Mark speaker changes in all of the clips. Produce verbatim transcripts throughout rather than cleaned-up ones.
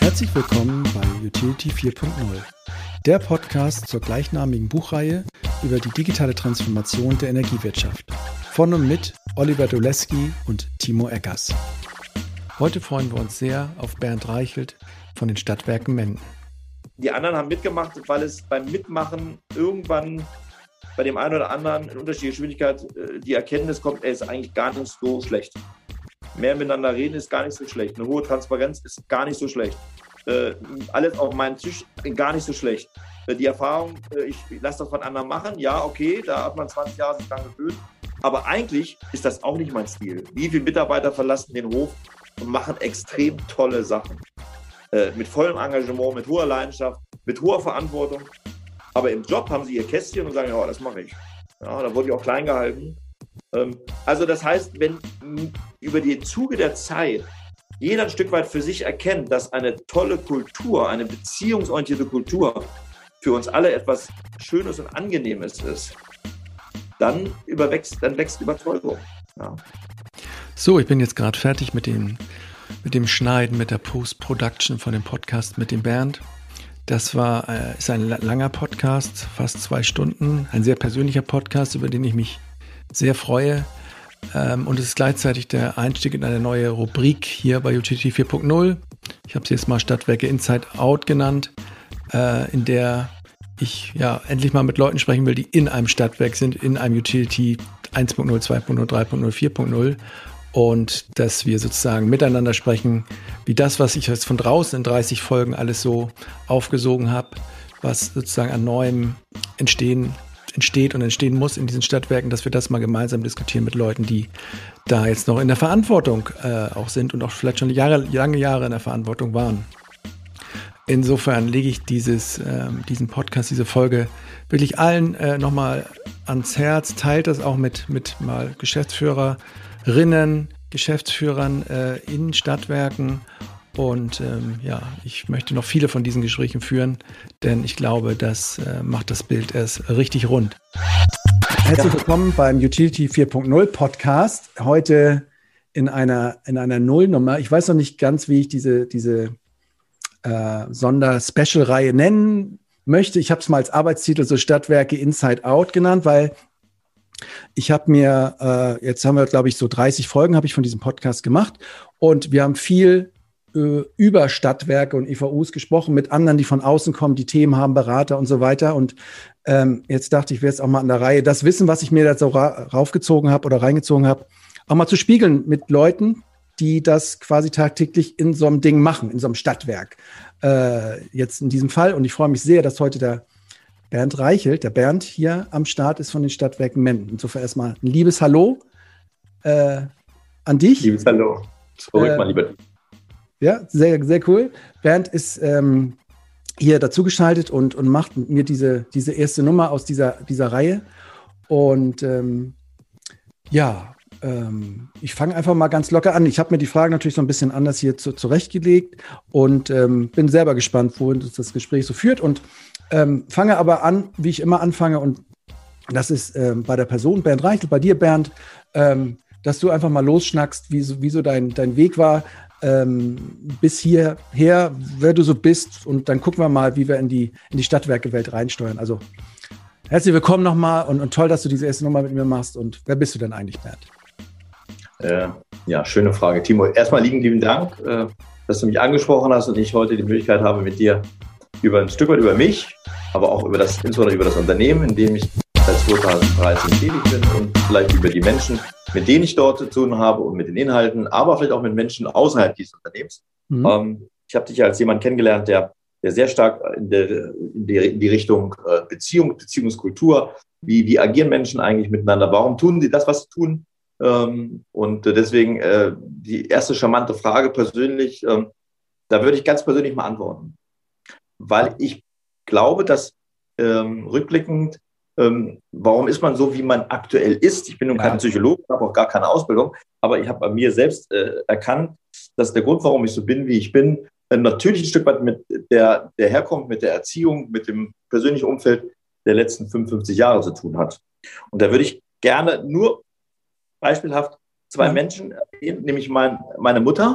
Speaker 1: Herzlich willkommen bei Utility vier Punkt null, der Podcast zur gleichnamigen Buchreihe über die digitale Transformation der Energiewirtschaft. Von und mit Oliver Doleski und Timo Eggers. Heute freuen wir uns sehr auf Bernd Reichelt von den Stadtwerken Menden.
Speaker 2: Die anderen haben mitgemacht, weil es beim Mitmachen irgendwann bei dem einen oder anderen in unterschiedlicher Geschwindigkeit die Erkenntnis kommt, er ist eigentlich gar nicht so schlecht. Mehr miteinander reden ist gar nicht so schlecht. Eine hohe Transparenz ist gar nicht so schlecht. Äh, alles auf meinen Tisch gar nicht so schlecht. Äh, die Erfahrung, äh, ich, ich lasse das von anderen machen, ja, okay, da hat man zwanzig Jahre sich dran gewöhnt. Aber eigentlich ist das auch nicht mein Stil. Wie viele Mitarbeiter verlassen den Hof und machen extrem tolle Sachen. Äh, mit vollem Engagement, mit hoher Leidenschaft, mit hoher Verantwortung. Aber im Job haben sie ihr Kästchen und sagen, ja, das mache ich. Ja, da wurde ich auch klein gehalten. Ähm, also das heißt, wenn über den Zuge der Zeit jeder ein Stück weit für sich erkennt, dass eine tolle Kultur, eine beziehungsorientierte Kultur für uns alle etwas Schönes und Angenehmes ist, dann überwächst, dann wächst Überzeugung. Ja.
Speaker 1: So, ich bin jetzt gerade fertig mit dem, mit dem Schneiden, mit der Post-Production von dem Podcast mit dem Bernd. Das war, äh, ist ein langer Podcast, fast zwei Stunden, ein sehr persönlicher Podcast, über den ich mich sehr freue. Ähm, und es ist gleichzeitig der Einstieg in eine neue Rubrik hier bei Utility vier Punkt null. Ich habe sie jetzt mal Stadtwerke Inside Out genannt, äh, in der ich ja endlich mal mit Leuten sprechen will, die in einem Stadtwerk sind, in einem Utility eins Punkt null, zwei Punkt null, drei Punkt null, vier Punkt null. Und dass wir sozusagen miteinander sprechen, wie das, was ich jetzt von draußen in dreißig Folgen alles so aufgesogen habe, was sozusagen an Neuem entstehen entsteht und entstehen muss in diesen Stadtwerken, dass wir das mal gemeinsam diskutieren mit Leuten, die da jetzt noch in der Verantwortung äh, auch sind und auch vielleicht schon Jahre, lange Jahre in der Verantwortung waren. Insofern lege ich dieses, ähm, diesen Podcast, diese Folge wirklich allen äh, nochmal ans Herz, teilt das auch mit, mit mal Geschäftsführerinnen, Geschäftsführern äh, in Stadtwerken. Und ähm, ja, ich möchte noch viele von diesen Gesprächen führen, denn ich glaube, das äh, macht das Bild erst richtig rund. Herzlich willkommen beim Utility vier Punkt null Podcast. Heute in einer, in einer Nullnummer. Ich weiß noch nicht ganz, wie ich diese, diese äh, Sonder-Special-Reihe nennen möchte. Ich habe es mal als Arbeitstitel so Stadtwerke Inside Out genannt, weil ich habe mir, äh, jetzt haben wir, glaube ich, so dreißig Folgen habe ich von diesem Podcast gemacht und wir haben viel über Stadtwerke und E V Us gesprochen, mit anderen, die von außen kommen, die Themen haben, Berater und so weiter. Und ähm, jetzt dachte ich, wäre es auch mal an der Reihe, das Wissen, was ich mir da so ra- raufgezogen habe oder reingezogen habe, auch mal zu spiegeln mit Leuten, die das quasi tagtäglich in so einem Ding machen, in so einem Stadtwerk. Äh, jetzt in diesem Fall. Und ich freue mich sehr, dass heute der Bernd Reichelt, der Bernd hier am Start ist von den Stadtwerken Menden. Insofern erstmal ein liebes Hallo äh, an dich.
Speaker 2: Liebes Hallo. Zurück, äh, mein Lieber.
Speaker 1: Ja, sehr, sehr cool. Bernd ist ähm, hier dazugeschaltet und, und macht mit mir diese, diese erste Nummer aus dieser, dieser Reihe. Und ähm, ja, ähm, ich fange einfach mal ganz locker an. Ich habe mir die Fragen natürlich so ein bisschen anders hier zu, zurechtgelegt und ähm, bin selber gespannt, wohin uns das Gespräch so führt. Und ähm, fange aber an, wie ich immer anfange. Und das ist ähm, bei der Person Bernd Reichelt, bei dir, Bernd, ähm, dass du einfach mal losschnackst, wie so, wie so dein, dein Weg war. Ähm, bis hierher, wer du so bist, und dann gucken wir mal, wie wir in die, in die Stadtwerkewelt reinsteuern. Also herzlich willkommen nochmal und, und toll, dass du diese erste Nummer mit mir machst. Und wer bist du denn eigentlich, Bernd?
Speaker 2: Äh, ja, schöne Frage, Timo. Erstmal lieben, lieben Dank, äh, dass du mich angesprochen hast und ich heute die Möglichkeit habe, mit dir über ein Stück weit über mich, aber auch über das, insbesondere über das Unternehmen, in dem ich seit zweitausenddreizehn tätig bin und vielleicht über die Menschen, mit denen ich dort zu tun habe und mit den Inhalten, aber vielleicht auch mit Menschen außerhalb dieses Unternehmens. Mhm. Ähm, ich habe dich ja als jemand kennengelernt, der, der sehr stark in, der, in, die, in die Richtung äh, Beziehung, Beziehungskultur, wie, wie agieren Menschen eigentlich miteinander, warum tun sie das, was sie tun? Ähm, und deswegen äh, die erste charmante Frage persönlich, ähm, da würde ich ganz persönlich mal antworten. Weil ich glaube, dass ähm, rückblickend Ähm, warum ist man so, wie man aktuell ist? Ich bin nun ja. kein Psychologe, habe auch gar keine Ausbildung, aber ich habe bei mir selbst äh, erkannt, dass der Grund, warum ich so bin, wie ich bin, äh, natürlich ein Stück weit mit der, der Herkunft, mit der Erziehung, mit dem persönlichen Umfeld der letzten fünfundfünfzig Jahre zu tun hat. Und da würde ich gerne nur beispielhaft zwei ja. Menschen erwähnen, nämlich mein, meine Mutter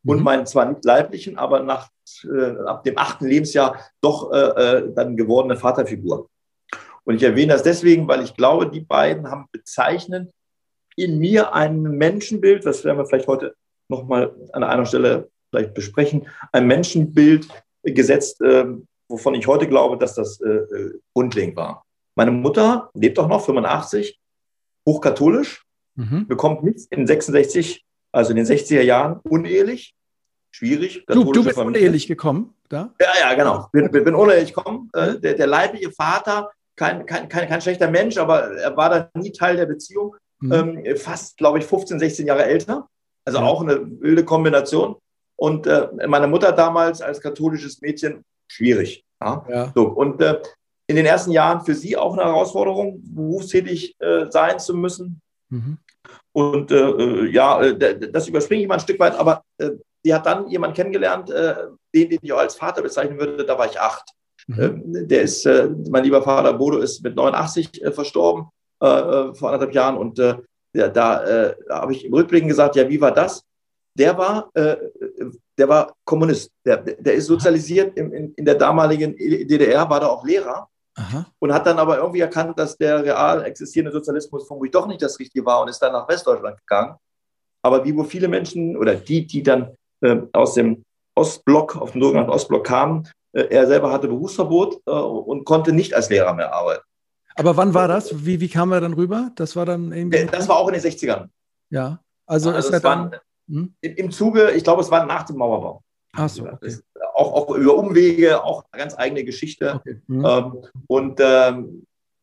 Speaker 2: und meinen zwar nicht leiblichen, aber nach äh, ab dem achten Lebensjahr doch äh, dann gewordene Vaterfigur. Und ich erwähne das deswegen, weil ich glaube, die beiden haben bezeichnend in mir ein Menschenbild, das werden wir vielleicht heute nochmal an einer Stelle vielleicht besprechen, ein Menschenbild gesetzt, äh, wovon ich heute glaube, dass das äh, grundlegend war. Meine Mutter lebt auch noch, fünfundachtzig, hochkatholisch, mhm. bekommt mich in sechsundsechzig, also in den sechziger Jahren, unehelich, schwierig.
Speaker 1: Du, du bist Familie. Unehelich gekommen, da?
Speaker 2: Ja, ja, genau. Bin, bin unehelich gekommen. Äh, der, der leibliche Vater, kein, kein, kein, kein schlechter Mensch, aber er war da nie Teil der Beziehung. Mhm. Ähm, fast, glaube ich, fünfzehn, sechzehn Jahre älter. Also ja. auch eine wilde Kombination. Und äh, meine Mutter damals als katholisches Mädchen, schwierig. Ja? Ja. So, und äh, in den ersten Jahren für sie auch eine Herausforderung, berufstätig äh, sein zu müssen. Mhm. Und äh, ja, das überspringe ich mal ein Stück weit, aber äh, sie hat dann jemanden kennengelernt, äh, den, den ich auch als Vater bezeichnen würde, da war ich acht. Mhm. Äh, der ist, äh, mein lieber Vater Bodo ist mit neunundachtzig äh, verstorben, äh, vor anderthalb Jahren. Und äh, da, da äh, habe ich im Rückblicken gesagt, ja, wie war das? Der war, äh, der war Kommunist. Der, der ist sozialisiert in, in, in der damaligen D D R, war da auch Lehrer. Aha. Und hat dann aber irgendwie erkannt, dass der real existierende Sozialismus vermutlich doch nicht das Richtige war und ist dann nach Westdeutschland gegangen. Aber wie wohl viele Menschen oder die, die dann äh, aus dem Ostblock, auf dem sogenannten Ostblock kamen, äh, er selber hatte Berufsverbot äh, und konnte nicht als Lehrer mehr arbeiten.
Speaker 1: Aber wann war das? Wie, wie kam er dann rüber? Das war dann irgendwie.
Speaker 2: Das war auch in den sechzigern.
Speaker 1: Ja, also, also ist er dann. War, hm?
Speaker 2: Im Zuge, ich glaube, es war nach dem Mauerbau.
Speaker 1: Ach so, okay.
Speaker 2: Auch, auch über Umwege, auch eine ganz eigene Geschichte. Okay. Mhm. Ähm, und ähm,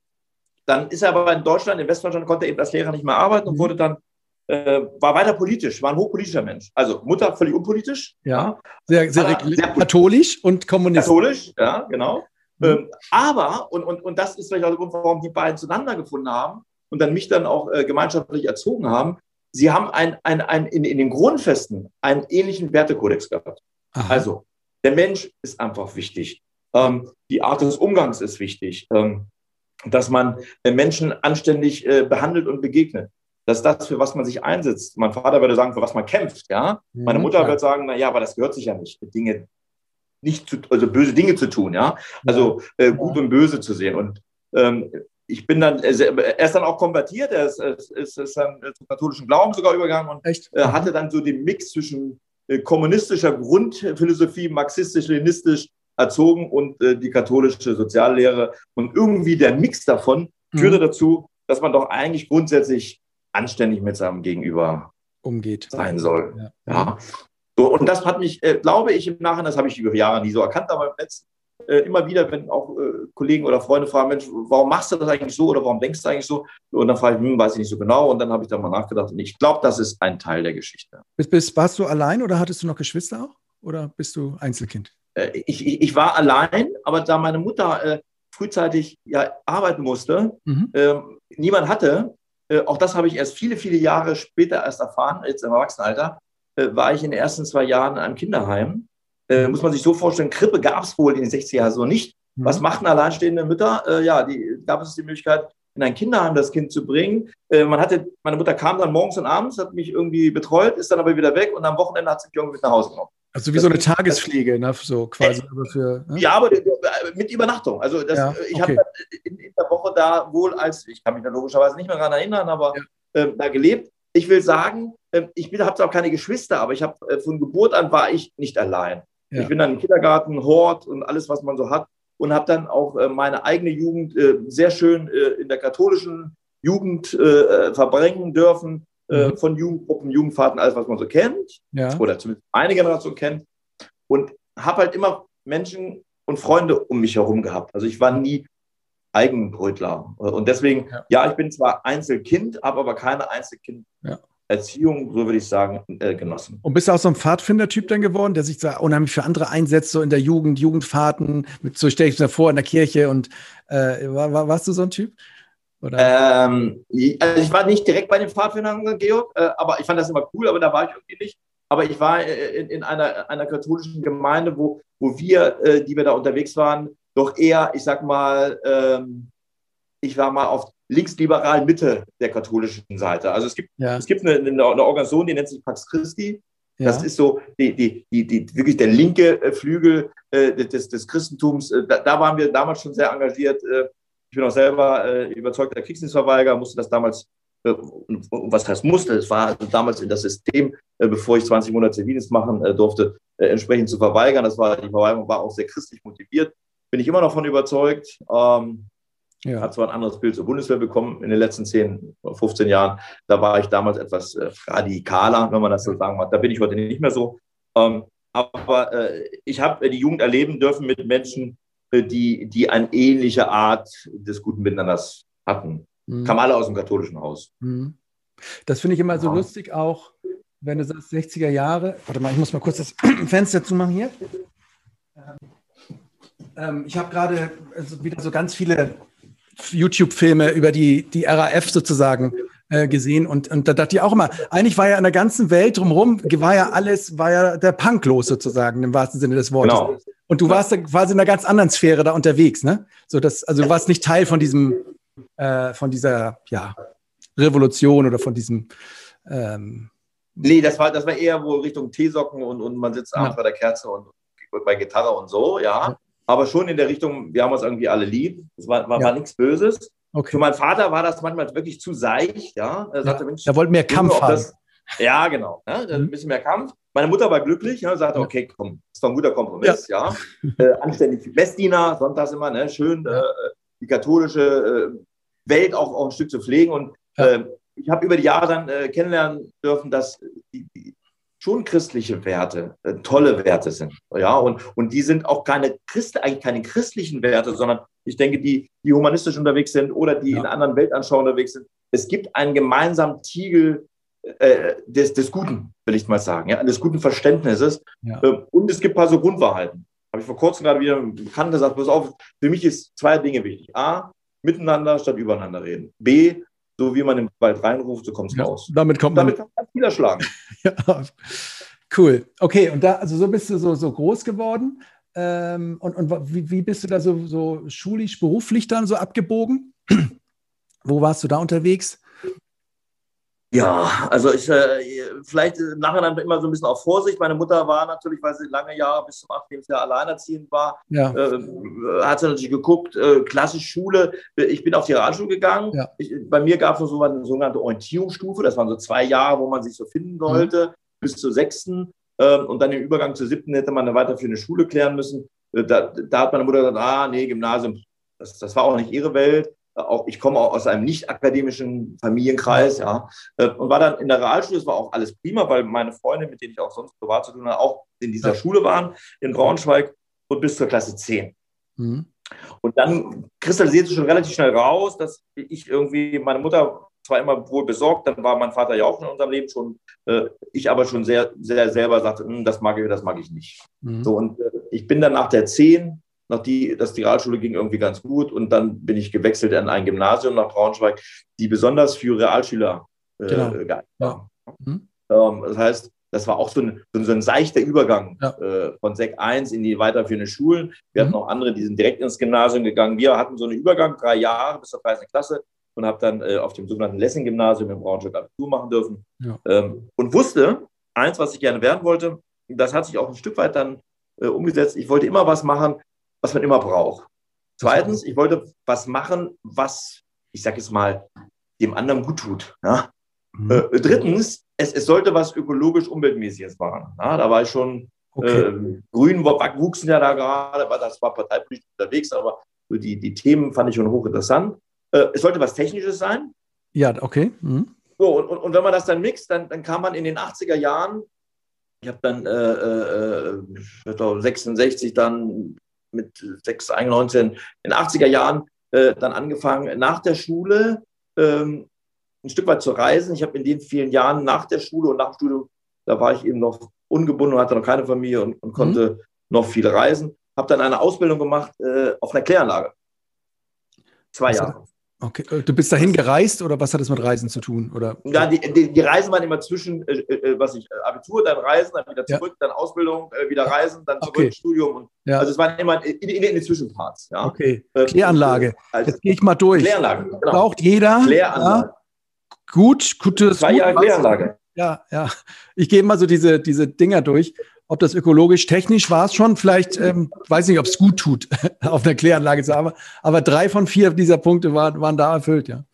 Speaker 2: dann ist er aber in Deutschland, in Westdeutschland, konnte er eben als Lehrer nicht mehr arbeiten und mhm. wurde dann, äh, war weiter politisch, war ein hochpolitischer Mensch. Also Mutter völlig unpolitisch.
Speaker 1: Ja, sehr, sehr, sehr, sehr katholisch und kommunistisch.
Speaker 2: Katholisch, ja, genau. Mhm. Ähm, aber, und, und, und das ist vielleicht auch der Grund, warum die beiden zueinander gefunden haben und dann mich dann auch äh, gemeinschaftlich erzogen haben, sie haben ein, ein, ein, in, in den Grundfesten einen ähnlichen Wertekodex gehabt. Aha. Also, der Mensch ist einfach wichtig. Ähm, die Art des Umgangs ist wichtig. Ähm, dass man äh, Menschen anständig äh, behandelt und begegnet. Dass das, für was man sich einsetzt. Mein Vater würde sagen, für was man kämpft. Ja? Mhm, Meine Mutter klar. würde sagen, na ja, aber das gehört sich ja nicht, Dinge nicht zu, also böse Dinge zu tun. Ja? Also äh, gut ja. und böse zu sehen. Und ähm, ich bin dann, er ist dann auch konvertiert, er ist, ist, ist dann zum katholischen Glauben sogar übergegangen und Echt? Äh, hatte dann so den Mix zwischen äh, kommunistischer Grundphilosophie, marxistisch-leninistisch erzogen und äh, die katholische Soziallehre. Und irgendwie der Mix davon mhm. führte dazu, dass man doch eigentlich grundsätzlich anständig mit seinem Gegenüber
Speaker 1: umgeht
Speaker 2: sein soll. Ja. Ja. So, und das hat mich, äh, glaube ich, im Nachhinein, das habe ich über Jahre nie so erkannt, aber im letzten Äh, immer wieder, wenn auch äh, Kollegen oder Freunde fragen, Mensch, warum machst du das eigentlich so oder warum denkst du eigentlich so? Und dann frage ich, hm, weiß ich nicht so genau. Und dann habe ich da mal nachgedacht. Und ich glaube, das ist ein Teil der Geschichte.
Speaker 1: Bist, bist, warst du allein oder hattest du noch Geschwister auch? Oder bist du Einzelkind?
Speaker 2: Äh, ich, ich, ich war allein, aber da meine Mutter äh, frühzeitig ja arbeiten musste, mhm. äh, niemand hatte, äh, auch das habe ich erst viele, viele Jahre später erst erfahren, jetzt im Erwachsenenalter, äh, war ich in den ersten zwei Jahren in einem Kinderheim. Äh, muss man sich so vorstellen, Krippe gab es wohl in den sechziger Jahren so nicht. Mhm. Was machten alleinstehende Mütter? Äh, ja, die gab es die Möglichkeit, in ein Kinderheim das Kind zu bringen. Äh, man hatte, meine Mutter kam dann morgens und abends, hat mich irgendwie betreut, ist dann aber wieder weg und am Wochenende hat sie mich irgendwie mit nach Hause genommen.
Speaker 1: Also wie das so eine Tagespflege, ne? So quasi. Äh, für, ne?
Speaker 2: Ja, aber mit Übernachtung. Also das, ja, ich okay. habe in, in der Woche da wohl als, ich kann mich da logischerweise nicht mehr daran erinnern, aber ja. äh, da gelebt. Ich will sagen, äh, ich habe zwar keine Geschwister, aber ich habe äh, von Geburt an war ich nicht allein. Ja. Ich bin dann im Kindergarten, Hort und alles, was man so hat. Und habe dann auch äh, meine eigene Jugend äh, sehr schön äh, in der katholischen Jugend äh, verbringen dürfen. Äh, mhm. Von Jugendgruppen, Jugendfahrten, alles, was man so kennt. Ja. Oder zumindest eine Generation kennt. Und habe halt immer Menschen und Freunde um mich herum gehabt. Also ich war nie Eigenbrötler. Und deswegen, ja, ja ich bin zwar Einzelkind, habe aber keine Einzelkind. Ja. Erziehung, so würde ich sagen, äh, genossen.
Speaker 1: Und bist du auch so ein Pfadfinder-Typ dann geworden, der sich da unheimlich für andere einsetzt, so in der Jugend, Jugendfahrten, mit, so stelle ich mir vor, in der Kirche und äh, war, war, warst du so ein Typ?
Speaker 2: Oder? Ähm, also ich war nicht direkt bei den Pfadfindern, Georg, äh, aber ich fand das immer cool, aber da war ich irgendwie nicht. Aber ich war in, in einer, einer katholischen Gemeinde, wo, wo wir, äh, die wir da unterwegs waren, doch eher, ich sag mal, ähm, ich war mal auf linksliberal Mitte der katholischen Seite. Also es gibt, ja. es gibt eine, eine, eine Organisation, die nennt sich Pax Christi.
Speaker 1: Ja.
Speaker 2: Das ist so die, die, die, die, wirklich der linke Flügel äh, des, des Christentums. Da, da waren wir damals schon sehr engagiert. Äh, ich bin auch selber äh, überzeugter Kriegsdienstverweigerer, musste das damals, äh, was heißt musste, es war also damals in das System, äh, bevor ich zwanzig Monate Zivildienst machen äh, durfte, äh, entsprechend zu verweigern. Das war, die Verweigerung war auch sehr christlich motiviert. Bin ich immer noch von überzeugt. Ähm,
Speaker 1: Ja.
Speaker 2: Hat zwar ein anderes Bild zur Bundeswehr bekommen in den letzten zehn, fünfzehn Jahren. Da war ich damals etwas äh, radikaler, wenn man das so sagen mag. Da bin ich heute nicht mehr so. Ähm, aber äh, ich habe äh, die Jugend erleben dürfen mit Menschen, äh, die, die eine ähnliche Art des guten Miteinanders hatten. Mhm. Kamen alle aus dem katholischen Haus.
Speaker 1: Mhm. Das finde ich immer so
Speaker 2: ja.
Speaker 1: lustig, auch wenn du sagst sechziger Jahre. Warte mal, ich muss mal kurz das Fenster zumachen hier. Ähm, ich habe gerade also wieder so ganz viele YouTube-Filme über die, die R A F sozusagen äh, gesehen und, und da dachte ich auch immer, eigentlich war ja in der ganzen Welt drumherum, war ja alles, war ja der Punk los sozusagen, im wahrsten Sinne des Wortes.
Speaker 2: Genau.
Speaker 1: Und du warst da quasi in einer ganz anderen Sphäre da unterwegs, ne? So dass, also du warst nicht Teil von diesem, äh, von dieser, ja, Revolution oder von diesem ähm,
Speaker 2: Nee, das war, das war eher wohl Richtung Teesocken und, und man sitzt abends ja. bei der Kerze und, und bei Gitarre und so, ja. ja. Aber schon in der Richtung, wir haben uns irgendwie alle lieb. Es war, war, ja. war nichts Böses. Okay. Für meinen Vater war das manchmal wirklich zu seicht. Ja. Er sagte,
Speaker 1: ja.
Speaker 2: Mensch,
Speaker 1: er wollte mehr Kampf
Speaker 2: Junge,
Speaker 1: haben.
Speaker 2: Das, ja, genau. Ja, mhm. Ein bisschen mehr Kampf. Meine Mutter war glücklich. Ja, sagte, ja. okay, komm, das ist doch ein guter Kompromiss. Ja. ja. Äh, anständig Messdiener, sonntags immer, ne, schön ja. äh, die katholische äh, Welt auch, auch ein Stück zu pflegen. Und ja. äh, ich habe über die Jahre dann äh, kennenlernen dürfen, dass die, die schon christliche Werte, äh, tolle Werte sind. Ja, und, und die sind auch keine Christ, eigentlich keine christlichen Werte, sondern ich denke, die, die humanistisch unterwegs sind oder die ja. in anderen Weltanschauungen unterwegs sind. Es gibt einen gemeinsamen Tiegel äh, des, des Guten, will ich mal sagen, ja, des guten Verständnisses. Ja. Äh, und es gibt ein paar so Grundwahrheiten. Habe ich vor kurzem gerade wieder einem Bekannten gesagt, pass auf, für mich ist zwei Dinge wichtig. A, miteinander statt übereinander reden. B, so wie man im Wald reinruft, so kommt es ja, raus.
Speaker 1: Damit kommt man.
Speaker 2: Damit kann man viel erschlagen.
Speaker 1: Ja, cool. Okay, und da, also so bist du so, so groß geworden. Ähm, und und wie, wie bist du da so, so schulisch, beruflich dann so abgebogen? Wo warst du da unterwegs?
Speaker 2: Ja, also ich, äh, vielleicht nachher dann immer so ein bisschen auf Vorsicht. Meine Mutter war natürlich, weil sie lange Jahre bis zum achten Jahr alleinerziehend war, ja. äh, hat sie natürlich geguckt, äh, klassisch Schule. Ich bin auf die Realschule gegangen. Ja. Ich, bei mir gab es so eine sogenannte Orientierungsstufe. Das waren so zwei Jahre, wo man sich so finden sollte, mhm. bis zur sechsten. Ähm, und dann im Übergang zur siebten hätte man eine weiterführende Schule klären müssen. Äh, da, da hat meine Mutter gesagt, ah, nee, Gymnasium, das, das war auch nicht ihre Welt. Auch, ich komme auch aus einem nicht akademischen Familienkreis, ja, und war dann in der Realschule. Es war auch alles prima, weil meine Freunde, mit denen ich auch sonst privat zu tun habe, auch in dieser ja. Schule waren, in Braunschweig und bis zur Klasse zehn. Mhm. Und dann kristallisiert sich schon relativ schnell raus, dass ich irgendwie, meine Mutter zwar immer wohl besorgt, dann war mein Vater ja auch in unserem Leben schon, äh, ich aber schon sehr, sehr selber sagte, das mag ich, das mag ich nicht. Mhm. So, und äh, ich bin dann nach der zehn, Nach die, das die Realschule ging irgendwie ganz gut und dann bin ich gewechselt an ein Gymnasium nach Braunschweig, die besonders für Realschüler äh, genau. geeignet waren. Ja. Mhm. Ähm, das heißt, das war auch so ein, so ein seichter Übergang ja. äh, von Sek eins in die weiterführenden Schulen. Wir mhm. hatten auch andere, die sind direkt ins Gymnasium gegangen. Wir hatten so einen Übergang, drei Jahre bis zur dreizehnten Klasse und habe dann äh, auf dem sogenannten Lessing-Gymnasium in Braunschweig Abitur machen dürfen. Ja. Ähm, und wusste, eins, was ich gerne werden wollte, das hat sich auch ein Stück weit dann äh, umgesetzt. Ich wollte immer was machen, was man immer braucht. Zweitens, ich wollte was machen, was, ich sage jetzt mal, dem anderen gut tut. Ja? Mhm. Äh, drittens, es, es sollte was ökologisch umweltmäßiges machen. Ja? Da war ich schon, okay. äh, Grün wuchsen ja da gerade, aber das war parteipolitisch unterwegs, aber so die, die Themen fand ich schon hochinteressant. Äh, es sollte was Technisches sein.
Speaker 1: Ja, okay. Mhm.
Speaker 2: So, und, und wenn man das dann mixt, dann, dann kam man in den achtziger Jahren, ich habe dann äh, äh, sechsundsechzig dann mit sechs, neunzehn, in den achtziger Jahren äh, dann angefangen, nach der Schule ähm, ein Stück weit zu reisen. Ich habe in den vielen Jahren nach der Schule und nach dem Studium, da war ich eben noch ungebunden und hatte noch keine Familie und, und konnte mhm. noch viel reisen. Habe dann eine Ausbildung gemacht äh, auf einer Kläranlage. Zwei was Jahre.
Speaker 1: Okay, du bist dahin gereist oder was hat das mit Reisen zu tun? Oder?
Speaker 2: Ja, die, die, die Reisen waren immer zwischen, äh, äh, was ich, Abitur, dann Reisen, dann wieder zurück, ja. dann Ausbildung, äh, wieder Reisen, dann zurück, okay. Studium. Und, ja. Also es waren immer in, in, in den Zwischenparts. Ja.
Speaker 1: Okay, Kläranlage. Und, äh, Jetzt gehe ich mal durch.
Speaker 2: Kläranlage, genau.
Speaker 1: Braucht jeder.
Speaker 2: Kläranlage.
Speaker 1: Ja. Gut, gutes.
Speaker 2: Zwei Jahre Kläranlage.
Speaker 1: Ja, ja. Ich gehe mal so diese, diese Dinger durch. Ob das ökologisch, technisch war es schon. Vielleicht, ähm, weiß nicht, ob es gut tut, auf einer Kläranlage zu arbeiten. Aber drei von vier dieser Punkte waren, waren da erfüllt, ja.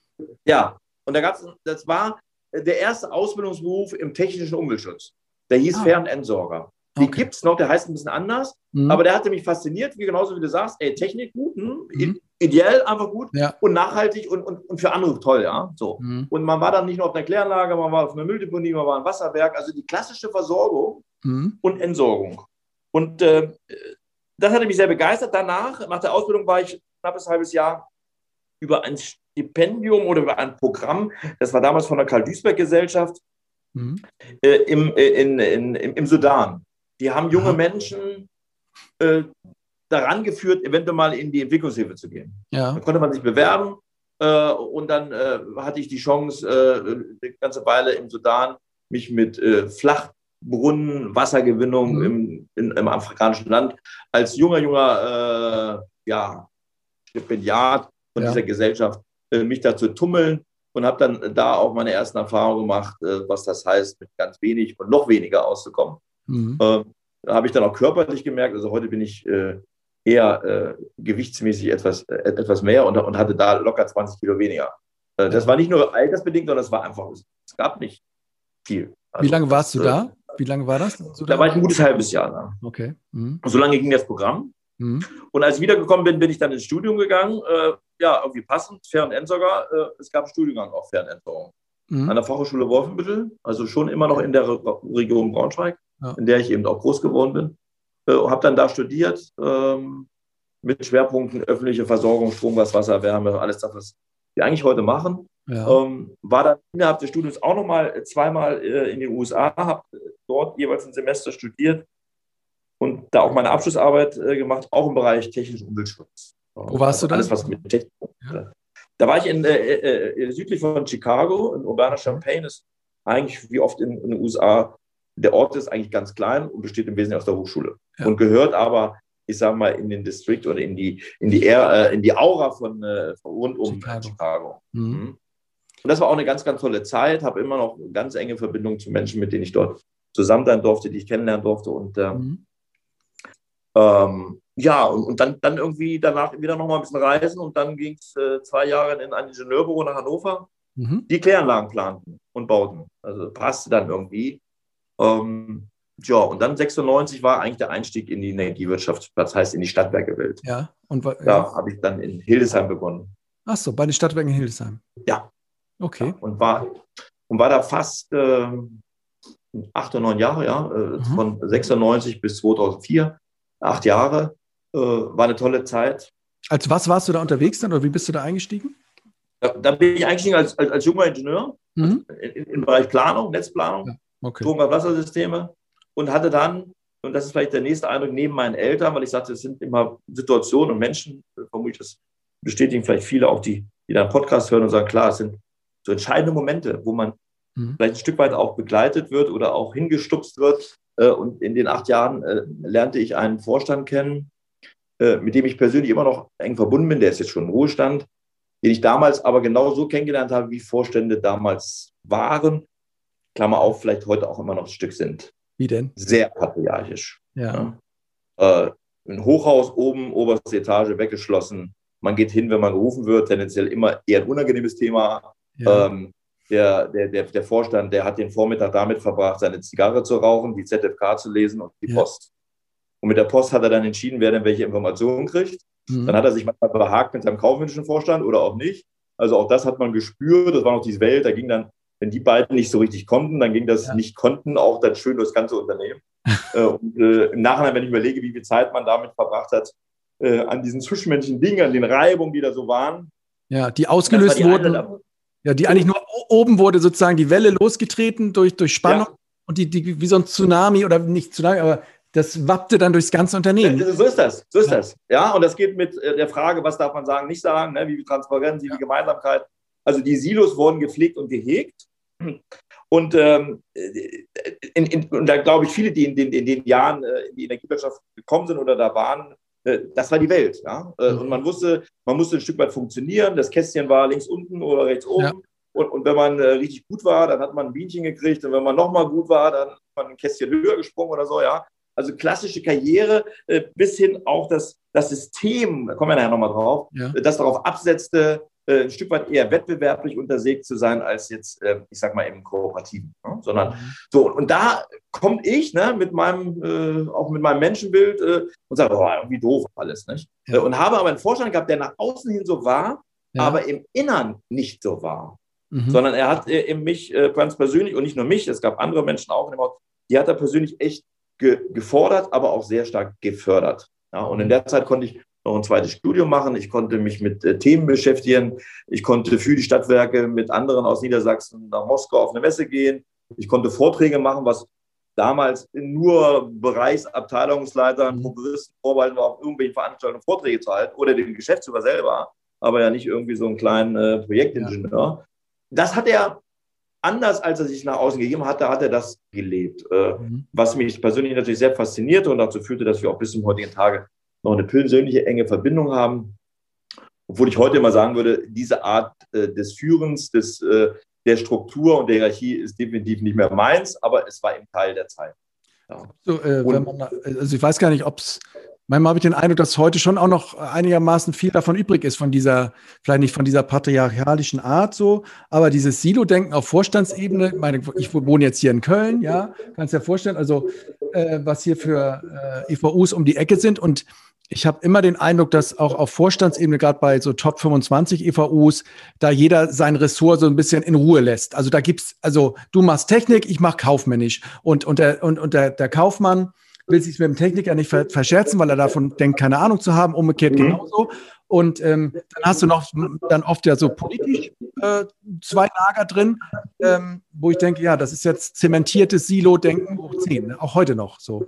Speaker 2: Ja, und da gab's, das war der erste Ausbildungsberuf im technischen Umweltschutz. Der hieß ah. Fern- und Entsorger. Den okay. gibt es noch, der heißt ein bisschen anders, mhm. aber der hatte mich fasziniert, wie genauso wie du sagst, ey, Technik gut, hm, mhm. ideell einfach gut ja. und nachhaltig und, und, und für andere toll, ja. So. Mhm. Und man war dann nicht nur auf einer Kläranlage, man war auf einer Mülldeponie, man war im Wasserwerk, also die klassische Versorgung mhm. und Entsorgung. Und äh, das hatte mich sehr begeistert. Danach, nach der Ausbildung, war ich ein knappes halbes Jahr über ein Stipendium oder über ein Programm, das war damals von der Karl-Duisberg-Gesellschaft mhm. äh, im, äh, in, in, im, im Sudan. Die haben junge Aha. Menschen äh, daran geführt, eventuell mal in die Entwicklungshilfe zu gehen. Ja. Da konnte man sich bewerben äh, und dann äh, hatte ich die Chance, äh, eine ganze Weile im Sudan mich mit äh, Flachbrunnen, Wassergewinnung mhm. im, in, im afrikanischen Land als junger, junger äh, ja, Stipendiat von ja. dieser Gesellschaft äh, mich da zu tummeln und habe dann da auch meine ersten Erfahrungen gemacht, äh, was das heißt, mit ganz wenig und noch weniger auszukommen. Mhm. Äh, habe ich dann auch körperlich gemerkt, also heute bin ich äh, eher äh, gewichtsmäßig etwas, äh, etwas mehr und, und hatte da locker zwanzig Kilo weniger. Äh, das war nicht nur altersbedingt, sondern es war einfach, es, es gab nicht viel.
Speaker 1: Also, wie lange warst das, du da? Wie lange war das?
Speaker 2: Da, da war ich ein gutes halbes Jahr da.
Speaker 1: Okay. Mhm.
Speaker 2: So lange ging das Programm. Mhm. Und als ich wiedergekommen bin, bin ich dann ins Studium gegangen. Äh, ja, irgendwie passend, Fern- und Entsorger. Äh, es gab einen Studiengang auf Fern- und Entsorgung. Mhm. An der Fachhochschule Wolfenbüttel, also schon immer noch in der Re- Region Braunschweig, ja. in der ich eben auch groß geworden bin. Äh, habe dann da studiert, ähm, mit Schwerpunkten öffentliche Versorgung, Strom, Gas, Wasser, Wärme, alles das, was wir eigentlich heute machen. Ja. Ähm, war dann innerhalb des Studiums auch nochmal zweimal äh, in den U S A, habe dort jeweils ein Semester studiert und da auch meine Abschlussarbeit äh, gemacht, auch im Bereich technischen Umweltschutz.
Speaker 1: Wo warst
Speaker 2: also
Speaker 1: du da?
Speaker 2: Alles, was mit Technik. Ja. Da war ich in, äh, äh, südlich von Chicago, in Urbana-Champaign, ist eigentlich wie oft in, in den U S A, der Ort ist eigentlich ganz klein und besteht im Wesentlichen aus der Hochschule ja. und gehört aber, ich sage mal, in den District oder in die, in die, äh, in die Aura von, äh, von rund um Chicago. Chicago. Mhm. Mhm. Und das war auch eine ganz, ganz tolle Zeit, habe immer noch ganz enge Verbindungen zu Menschen, mit denen ich dort zusammen sein durfte, die ich kennenlernen durfte und äh, mhm. ähm, ja, und, und dann, dann irgendwie danach wieder noch mal ein bisschen reisen und dann ging es äh, zwei Jahre in ein Ingenieurbüro nach Hannover, mhm. die Kläranlagen planten und bauten. Also passte dann irgendwie. Ähm, ja, und dann sechsundneunzig war eigentlich der Einstieg in die Energiewirtschaft, das heißt in die Stadtwerkewelt.
Speaker 1: Ja, und ja.
Speaker 2: Da habe ich dann in Hildesheim begonnen.
Speaker 1: Ach so, bei den Stadtwerken in Hildesheim.
Speaker 2: Ja.
Speaker 1: Okay.
Speaker 2: Ja, und, war, und war da fast äh, acht oder neun Jahre, ja, äh, mhm. von sechsundneunzig bis zweitausendvier, acht Jahre. Äh, war eine tolle Zeit.
Speaker 1: Als was warst du da unterwegs dann oder wie bist du da eingestiegen?
Speaker 2: Da, da bin ich eingestiegen als, als, als junger Ingenieur mhm. in, im Bereich Planung, Netzplanung, ja. okay. Strom- und Wassersysteme und hatte dann, und das ist vielleicht der nächste Eindruck, neben meinen Eltern, weil ich sagte, es sind immer Situationen und Menschen, vermutlich das bestätigen vielleicht viele auch, die, die dann Podcast hören und sagen, klar, es sind so entscheidende Momente, wo man mhm. vielleicht ein Stück weit auch begleitet wird oder auch hingestupst wird. Und in den acht Jahren lernte ich einen Vorstand kennen, mit dem ich persönlich immer noch eng verbunden bin, der ist jetzt schon im Ruhestand, den ich damals aber genau so kennengelernt habe, wie Vorstände damals waren, Klammer auf, vielleicht heute auch immer noch ein Stück sind.
Speaker 1: Wie denn?
Speaker 2: Sehr patriarchisch.
Speaker 1: Ja.
Speaker 2: Ja. Äh, ein Hochhaus oben, oberste Etage weggeschlossen. Man geht hin, wenn man gerufen wird, tendenziell immer eher ein unangenehmes Thema. Ja. Ähm, der, der, der, der Vorstand, der hat den Vormittag damit verbracht, seine Zigarre zu rauchen, die Z F K zu lesen und die ja. Post. Und mit der Post hat er dann entschieden, wer denn welche Informationen kriegt. Mhm. Dann hat er sich manchmal behagt mit seinem kaufmännischen Vorstand oder auch nicht. Also auch das hat man gespürt. Das war noch diese Welt. Da ging dann, wenn die beiden nicht so richtig konnten, dann ging das ja. nicht konnten, auch dann schön durchs ganze Unternehmen. äh, und äh, im Nachhinein, wenn ich überlege, wie viel Zeit man damit verbracht hat, äh, an diesen zwischenmenschlichen Dingen, an den Reibungen, die da so waren.
Speaker 1: Ja, die ausgelöst die wurden. Eine, ja, die eigentlich nur oben wurde sozusagen die Welle losgetreten durch, durch Spannung ja. und die, die wie so ein Tsunami oder nicht Tsunami, aber das wappte dann durchs ganze Unternehmen.
Speaker 2: Ja, so ist das, so ist ja. das. Ja, und das geht mit der Frage, was darf man sagen, nicht sagen, ne? Wie viel Transparenz, wie viel ja. Gemeinsamkeit. Also die Silos wurden gepflegt und gehegt. Und, ähm, in, in, und da glaube ich, viele, die in den, in den Jahren äh, in die Energiewirtschaft gekommen sind oder da waren, äh, das war die Welt. Ja? Äh, mhm. Und man wusste, man musste ein Stück weit funktionieren. Das Kästchen war links unten oder rechts oben. Ja. Und, und wenn man äh, richtig gut war, dann hat man ein Bienchen gekriegt. Und wenn man nochmal gut war, dann hat man ein Kästchen höher gesprungen oder so, ja. Also klassische Karriere, äh, bis hin auch das, das System, da kommen wir nachher nochmal drauf,
Speaker 1: Ja.
Speaker 2: das darauf absetzte, äh, ein Stück weit eher wettbewerblich untersägt zu sein, als jetzt, äh, ich sag mal, im Kooperativen. Ne? Sondern
Speaker 1: Mhm.
Speaker 2: so, und da komme ich, ne, mit meinem, äh, auch mit meinem Menschenbild äh, und sage, oh, irgendwie doof alles, nicht?
Speaker 1: Ja.
Speaker 2: Äh, und habe aber einen Vorstand gehabt, der nach außen hin so war,
Speaker 1: Ja.
Speaker 2: aber im Innern nicht so war.
Speaker 1: Mhm.
Speaker 2: Sondern er hat äh, mich äh, ganz persönlich, und nicht nur mich, es gab andere Menschen auch in dem Haus, die hat er persönlich echt ge gefordert, aber auch sehr stark gefördert. Ja, und in der Zeit konnte ich noch ein zweites Studium machen. Ich konnte mich mit äh, Themen beschäftigen. Ich konnte für die Stadtwerke mit anderen aus Niedersachsen nach Moskau auf eine Messe gehen. Ich konnte Vorträge machen, was damals nur Bereichsabteilungsleitern,
Speaker 1: Mhm.
Speaker 2: Prokuristen vorbehalten war, auf irgendwelchen Veranstaltungen Vorträge zu halten oder dem Geschäftsführer selber, aber ja nicht irgendwie so einen kleinen äh, Projektingenieur. Ja. Das hat er, anders als er sich nach außen gegeben hatte, hat er das gelebt. Äh,
Speaker 1: Mhm.
Speaker 2: was mich persönlich natürlich sehr faszinierte und dazu führte, dass wir auch bis zum heutigen Tage noch eine persönliche enge Verbindung haben. Obwohl ich heute immer sagen würde, diese Art äh, des Führens, des, äh, der Struktur und der Hierarchie ist definitiv nicht mehr meins, aber es war eben Teil der Zeit. Ja.
Speaker 1: So, äh, wenn man, also ich weiß gar nicht, ob es, manchmal habe ich den Eindruck, dass heute schon auch noch einigermaßen viel davon übrig ist, von dieser, vielleicht nicht von dieser patriarchalischen Art so, aber dieses Silo-Denken auf Vorstandsebene, meine, ich wohne jetzt hier in Köln, ja, kannst dir vorstellen, also äh, was hier für äh, E V Us um die Ecke sind, und ich habe immer den Eindruck, dass auch auf Vorstandsebene, gerade bei so Top fünfundzwanzig E V Us, da jeder sein Ressort so ein bisschen in Ruhe lässt. Also da gibt's, also du machst Technik, ich mache kaufmännisch. Und, und, der, und, und der, der Kaufmann will sich mit dem Techniker nicht ver verscherzen, weil er davon denkt, keine Ahnung zu haben, umgekehrt
Speaker 2: Mhm.
Speaker 1: genauso. Und ähm, dann hast du noch dann oft ja so politisch äh, zwei Lager drin, ähm, wo ich denke, ja, das ist jetzt zementiertes Silo-Denken hoch zehn, ne? Auch heute noch so.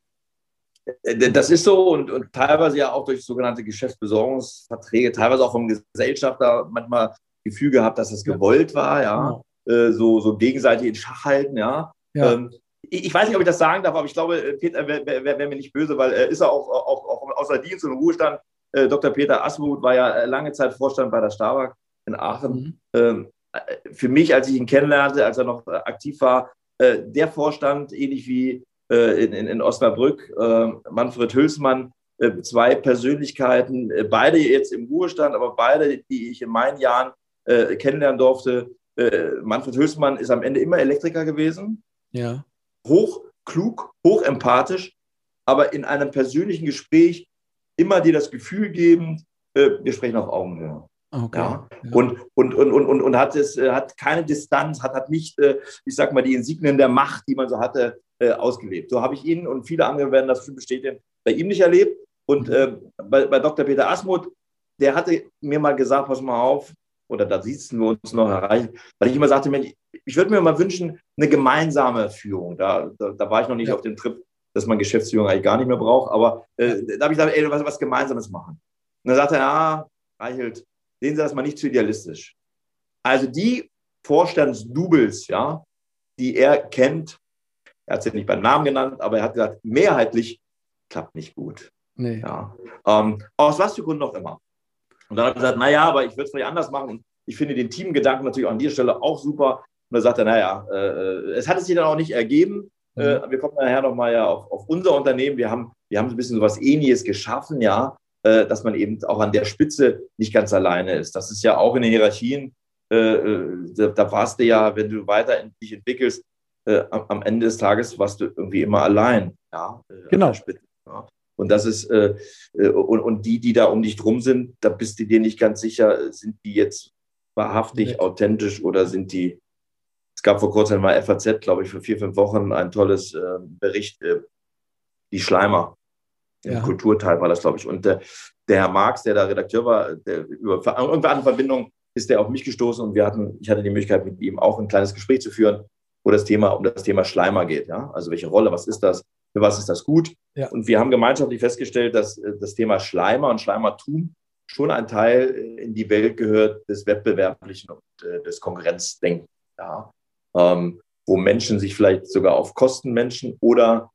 Speaker 2: Das ist so, und, und teilweise ja auch durch sogenannte Geschäftsbesorgungsverträge, teilweise auch vom Gesellschafter manchmal Gefühl gehabt, dass es
Speaker 1: Ja.
Speaker 2: gewollt war, ja,
Speaker 1: Genau.
Speaker 2: äh, so, so gegenseitig in Schach halten, ja.
Speaker 1: Ja.
Speaker 2: Ähm, ich, ich weiß nicht, ob ich das sagen darf, aber ich glaube, Peter wäre wär, wär mir nicht böse, weil er ist er auch, auch, auch außer Dienst und im Ruhestand. Äh, Doktor Peter Asmuth war ja lange Zeit Vorstand bei der Starbuck in Aachen.
Speaker 1: Mhm.
Speaker 2: Ähm, für mich, als ich ihn kennenlernte, als er noch aktiv war, äh, der Vorstand, ähnlich wie In, in, in Osnabrück, äh, Manfred Hülsmann, äh, zwei Persönlichkeiten, äh, beide jetzt im Ruhestand, aber beide, die ich in meinen Jahren äh, kennenlernen durfte. Äh, Manfred Hülsmann ist am Ende immer Elektriker gewesen,
Speaker 1: Ja.
Speaker 2: hoch klug, hoch empathisch, aber in einem persönlichen Gespräch immer dir das Gefühl geben, äh, wir sprechen auf Augenhöhe.
Speaker 1: Okay.
Speaker 2: Ja.
Speaker 1: Ja.
Speaker 2: Und, und, und, und, und hat, es, hat keine Distanz, hat, hat nicht, ich sag mal, die Insignien der Macht, die man so hatte, ausgelebt. So habe ich ihn, und viele andere werden das bestätigen, bei ihm nicht erlebt. Und
Speaker 1: Mhm.
Speaker 2: äh, bei, bei Doktor Peter Asmuth, der hatte mir mal gesagt, pass mal auf, oder da sitzen wir uns noch erreichen, weil ich immer sagte, Mensch, ich würde mir mal wünschen, eine gemeinsame Führung. Da, da, da war ich noch nicht
Speaker 1: Ja.
Speaker 2: auf dem Trip, dass man Geschäftsführung eigentlich gar nicht mehr braucht, aber äh, da habe ich gesagt, ey, was, was Gemeinsames machen. Und dann sagte er, ja, Reichelt, sehen Sie das mal nicht zu idealistisch. Also die Vorstandsdoubles, ja, die er kennt, er hat sie nicht beim Namen genannt, aber er hat gesagt, mehrheitlich klappt nicht gut.
Speaker 1: Nee.
Speaker 2: Ja. Ähm, aus was für Gründen auch immer. Und dann hat er gesagt, naja, aber ich würde es vielleicht anders machen. Und ich finde den Teamgedanken natürlich an dieser Stelle auch super. Und dann sagt er, naja, äh, es hat es sich dann auch nicht ergeben.
Speaker 1: Mhm.
Speaker 2: Äh, wir kommen nachher nochmal ja auf, auf unser Unternehmen. Wir haben, wir haben so ein bisschen so was Ähnliches geschaffen, ja, äh, dass man eben auch an der Spitze nicht ganz alleine ist. Das ist ja auch in den Hierarchien, äh, da, da warst du ja, wenn du weiter in, dich entwickelst, Äh, am, am Ende des Tages warst du irgendwie immer allein, ja, äh,
Speaker 1: Genau.
Speaker 2: an der Spitze, ja. Und das ist, äh, äh, und, und die, die da um dich drum sind, da bist du dir nicht ganz sicher, sind die jetzt wahrhaftig,
Speaker 1: Nee.
Speaker 2: authentisch, oder sind die, es gab vor kurzem mal F A Z, glaube ich, für vier, fünf Wochen ein tolles äh, Bericht, äh, die Schleimer, im
Speaker 1: Ja.
Speaker 2: Kulturteil war das, glaube ich. Und äh, der Herr Marx, der da Redakteur war, der über irgendeine andere Verbindung ist der auf mich gestoßen, und wir hatten, ich hatte die Möglichkeit, mit ihm auch ein kleines Gespräch zu führen, wo das Thema um das Thema Schleimer geht. Ja? Also welche Rolle, was ist das, für was ist das gut?
Speaker 1: Ja.
Speaker 2: Und wir haben gemeinschaftlich festgestellt, dass äh, das Thema Schleimer und Schleimertum schon ein Teil in die Welt gehört des Wettbewerblichen und äh, des Konkurrenzdenkens. Ja? Ähm, wo Menschen sich vielleicht sogar auf Kosten Menschen oder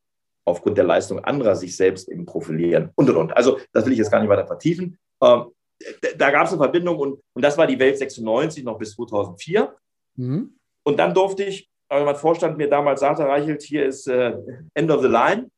Speaker 2: aufgrund der Leistung anderer sich selbst eben profilieren und, und, und. Also das will ich jetzt gar nicht weiter vertiefen. Ähm, da gab es eine Verbindung und, und das war die Welt sechsundneunzig noch bis zweitausendvier. Mhm. Und dann durfte ich, also mein Vorstand mir damals sagte, Reichelt, hier ist äh, End of the Line.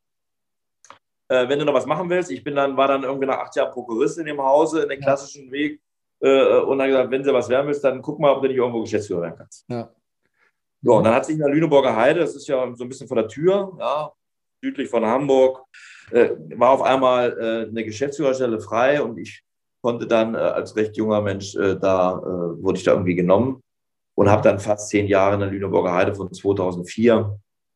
Speaker 2: Äh, wenn du noch was machen willst, ich bin dann, war dann irgendwie nach acht Jahren Prokurist in dem Hause, in den klassischen ja. Weg äh, und dann gesagt, wenn du was werden willst, dann guck mal, ob du nicht irgendwo Geschäftsführer werden kannst. Ja. So, und dann hat sich in der Lüneburger Heide, das ist ja so ein bisschen vor der Tür, ja, südlich von Hamburg, äh, war auf einmal äh, eine Geschäftsführerstelle frei und ich konnte dann äh, als recht junger Mensch, äh, da äh, wurde ich da irgendwie genommen und habe dann fast zehn Jahre in der Lüneburger Heide von zweitausendvier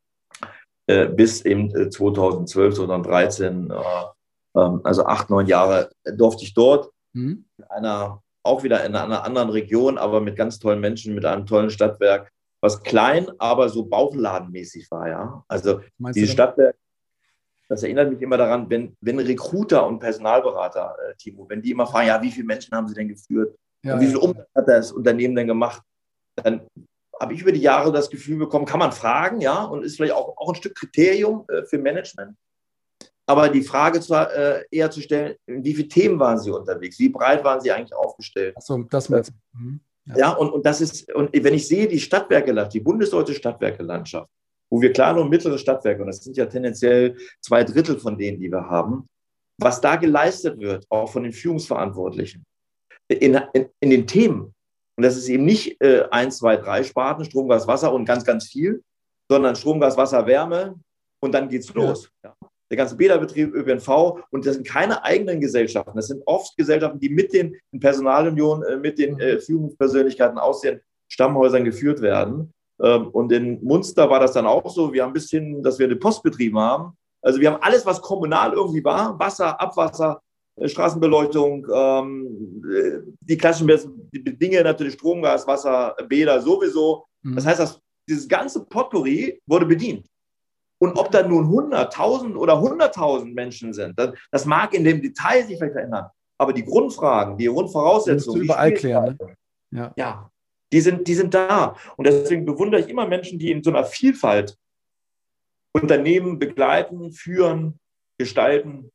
Speaker 2: äh, bis eben äh, zweitausendzwölf, zweitausenddreizehn, äh, äh, also acht, neun Jahre äh, durfte ich dort mhm. in einer, auch wieder in einer anderen Region, aber mit ganz tollen Menschen, mit einem tollen Stadtwerk, was klein, aber so bauchladenmäßig war, ja. Also dieses Stadtwerk, das erinnert mich immer daran, wenn, wenn Recruiter und Personalberater, äh, Timo, wenn die immer fragen, ja, wie viele Menschen haben sie denn geführt? Ja, und wie viel ja. Umsatz hat das Unternehmen denn gemacht? Dann habe ich über die Jahre das Gefühl bekommen, kann man fragen, ja, und ist vielleicht auch, auch ein Stück Kriterium äh, für Management. Aber die Frage zwar äh, eher zu stellen, in wie viele Themen waren sie unterwegs? Wie breit waren sie eigentlich aufgestellt?
Speaker 1: Achso, das meinst du. Mhm.
Speaker 2: Ja, ja und, und das ist, und wenn ich sehe, die Stadtwerkelandschaft, die bundesdeutsche Stadtwerkelandschaft, wo wir kleine und mittlere Stadtwerke, und das sind ja tendenziell zwei Drittel von denen, die wir haben, was da geleistet wird, auch von den Führungsverantwortlichen, in, in, in den Themen. Und das ist eben nicht äh, eins, zwei, drei Sparten, Strom, Gas, Wasser und ganz, ganz viel, sondern Strom, Gas, Wasser, Wärme und dann geht's los. Ja. Ja. Der ganze Bäderbetrieb, Ö P N V, und das sind keine eigenen Gesellschaften. Das sind oft Gesellschaften, die mit den in Personalunion, äh, mit den äh, Führungspersönlichkeiten aus den Stammhäusern geführt werden. Ähm, und in Munster war das dann auch so. Wir haben bis hin, dass wir den Post betrieben haben. Also wir haben alles, was kommunal irgendwie war, Wasser, Abwasser, äh, Straßenbeleuchtung, ähm, die klassischen Dinge, natürlich Strom, Gas, Wasser, Bäder sowieso. Mhm. Das heißt, dass dieses ganze Potpourri wurde bedient. Und ob da nun hundert, tausend oder hunderttausend Menschen sind, das, das mag in dem Detail sich vielleicht verändern. Aber die Grundfragen, die Grundvoraussetzungen,
Speaker 1: die überall klären, ne?
Speaker 2: ja, ja die, sind, die sind da. Und deswegen bewundere ich immer Menschen, die in so einer Vielfalt Unternehmen begleiten, führen, gestalten.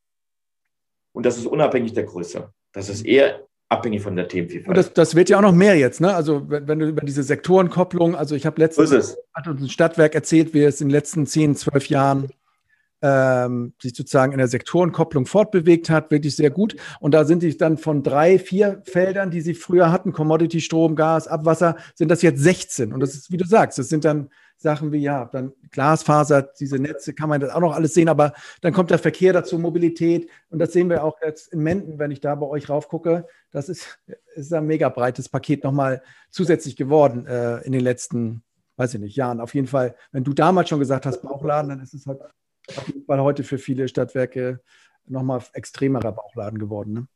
Speaker 2: Und das ist unabhängig der Größe. Das ist eher abhängig von der Themenvielfalt.
Speaker 1: Und das, das wird ja auch noch mehr jetzt, ne? Also wenn, wenn du über diese Sektorenkopplung, also ich habe letztens, so hat uns ein Stadtwerk erzählt, wie es in den letzten zehn, zwölf Jahren ähm, sich sozusagen in der Sektorenkopplung fortbewegt hat, wirklich sehr gut. Und da sind die dann von drei, vier Feldern, die sie früher hatten, Commodity, Strom, Gas, Abwasser, sind das jetzt sechzehn. Und das ist, wie du sagst, das sind dann Sachen wie, ja, dann Glasfaser, diese Netze, kann man das auch noch alles sehen, aber dann kommt der Verkehr dazu, Mobilität, und das sehen wir auch jetzt in Menden, wenn ich da bei euch raufgucke, das ist, ist ein mega breites Paket nochmal zusätzlich geworden äh, in den letzten, weiß ich nicht, Jahren. Auf jeden Fall, wenn du damals schon gesagt hast, Bauchladen, dann ist es halt auf jeden Fall heute für viele Stadtwerke nochmal extremerer Bauchladen geworden. Ne?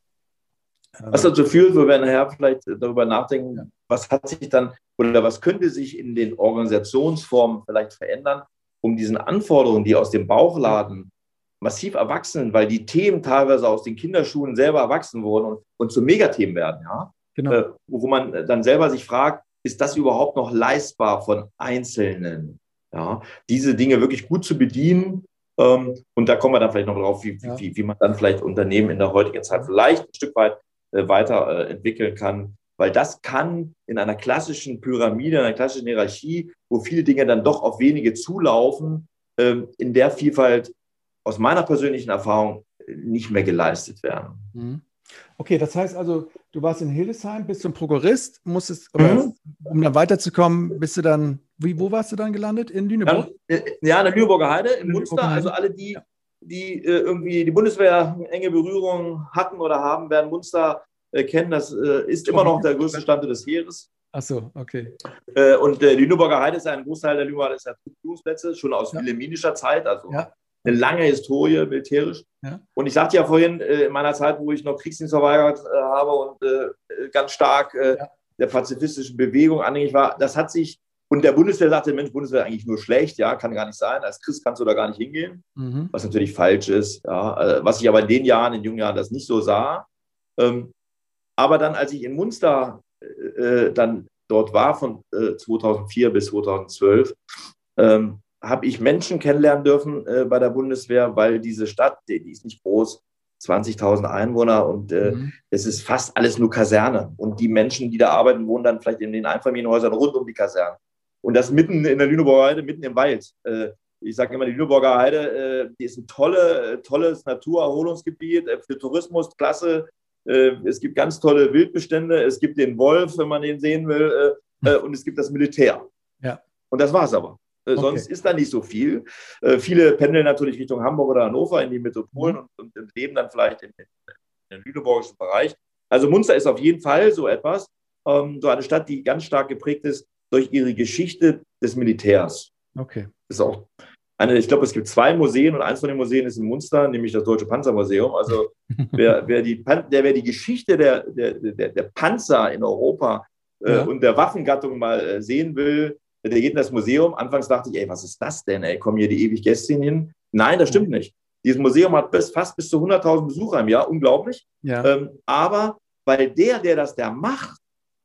Speaker 2: Was dazu führt, wir werden nachher vielleicht darüber nachdenken, ja. was hat sich dann oder was könnte sich in den Organisationsformen vielleicht verändern, um diesen Anforderungen, die aus dem Bauchladen massiv erwachsen, weil die Themen teilweise aus den Kinderschuhen selber erwachsen wurden und, und zu Megathemen werden, ja? Genau. Äh, wo man dann selber sich fragt, ist das überhaupt noch leistbar von Einzelnen? Ja? Diese Dinge wirklich gut zu bedienen. Ähm, und da kommen wir dann vielleicht noch drauf, wie, ja. wie, wie man dann vielleicht Unternehmen in der heutigen Zeit vielleicht ein Stück weit äh, weiterentwickeln äh, kann. Weil das kann in einer klassischen Pyramide, in einer klassischen Hierarchie, wo viele Dinge dann doch auf wenige zulaufen, ähm, in der Vielfalt aus meiner persönlichen Erfahrung nicht mehr geleistet werden.
Speaker 1: Okay, das heißt also, du warst in Hildesheim, bist zum Prokurist, musstest, oder, mhm. um dann weiterzukommen, bist du dann, wie, wo warst du dann gelandet? In Lüneburg?
Speaker 2: Ja, in der Lüneburger Heide, in Munster. Also alle, die, die äh, irgendwie die Bundeswehr enge Berührung hatten oder haben, werden Munster äh, kennen. Das äh, ist immer noch der größte Standort des Heeres.
Speaker 1: Ach so, okay.
Speaker 2: Äh, und äh, die Lüneburger Heide ist ein Großteil der Lüneburger Heide ist ja Führungsplätze, schon aus ja. wilhelminischer Zeit, also ja. eine lange Historie militärisch. Ja. Und ich sagte ja vorhin, äh, in meiner Zeit, wo ich noch Kriegsdienst verweigert äh, habe und äh, ganz stark äh, ja. der pazifistischen Bewegung anhängig war, das hat sich, und der Bundeswehr sagte, Mensch, Bundeswehr eigentlich nur schlecht, ja, kann gar nicht sein, als Christ kannst du da gar nicht hingehen, mhm. was natürlich falsch ist, ja, äh, was ich aber in den Jahren, in jungen Jahren das nicht so sah. Ähm, aber dann, als ich in Munster äh, dann dort war, von äh, zweitausendvier bis zweitausendzwölf, ähm, habe ich Menschen kennenlernen dürfen äh, bei der Bundeswehr, weil diese Stadt, die, die ist nicht groß, zwanzigtausend Einwohner und äh, mhm. es ist fast alles nur Kaserne. Und die Menschen, die da arbeiten, wohnen dann vielleicht in den Einfamilienhäusern rund um die Kaserne. Und das mitten in der Lüneburger Heide, mitten im Wald. Äh, ich sage immer, die Lüneburger Heide, äh, die ist ein tolle, tolles Naturerholungsgebiet äh, für Tourismus, klasse. Äh, es gibt ganz tolle Wildbestände. Es gibt den Wolf, wenn man den sehen will. Äh, äh, und es gibt das Militär.
Speaker 1: Ja.
Speaker 2: Und das war es aber. Äh, okay. Sonst ist da nicht so viel. Äh, viele pendeln natürlich Richtung Hamburg oder Hannover in die Metropolen mhm. und, und leben dann vielleicht in, in, in dem lüneburgischen Bereich. Also Munster ist auf jeden Fall so etwas. Ähm, so eine Stadt, die ganz stark geprägt ist durch ihre Geschichte des Militärs.
Speaker 1: Okay.
Speaker 2: Das ist auch eine, ich glaube, es gibt zwei Museen und eins von den Museen ist in Munster, nämlich das Deutsche Panzermuseum. Also wer, wer, die, der, wer die Geschichte der, der, der, der Panzer in Europa äh, ja. und der Waffengattung mal äh, sehen will, der geht in das Museum. Anfangs dachte ich, ey, was ist das denn? Ey, kommen hier die ewig Gästin hin? Nein, das stimmt nicht. Dieses Museum hat bis, fast bis zu hunderttausend Besucher im Jahr. Unglaublich.
Speaker 1: Ja.
Speaker 2: Ähm, aber weil der, der das da macht,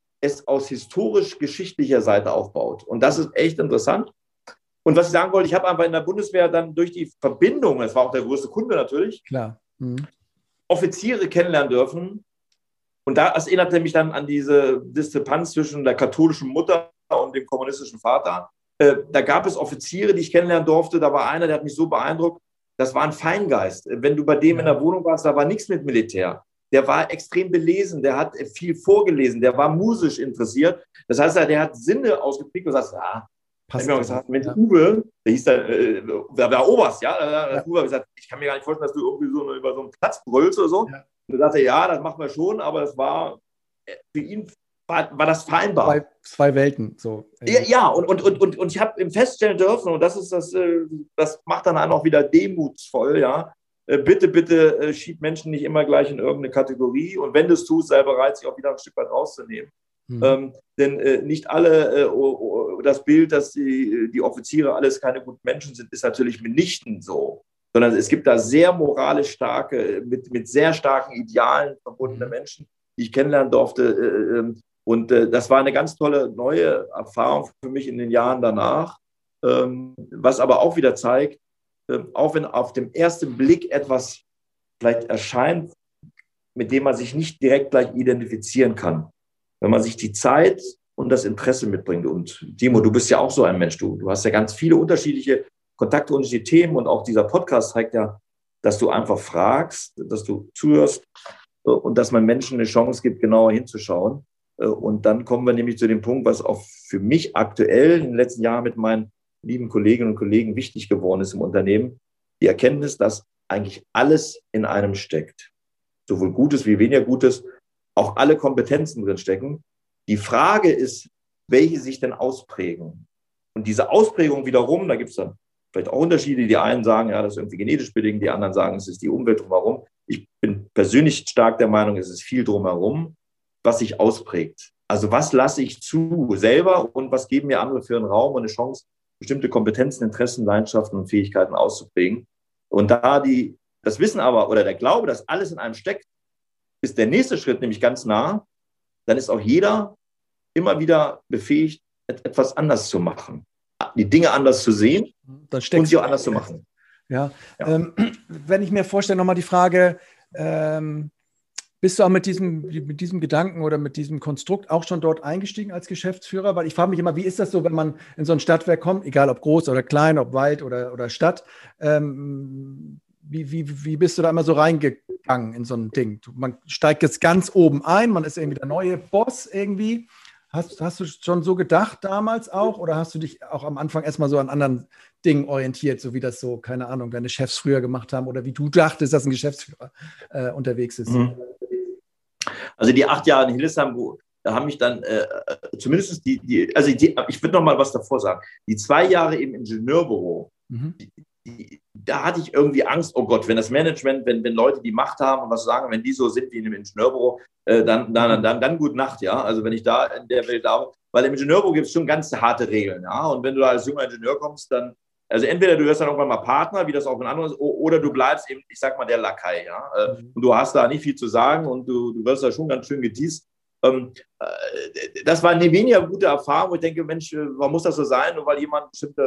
Speaker 2: es aus historisch-geschichtlicher Seite aufbaut. Und das ist echt interessant. Und was ich sagen wollte, ich habe einfach in der Bundeswehr dann durch die Verbindung, das war auch der größte Kunde natürlich,
Speaker 1: klar, mhm.
Speaker 2: Offiziere kennenlernen dürfen. Und das erinnerte mich dann an diese Diskrepanz zwischen der katholischen Mutter und dem kommunistischen Vater. Äh, da gab es Offiziere, die ich kennenlernen durfte. Da war einer, der hat mich so beeindruckt. Das war ein Feingeist. Wenn du bei dem ja. in der Wohnung warst, da war nichts mit Militär. Der war extrem belesen, der hat viel vorgelesen, der war musisch interessiert. Das heißt, der hat Sinne ausgeprägt und sagt, ja, passt. Ich habe gesagt, Mensch, ja. Uwe, der hieß der, äh, der war Oberst, ja, ja. Uwe hat gesagt, ich kann mir gar nicht vorstellen, dass du irgendwie so über so einen Platz brüllst oder so. Ja. Und er sagte, ja, das machen wir schon, aber das war für ihn war, war das vereinbar.
Speaker 1: Zwei, zwei Welten, so.
Speaker 2: Ja, ja, und, und, und, und, und ich habe feststellen dürfen, und das ist das, das macht dann einen auch wieder demutsvoll, ja. Bitte, bitte äh, schieb Menschen nicht immer gleich in irgendeine Kategorie. Und wenn du es tust, sei bereit, sich auch wieder ein Stück weit rauszunehmen. Mhm. Ähm, denn äh, nicht alle, äh, oh, oh, das Bild, dass die, die Offiziere alles keine guten Menschen sind, ist natürlich mitnichten so. Sondern es gibt da sehr moralisch starke, mit, mit sehr starken Idealen verbundene Menschen, die ich kennenlernen durfte. Äh, und äh, das war eine ganz tolle neue Erfahrung für mich in den Jahren danach. Ähm, was aber auch wieder zeigt, auch wenn auf den ersten Blick etwas vielleicht erscheint, mit dem man sich nicht direkt gleich identifizieren kann. Wenn man sich die Zeit und das Interesse mitbringt. Und Timo, du bist ja auch so ein Mensch. Du, du hast ja ganz viele unterschiedliche Kontakte, unterschiedliche Themen. Und auch dieser Podcast zeigt ja, dass du einfach fragst, dass du zuhörst und dass man Menschen eine Chance gibt, genauer hinzuschauen. Und dann kommen wir nämlich zu dem Punkt, was auch für mich aktuell in den letzten Jahren mit meinen lieben Kolleginnen und Kollegen wichtig geworden ist im Unternehmen, die Erkenntnis, dass eigentlich alles in einem steckt. Sowohl Gutes wie weniger Gutes, auch alle Kompetenzen drin stecken. Die Frage ist, welche sich denn ausprägen. Und diese Ausprägung wiederum, da gibt es dann vielleicht auch Unterschiede. Die einen sagen, ja, das ist irgendwie genetisch bedingt, die anderen sagen, es ist die Umwelt drumherum. Ich bin persönlich stark der Meinung, es ist viel drumherum, was sich ausprägt. Also was lasse ich zu selber und was geben mir andere für einen Raum und eine Chance, bestimmte Kompetenzen, Interessen, Leidenschaften und Fähigkeiten auszuprägen. Und da die, das Wissen aber oder der Glaube, dass alles in einem steckt, ist der nächste Schritt nämlich ganz nah. Dann ist auch jeder immer wieder befähigt, etwas anders zu machen. Die Dinge anders zu sehen und sie auch anders zu machen.
Speaker 1: Ja, ja. Ähm, wenn ich mir vorstelle, nochmal die Frage, ähm, bist du auch mit diesem, mit diesem Gedanken oder mit diesem Konstrukt auch schon dort eingestiegen als Geschäftsführer? Weil ich frage mich immer, wie ist das so, wenn man in so ein Stadtwerk kommt, egal ob groß oder klein, ob Wald oder, oder Stadt, ähm, wie, wie, wie bist du da immer so reingegangen in so ein Ding? Man steigt jetzt ganz oben ein, man ist irgendwie der neue Boss irgendwie. Hast, hast du schon so gedacht damals auch oder hast du dich auch am Anfang erstmal so an anderen Dingen orientiert, so wie das so, keine Ahnung, deine Chefs früher gemacht haben oder wie du dachtest, dass ein Geschäftsführer äh, unterwegs ist?
Speaker 2: Mhm. Also die acht Jahre in Hildesheim, wo, da haben mich dann äh, zumindest die, die also die, ich würde noch mal was davor sagen, die zwei Jahre im Ingenieurbüro, mhm. die, die, da hatte ich irgendwie Angst, oh Gott, wenn das Management, wenn, wenn Leute die Macht haben und was sagen, wenn die so sind wie in einem Ingenieurbüro, äh, dann, dann, dann, dann gute Nacht, ja, also wenn ich da in der Welt da, weil im Ingenieurbüro gibt es schon ganz harte Regeln, ja, und wenn du da als junger Ingenieur kommst, dann, also entweder du wirst dann irgendwann mal Partner, wie das auch in anderen ist, oder du bleibst eben, ich sag mal, der Lakai, ja, äh, und du hast da nicht viel zu sagen und du, du wirst da schon ganz schön geteased. Ähm, äh, das war eine weniger gute Erfahrung, wo ich denke, Mensch, warum muss das so sein? Nur weil jemand bestimmte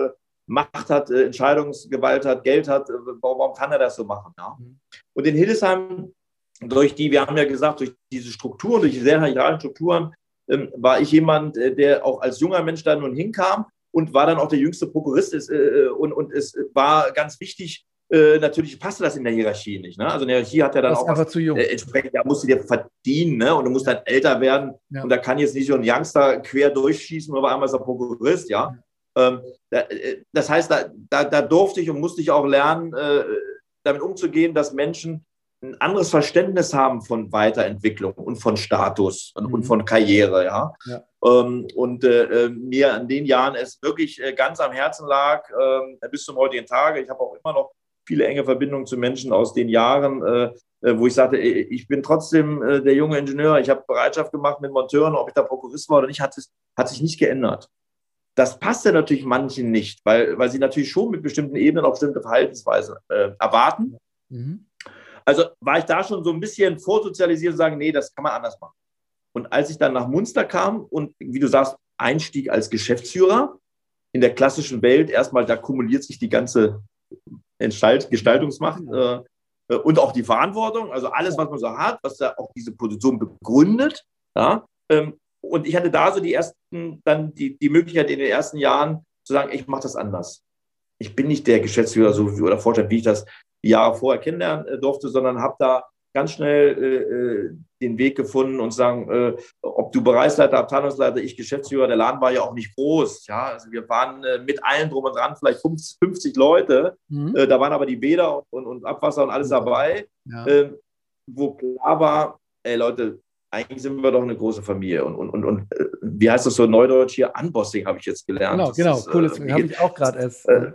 Speaker 2: Macht hat, äh, Entscheidungsgewalt hat, Geld hat, äh, warum, warum kann er das so machen? Ja? Und in Hildesheim, durch die, wir haben ja gesagt, durch diese Strukturen, durch die sehr hierarchischen Strukturen, ähm, war ich jemand, äh, der auch als junger Mensch da nun hinkam und war dann auch der jüngste Prokurist. Ist, äh, und, und es war ganz wichtig, äh, natürlich passte das in der Hierarchie nicht. Ne? Also in der Hierarchie hat ja dann
Speaker 1: das
Speaker 2: auch
Speaker 1: einfach
Speaker 2: was,
Speaker 1: zu jung.
Speaker 2: Äh, entsprechend, da musst du dir verdienen, ne? Und du musst dann älter werden. Ja. Und da kann jetzt nicht so ein Youngster quer durchschießen, aber einmal ist er Prokurist, ja. ja. Ähm, da, das heißt, da, da, da durfte ich und musste ich auch lernen, äh, damit umzugehen, dass Menschen ein anderes Verständnis haben von Weiterentwicklung und von Status und, mhm. und von Karriere, ja. ja. Ähm, und äh, mir an den Jahren es wirklich äh, ganz am Herzen lag, äh, bis zum heutigen Tage. Ich habe auch immer noch viele enge Verbindungen zu Menschen aus den Jahren, äh, wo ich sagte, ich bin trotzdem äh, der junge Ingenieur, ich habe Bereitschaft gemacht mit Monteuren, ob ich da Prokurist war oder nicht, hat, es, hat sich nicht geändert. Das passte natürlich manchen nicht, weil, weil sie natürlich schon mit bestimmten Ebenen auch bestimmte Verhaltensweisen äh, erwarten. Mhm. Also war ich da schon so ein bisschen vorsozialisiert und sagen, nee, das kann man anders machen. Und als ich dann nach Munster kam und, wie du sagst, Einstieg als Geschäftsführer in der klassischen Welt, erstmal, da kumuliert sich die ganze Entstalt- Gestaltungsmacht äh, und auch die Verantwortung, also alles, was man so hat, was da auch diese Position begründet. Ja, ähm, und ich hatte da so die ersten, dann die, die Möglichkeit in den ersten Jahren zu sagen, ich mache das anders. Ich bin nicht der Geschäftsführer so wie, oder Vorstand, wie ich das die Jahre vorher kennenlernen durfte, sondern habe da ganz schnell äh, den Weg gefunden und sagen, äh, ob du Bereichsleiter, Abteilungsleiter, ich Geschäftsführer, der Laden war ja auch nicht groß. Ja? Also wir waren äh, mit allen drum und dran vielleicht fünfzig, fünfzig Leute. Mhm. Äh, da waren aber die Bäder und, und, und Abwasser und alles dabei, ja. äh, wo klar war, ey Leute, eigentlich sind wir doch eine große Familie. Und, und, und, und äh, wie heißt das so neudeutsch hier? Unbossing habe ich jetzt gelernt.
Speaker 1: Genau,
Speaker 2: das
Speaker 1: genau.
Speaker 2: Ist,
Speaker 1: cool, das
Speaker 2: äh,
Speaker 1: habe ich auch gerade erst.
Speaker 2: Äh,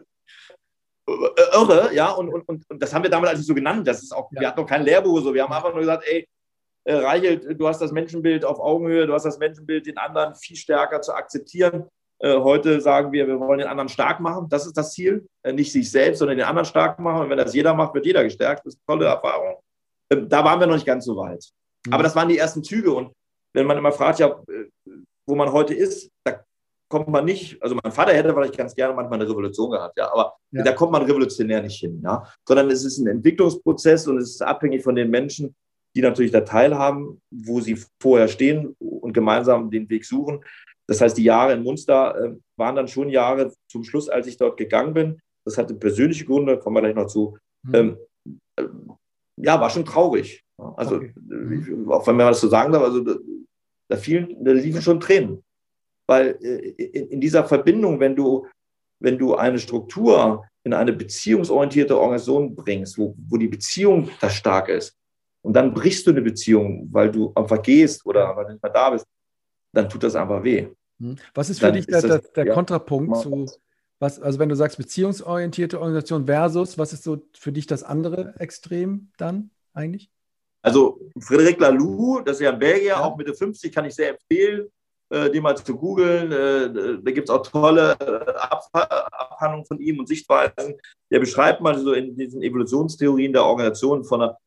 Speaker 2: irre, ja, und, und, und, und das haben wir damals also so genannt. Das ist auch, ja. Wir hatten noch kein Lehrbuch, so. Wir haben einfach nur gesagt, ey, äh, Reichelt, du hast das Menschenbild auf Augenhöhe, du hast das Menschenbild, den anderen viel stärker zu akzeptieren. Äh, heute sagen wir, wir wollen den anderen stark machen. Das ist das Ziel. Äh, nicht sich selbst, sondern den anderen stark machen. Und wenn das jeder macht, wird jeder gestärkt. Das ist eine tolle Erfahrung. Äh, da waren wir noch nicht ganz so weit. Mhm. Aber das waren die ersten Züge. Und wenn man immer fragt, ja, wo man heute ist, da kommt man nicht, also mein Vater hätte vielleicht ganz gerne manchmal eine Revolution gehabt, ja, aber ja. Da kommt man revolutionär nicht hin, ja, sondern es ist ein Entwicklungsprozess und es ist abhängig von den Menschen, die natürlich da teilhaben, wo sie vorher stehen und gemeinsam den Weg suchen. Das heißt, die Jahre in Munster äh, waren dann schon Jahre zum Schluss, als ich dort gegangen bin. Das hatte persönliche Gründe, kommen wir gleich noch zu. Mhm. Ähm, äh, ja, war schon traurig. Also, okay. mhm. Auch wenn man das so sagen darf, also da, da, fielen, da liefen schon Tränen. Weil in, in dieser Verbindung, wenn du, wenn du eine Struktur in eine beziehungsorientierte Organisation bringst, wo, wo die Beziehung da stark ist, und dann brichst du eine Beziehung, weil du einfach gehst oder weil du nicht mehr da bist, dann tut das einfach weh.
Speaker 1: Was ist für dann dich der, das, der ja, Kontrapunkt zu, was, also wenn du sagst beziehungsorientierte Organisation versus, was ist so für dich das andere Extrem dann eigentlich?
Speaker 2: Also Frédéric Laloux, das ist ja ein Belgier, ja. Auch Mitte fünfzig, kann ich sehr empfehlen, äh, den mal zu googeln. Äh, da gibt es auch tolle Ab Abhandlungen von ihm und Sichtweisen. Der beschreibt mal so in diesen Evolutionstheorien der Organisation von einer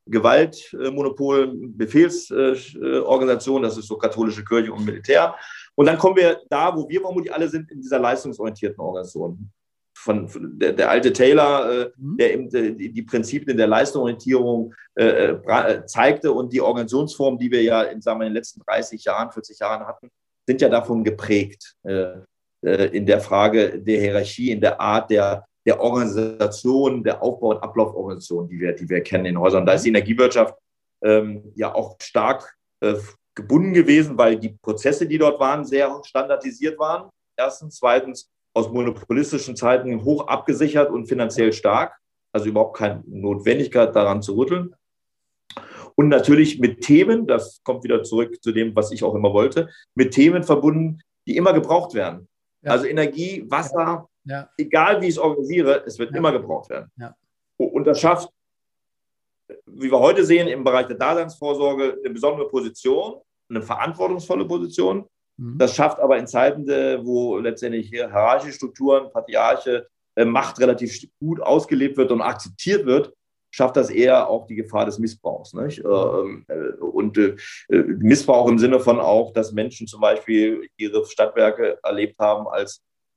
Speaker 2: Gewaltmonopol-Befehlsorganisation, das ist so katholische Kirche und Militär. Und dann kommen wir da, wo wir vermutlich alle sind, in dieser leistungsorientierten Organisation. Von, von der, der alte Taylor, äh, mhm. der eben die, die Prinzipien der Leistungsorientierung äh, äh, zeigte und die Organisationsform, die wir ja in, sagen wir, in den letzten dreißig Jahren, vierzig Jahren hatten, sind ja davon geprägt. Äh, äh, in der Frage der Hierarchie, in der Art der, der Organisation, der Aufbau- und Ablauforganisation, die wir, die wir kennen in Häusern. Da ist die Energiewirtschaft ähm, ja auch stark äh, gebunden gewesen, weil die Prozesse, die dort waren, sehr standardisiert waren. Erstens. Zweitens, aus monopolistischen Zeiten hoch abgesichert und finanziell stark, also überhaupt keine Notwendigkeit daran zu rütteln. Und natürlich mit Themen, das kommt wieder zurück zu dem, was ich auch immer wollte, mit Themen verbunden, die immer gebraucht werden. Ja. Also Energie, Wasser, ja. Egal wie ich es organisiere, es wird ja. immer gebraucht werden. Ja. Und das schafft, wie wir heute sehen, im Bereich der Daseinsvorsorge eine besondere Position, eine verantwortungsvolle Position. Das schafft aber in Zeiten, wo letztendlich hierarchische Strukturen, Patriarche, Macht relativ gut ausgelebt wird und akzeptiert wird, schafft das eher auch die Gefahr des Missbrauchs. Nicht? Und Missbrauch im Sinne von auch, dass Menschen zum Beispiel ihre Stadtwerke erlebt haben als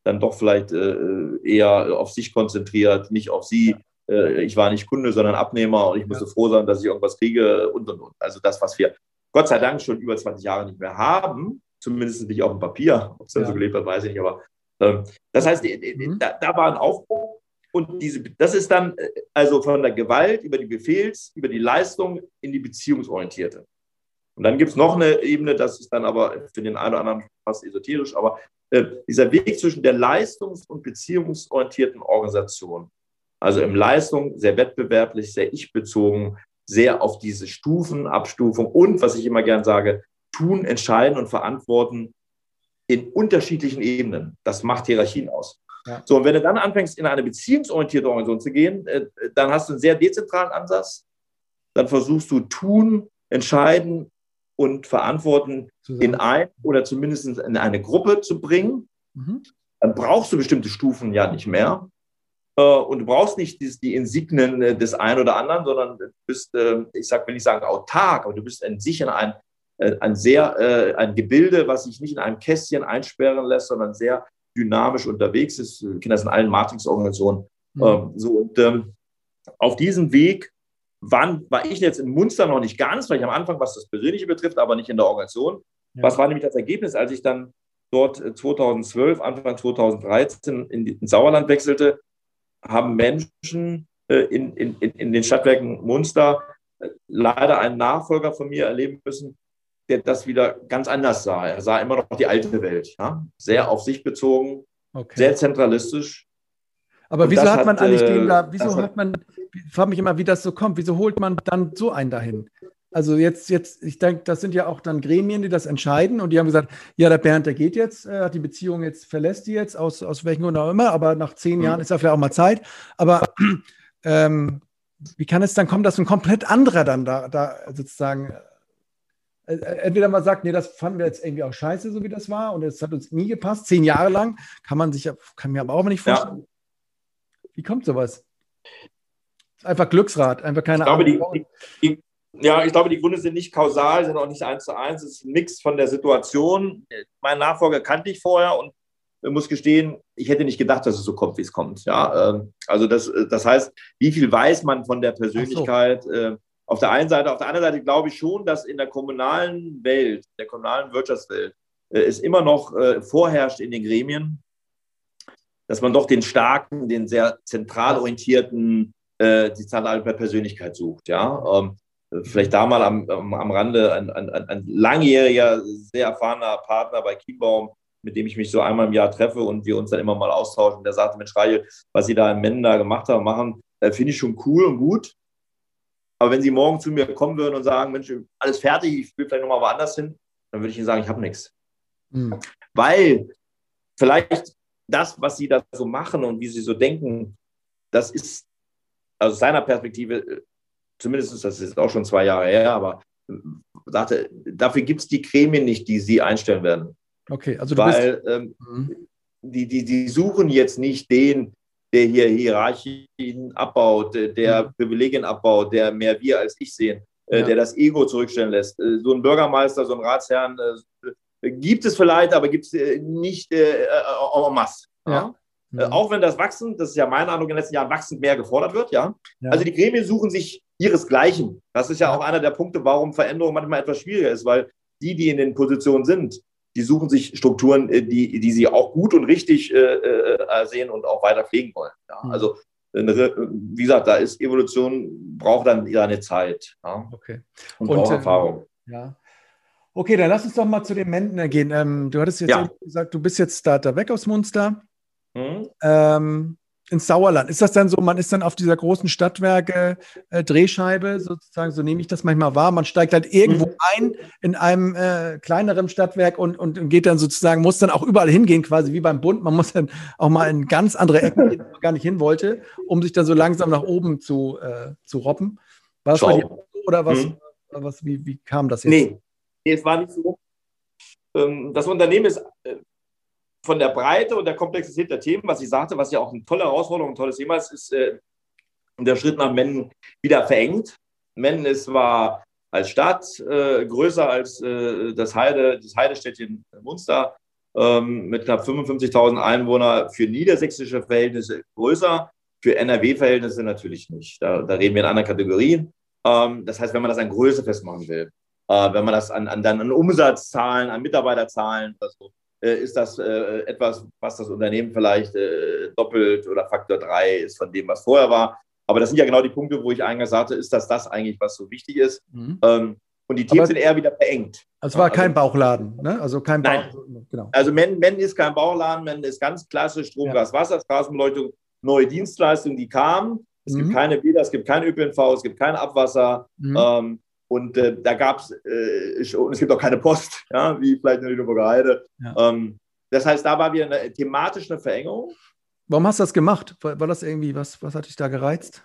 Speaker 2: dann doch vielleicht äh, eher auf sich konzentriert, nicht auf sie. Äh, ich war nicht Kunde, sondern Abnehmer und ich musste ja. froh sein, dass ich irgendwas kriege und, und, und. Also das, was wir Gott sei Dank schon über zwanzig Jahre nicht mehr haben, zumindest nicht auf dem Papier, ob es dann ja. so gelebt hat, weiß ich nicht, aber ähm, das heißt, mhm. da, da war ein Aufbruch und diese, das ist dann also von der Gewalt über die Befehls-, über die Leistung in die beziehungsorientierte. Und dann gibt es noch eine Ebene, das ist dann aber für den einen oder anderen fast esoterisch, aber äh, dieser Weg zwischen der leistungs- und beziehungsorientierten Organisation, also im Leistung sehr wettbewerblich, sehr ich-bezogen, sehr auf diese Stufen, Abstufung und, was ich immer gern sage, tun, entscheiden und verantworten in unterschiedlichen Ebenen. Das macht Hierarchien aus. Ja. So, und wenn du dann anfängst, in eine beziehungsorientierte Organisation zu gehen, äh, dann hast du einen sehr dezentralen Ansatz. Dann versuchst du tun, entscheiden und verantworten Zusammen. in ein oder zumindest in eine Gruppe zu bringen. Mhm. Dann brauchst du bestimmte Stufen ja nicht mehr. Und du brauchst nicht die, die Insignien des einen oder anderen, sondern du bist, ich sag, will nicht sagen autark, aber du bist in sich ein, ein sehr, ein Gebilde, was sich nicht in einem Kästchen einsperren lässt, sondern sehr dynamisch unterwegs ist. Wir kennen das in allen Matrix-Organisationen. Mhm. So, und ähm, auf diesem Weg waren, war ich jetzt in Munster noch nicht ganz, weil ich am Anfang, was das Persönliche betrifft, aber nicht in der Organisation. Ja. Was war nämlich das Ergebnis, als ich dann dort zweitausendzwölf, Anfang zweitausenddreizehn in, in Sauerland wechselte, haben Menschen äh, in, in, in den Stadtwerken Munster äh, leider einen Nachfolger von mir erleben müssen, der das wieder ganz anders sah. Er sah immer noch die alte Welt, ja? Sehr auf sich bezogen, okay. sehr zentralistisch.
Speaker 1: Aber und wieso hat man hat, eigentlich den da, wieso hat man, ich frage mich immer, wie das so kommt, wieso holt man dann so einen dahin? Also jetzt, jetzt, ich denke, das sind ja auch dann Gremien, die das entscheiden und die haben gesagt, ja, der Bernd, der geht jetzt, äh, hat die Beziehung jetzt, verlässt die jetzt, aus, aus welchen Gründen auch immer, aber nach zehn mhm. Jahren ist ja vielleicht auch mal Zeit. Aber ähm, wie kann es dann kommen, dass ein komplett anderer dann da, da sozusagen äh, entweder mal sagt, nee, das fanden wir jetzt irgendwie auch scheiße, so wie das war und es hat uns nie gepasst, zehn Jahre lang, kann man sich, kann mir aber auch nicht vorstellen. Ja. Wie kommt sowas? Einfach Glücksrad, einfach keine
Speaker 2: ich glaube,
Speaker 1: Ahnung.
Speaker 2: Die, die, die Ja, ich glaube, die Gründe sind nicht kausal, sind auch nicht eins zu eins. Es ist ein Mix von der Situation. Meinen Nachfolger kannte ich vorher und ich muss gestehen, ich hätte nicht gedacht, dass es so kommt, wie es kommt. Ja, also das, das heißt, wie viel weiß man von der Persönlichkeit? So. Auf der einen Seite, auf der anderen Seite glaube ich schon, dass in der kommunalen Welt, der kommunalen Wirtschaftswelt, es immer noch vorherrscht in den Gremien, dass man doch den starken, den sehr zentral orientierten, die zentrale Persönlichkeit sucht. Ja. Vielleicht da mal am, am Rande ein, ein, ein langjähriger, sehr erfahrener Partner bei Kienbaum, mit dem ich mich so einmal im Jahr treffe und wir uns dann immer mal austauschen. Der sagte, Mensch, Reihe, was Sie da in Menden da gemacht haben, machen, finde ich schon cool und gut. Aber wenn Sie morgen zu mir kommen würden und sagen, Mensch, alles fertig, ich will vielleicht nochmal woanders hin, dann würde ich Ihnen sagen, ich habe nichts. Mhm. Weil vielleicht das, was Sie da so machen und wie Sie so denken, das ist aus seiner Perspektive, zumindest, das ist auch schon zwei Jahre her, aber sagte, dafür gibt es die Gremien nicht, die Sie einstellen werden.
Speaker 1: Okay, also du
Speaker 2: Weil
Speaker 1: bist...
Speaker 2: ähm, mhm. die, die, die suchen jetzt nicht den, der hier Hierarchien abbaut, der mhm. Privilegien abbaut, der mehr wir als ich sehen, ja. äh, der das Ego zurückstellen lässt. Äh, so ein Bürgermeister, so ein Ratsherrn äh, gibt es vielleicht, aber gibt es äh, nicht äh, en masse. Ja. Ja? Mhm. Äh, auch wenn das Wachsen, das ist ja mein Eindruck, in den letzten Jahren wachsend mehr gefordert wird. Ja? Ja. Also die Gremien suchen sich ihresgleichen. Das ist ja, ja auch einer der Punkte, warum Veränderung manchmal etwas schwieriger ist, weil die, die in den Positionen sind, die suchen sich Strukturen, die, die sie auch gut und richtig äh, sehen und auch weiter pflegen wollen. Ja, mhm. Also, wie gesagt, da ist Evolution, braucht dann eine Zeit. Ja,
Speaker 1: okay.
Speaker 2: Und, und auch Erfahrung.
Speaker 1: Ähm, ja. Okay, dann lass uns doch mal zu den Menden gehen. Ähm, du hattest jetzt ja. gesagt, du bist jetzt da, da weg aus Munster. Mhm. Ähm, ins Sauerland. Ist das dann so, man ist dann auf dieser großen Stadtwerke äh, Drehscheibe, sozusagen, so nehme ich das manchmal wahr, man steigt halt irgendwo mhm. ein in einem äh, kleineren Stadtwerk und, und geht dann sozusagen, muss dann auch überall hingehen, quasi wie beim Bund. Man muss dann auch mal in ganz andere Ecken gehen, wo man gar nicht hin wollte, um sich dann so langsam nach oben zu, äh, zu robben. War das bei dir so oder was, mhm. was wie, wie kam das jetzt?
Speaker 2: Nee, nee, es war nicht so. Das Unternehmen ist von der Breite und der Komplexität der Themen, was ich sagte, was ja auch eine tolle Herausforderung, ein tolles Thema ist, ist äh, der Schritt nach Menden wieder verengt. Menden ist zwar als Stadt äh, größer als äh, das, Heide, das Heidestädtchen Munster, ähm, mit knapp fünfundfünfzigtausend Einwohnern für niedersächsische Verhältnisse größer, für N R W-Verhältnisse natürlich nicht. Da, da reden wir in anderen Kategorien. Ähm, das heißt, wenn man das an Größe festmachen will, äh, wenn man das an, an, dann an Umsatzzahlen, an Mitarbeiterzahlen, also, äh, ist das äh, etwas, was das Unternehmen vielleicht äh, doppelt oder Faktor drei ist von dem, was vorher war. Aber das sind ja genau die Punkte, wo ich eingangs sagte, ist das das eigentlich, was so wichtig ist? Mhm. Ähm, und die Themen sind eher wieder verengt.
Speaker 1: Also es war kein also, Bauchladen, ne? Also kein
Speaker 2: Nein.
Speaker 1: Bauch, genau.
Speaker 2: Also Men, Men ist kein Bauchladen, Men ist ganz klassisch Strom, ja. Gas, Wasser, Straßenbeleuchtung, neue Dienstleistungen, die kamen. Es mhm. gibt keine Bäder, es gibt kein Ö P N V, es gibt kein Abwasser. Mhm. Ähm, und äh, da gab es, äh, und es gibt auch keine Post, ja, wie vielleicht in der Lüneburger Heide. Ja. Ähm, das heißt, da war wieder eine thematisch eine Verengung.
Speaker 1: Warum hast du das gemacht? War, war das irgendwie, was, was hat dich da gereizt?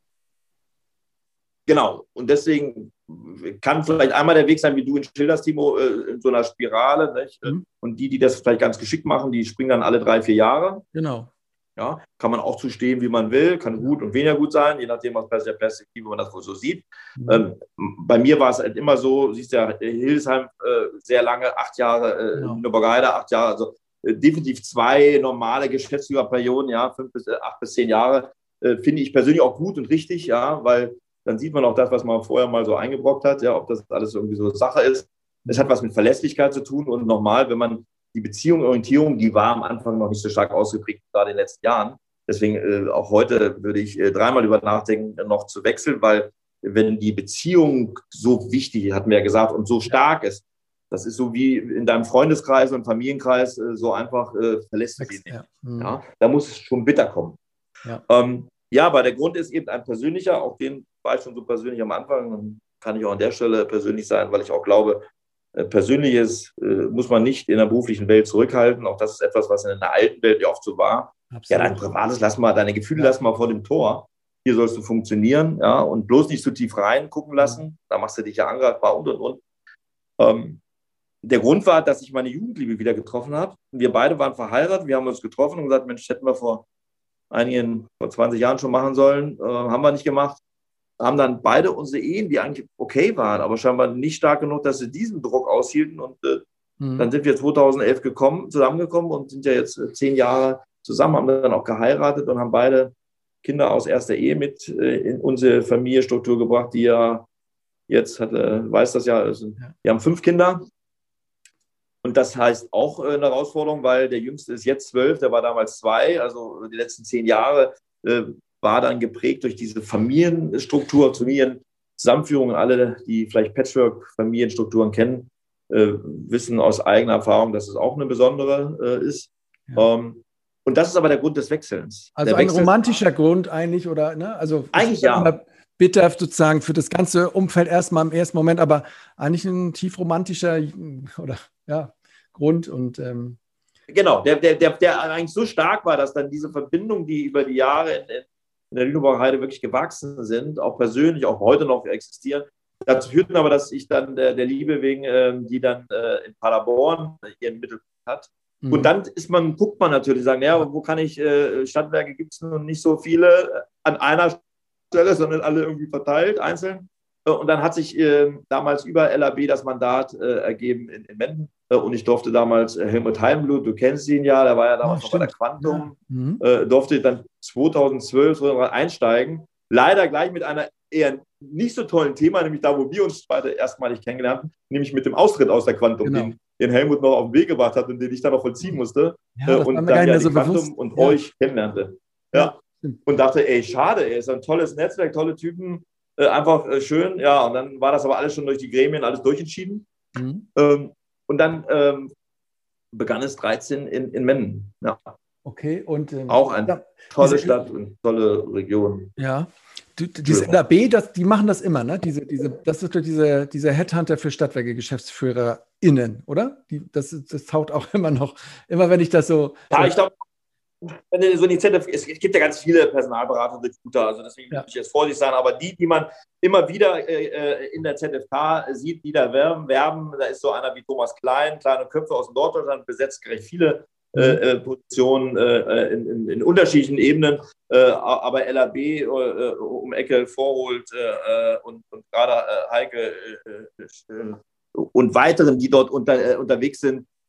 Speaker 2: Genau, und deswegen kann vielleicht einmal der Weg sein, wie du ihn schilderst, Timo, in so einer Spirale. Nicht? Mhm. Und die, die das vielleicht ganz geschickt machen, die springen dann alle drei, vier Jahre.
Speaker 1: Genau.
Speaker 2: Ja, kann man auch zu stehen, wie man will, kann gut und weniger gut sein, je nachdem, aus der Perspektive man das wohl so sieht. Mhm. Ähm, bei mir war es halt immer so, siehst du ja, Hildesheim äh, sehr lange, acht Jahre, äh, genau. Lüneburger Heide, acht Jahre, also äh, definitiv zwei normale Geschäftsführerperioden, ja, fünf bis äh, acht bis zehn Jahre, äh, finde ich persönlich auch gut und richtig, ja, weil dann sieht man auch das, was man vorher mal so eingebrockt hat, ja, ob das alles irgendwie so eine Sache ist. Es hat was mit Verlässlichkeit zu tun und nochmal, wenn man die Beziehung, Orientierung, die war am Anfang noch nicht so stark ausgeprägt, gerade in den letzten Jahren. Deswegen äh, auch heute würde ich äh, dreimal über nachdenken, noch zu wechseln, weil wenn die Beziehung so wichtig, hatten wir ja gesagt, und so stark ist, das ist so wie in deinem Freundeskreis und Familienkreis äh, so einfach äh, verlässt du sie nicht. Ja. Mhm. Ja, da muss es schon bitter kommen. Ja. Ähm, ja, aber der Grund ist eben ein persönlicher, auch den war ich schon so persönlich am Anfang, dann kann ich auch an der Stelle persönlich sein, weil ich auch glaube, Persönliches äh, muss man nicht in der beruflichen Welt zurückhalten. Auch das ist etwas, was in der alten Welt ja oft so war. Absolut. Ja, dein Privates lass mal, deine Gefühle ja. lass mal vor dem Tor. Hier sollst du funktionieren, ja, und bloß nicht zu tief reingucken lassen. Da machst du dich ja angreifbar und und und. Ähm, der Grund war, dass ich meine Jugendliebe wieder getroffen habe. Wir beide waren verheiratet, wir haben uns getroffen und gesagt, Mensch, hätten wir vor einigen, vor zwanzig Jahren schon machen sollen, äh, haben wir nicht gemacht. Haben dann beide unsere Ehen, die eigentlich okay waren, aber scheinbar nicht stark genug, dass sie diesen Druck aushielten. Und äh, mhm. dann sind wir zweitausendelf gekommen, zusammengekommen und sind ja jetzt äh, zehn Jahre zusammen, haben dann auch geheiratet und haben beide Kinder aus erster Ehe mit äh, in unsere Familienstruktur gebracht, die ja jetzt, hat, äh, weiß das ja, also, ja, wir haben fünf Kinder. Und das heißt auch äh, eine Herausforderung, weil der Jüngste ist jetzt zwölf, der war damals zwei, also die letzten zehn Jahre äh, war dann geprägt durch diese Familienstruktur, Familienzusammenführung. Alle, die vielleicht Patchwork-Familienstrukturen kennen, äh, wissen aus eigener Erfahrung, dass es auch eine besondere äh, ist. Ja. Ähm, und das ist aber der Grund des Wechselns.
Speaker 1: Also
Speaker 2: der
Speaker 1: ein
Speaker 2: Wechsel,
Speaker 1: romantischer Grund eigentlich, oder? Ne? Also
Speaker 2: eigentlich ja.
Speaker 1: Bitter sozusagen für das ganze Umfeld erstmal im ersten Moment, aber eigentlich ein tief romantischer oder ja, Grund und ähm
Speaker 2: genau, der, der, der, der eigentlich so stark war, dass dann diese Verbindung, die über die Jahre in, in der Lüneburger Heide wirklich gewachsen sind, auch persönlich, auch heute noch existieren. Dazu führten aber, dass ich dann der, der Liebe wegen, ähm, die dann äh, in Paderborn ihren Mittelpunkt hat. Mhm. Und dann ist man, guckt man natürlich, sagen, ja, wo kann ich, äh, Stadtwerke gibt es nun nicht so viele an einer Stelle, sondern alle irgendwie verteilt, einzeln. Und dann hat sich äh, damals über L A B das Mandat äh, ergeben in, in Menden. Und ich durfte damals äh, Helmut Heimblut, du kennst ihn ja, der war ja damals oh, noch bei der Quantum, ja. mhm. äh, durfte dann zweitausendzwölf einsteigen. Leider gleich mit einer eher nicht so tollen Thema, nämlich da, wo wir uns beide erstmalig kennengelernt haben, nämlich mit dem Austritt aus der Quantum, genau. den, den Helmut noch auf den Weg gebracht hat und den ich dann noch vollziehen musste. Ja, äh, und dann ja die so Quantum bewusst. und ja. euch kennenlernte. Ja. ja. Und dachte, ey, schade, ey, ist ein tolles Netzwerk, tolle Typen, äh, einfach äh, schön. Ja, und dann war das aber alles schon durch die Gremien, alles durchentschieden. Mhm. Ähm, Und dann ähm, begann es dreizehn in, in Menden. Ja.
Speaker 1: Okay, und ähm,
Speaker 2: auch eine ja, tolle diese, Stadt und tolle Region.
Speaker 1: Ja, du, diese L A B, das, die machen das immer, ne? Diese, diese, das ist diese, diese Headhunter für Stadtwerke, GeschäftsführerInnen, oder? Die, das, das taucht auch immer noch, immer wenn ich das so.
Speaker 2: Ja,
Speaker 1: so
Speaker 2: ich glaube, wenn du so eine Z F, es gibt ja ganz viele Personalberater und Recruiter, also deswegen ja. muss ich jetzt vorsichtig sein, aber die, die man immer wieder äh, in der Z F K sieht, die da werben, werben, da ist so einer wie Thomas Klein, kleine Köpfe aus Norddeutschland, besetzt recht viele äh, Positionen äh, in, in, in unterschiedlichen Ebenen, äh, aber L A B äh, um Ecke vorholt äh, und, und gerade äh, Heike äh, äh, und weiteren, die dort unter, äh, unterwegs sind,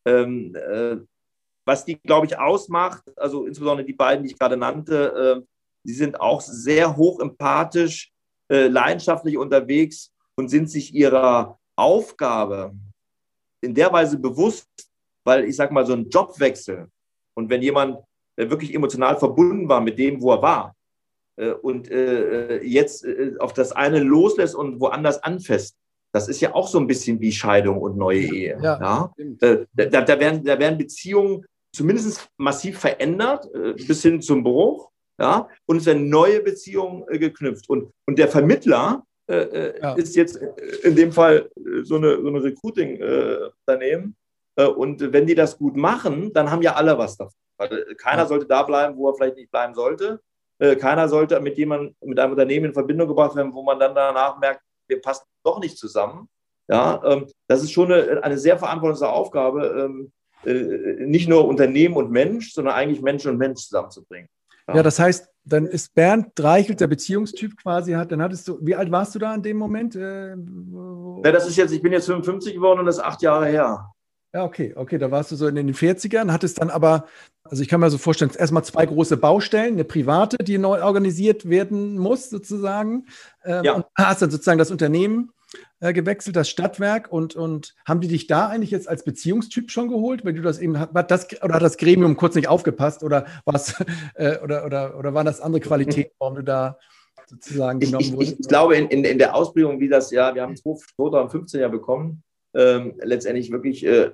Speaker 2: Ähm, äh, was die, glaube ich, ausmacht, also insbesondere die beiden, die ich gerade nannte, äh, die sind auch sehr hoch empathisch, äh, leidenschaftlich unterwegs und sind sich ihrer Aufgabe in der Weise bewusst, weil ich sage mal, so ein Jobwechsel und wenn jemand äh, wirklich emotional verbunden war mit dem, wo er war äh, und äh, jetzt äh, auf das eine loslässt und woanders anfasst, das ist ja auch so ein bisschen wie Scheidung und neue Ehe.
Speaker 1: Ja,
Speaker 2: ja? Äh, da, da, werden, da werden Beziehungen zumindest massiv verändert, äh, bis hin zum Bruch. Ja? Und es werden neue Beziehungen äh, geknüpft. Und, und der Vermittler äh, ja. ist jetzt in dem Fall so eine, so eine Recruiting-Unternehmen. Äh, und wenn die das gut machen, dann haben ja alle was davon. Weil keiner ja. sollte da bleiben, wo er vielleicht nicht bleiben sollte. Äh, keiner sollte mit jemandem, mit einem Unternehmen in Verbindung gebracht werden, wo man dann danach merkt, wir passen doch nicht zusammen. Ja, ähm, das ist schon eine, eine sehr verantwortungsvolle Aufgabe, ähm, äh, nicht nur Unternehmen und Mensch, sondern eigentlich Mensch und Mensch zusammenzubringen.
Speaker 1: Ja. ja, das heißt, dann ist Bernd Reichelt der Beziehungstyp quasi, hat, dann hattest du, wie alt warst du da in dem Moment? Äh,
Speaker 2: ja, das ist jetzt, ich bin jetzt fünfundfünfzig geworden und das ist acht Jahre her.
Speaker 1: Ja, okay, okay, da warst du so in den vierzigern, hattest dann aber, also ich kann mir so vorstellen, erstmal zwei große Baustellen, eine private, die neu organisiert werden muss, sozusagen. Ähm, ja. Und hast dann sozusagen das Unternehmen äh, gewechselt, das Stadtwerk, und, und haben die dich da eigentlich jetzt als Beziehungstyp schon geholt, weil du das eben, hat das, oder hat das Gremium kurz nicht aufgepasst, oder was, äh, oder, oder, oder waren das andere Qualitäten, warum du da sozusagen genommen
Speaker 2: ich,
Speaker 1: wurdest?
Speaker 2: Ich, ich glaube, in, in, in der Ausbildung, wie das ja, wir haben zweitausendfünfzehn ja bekommen, Ähm, letztendlich wirklich äh,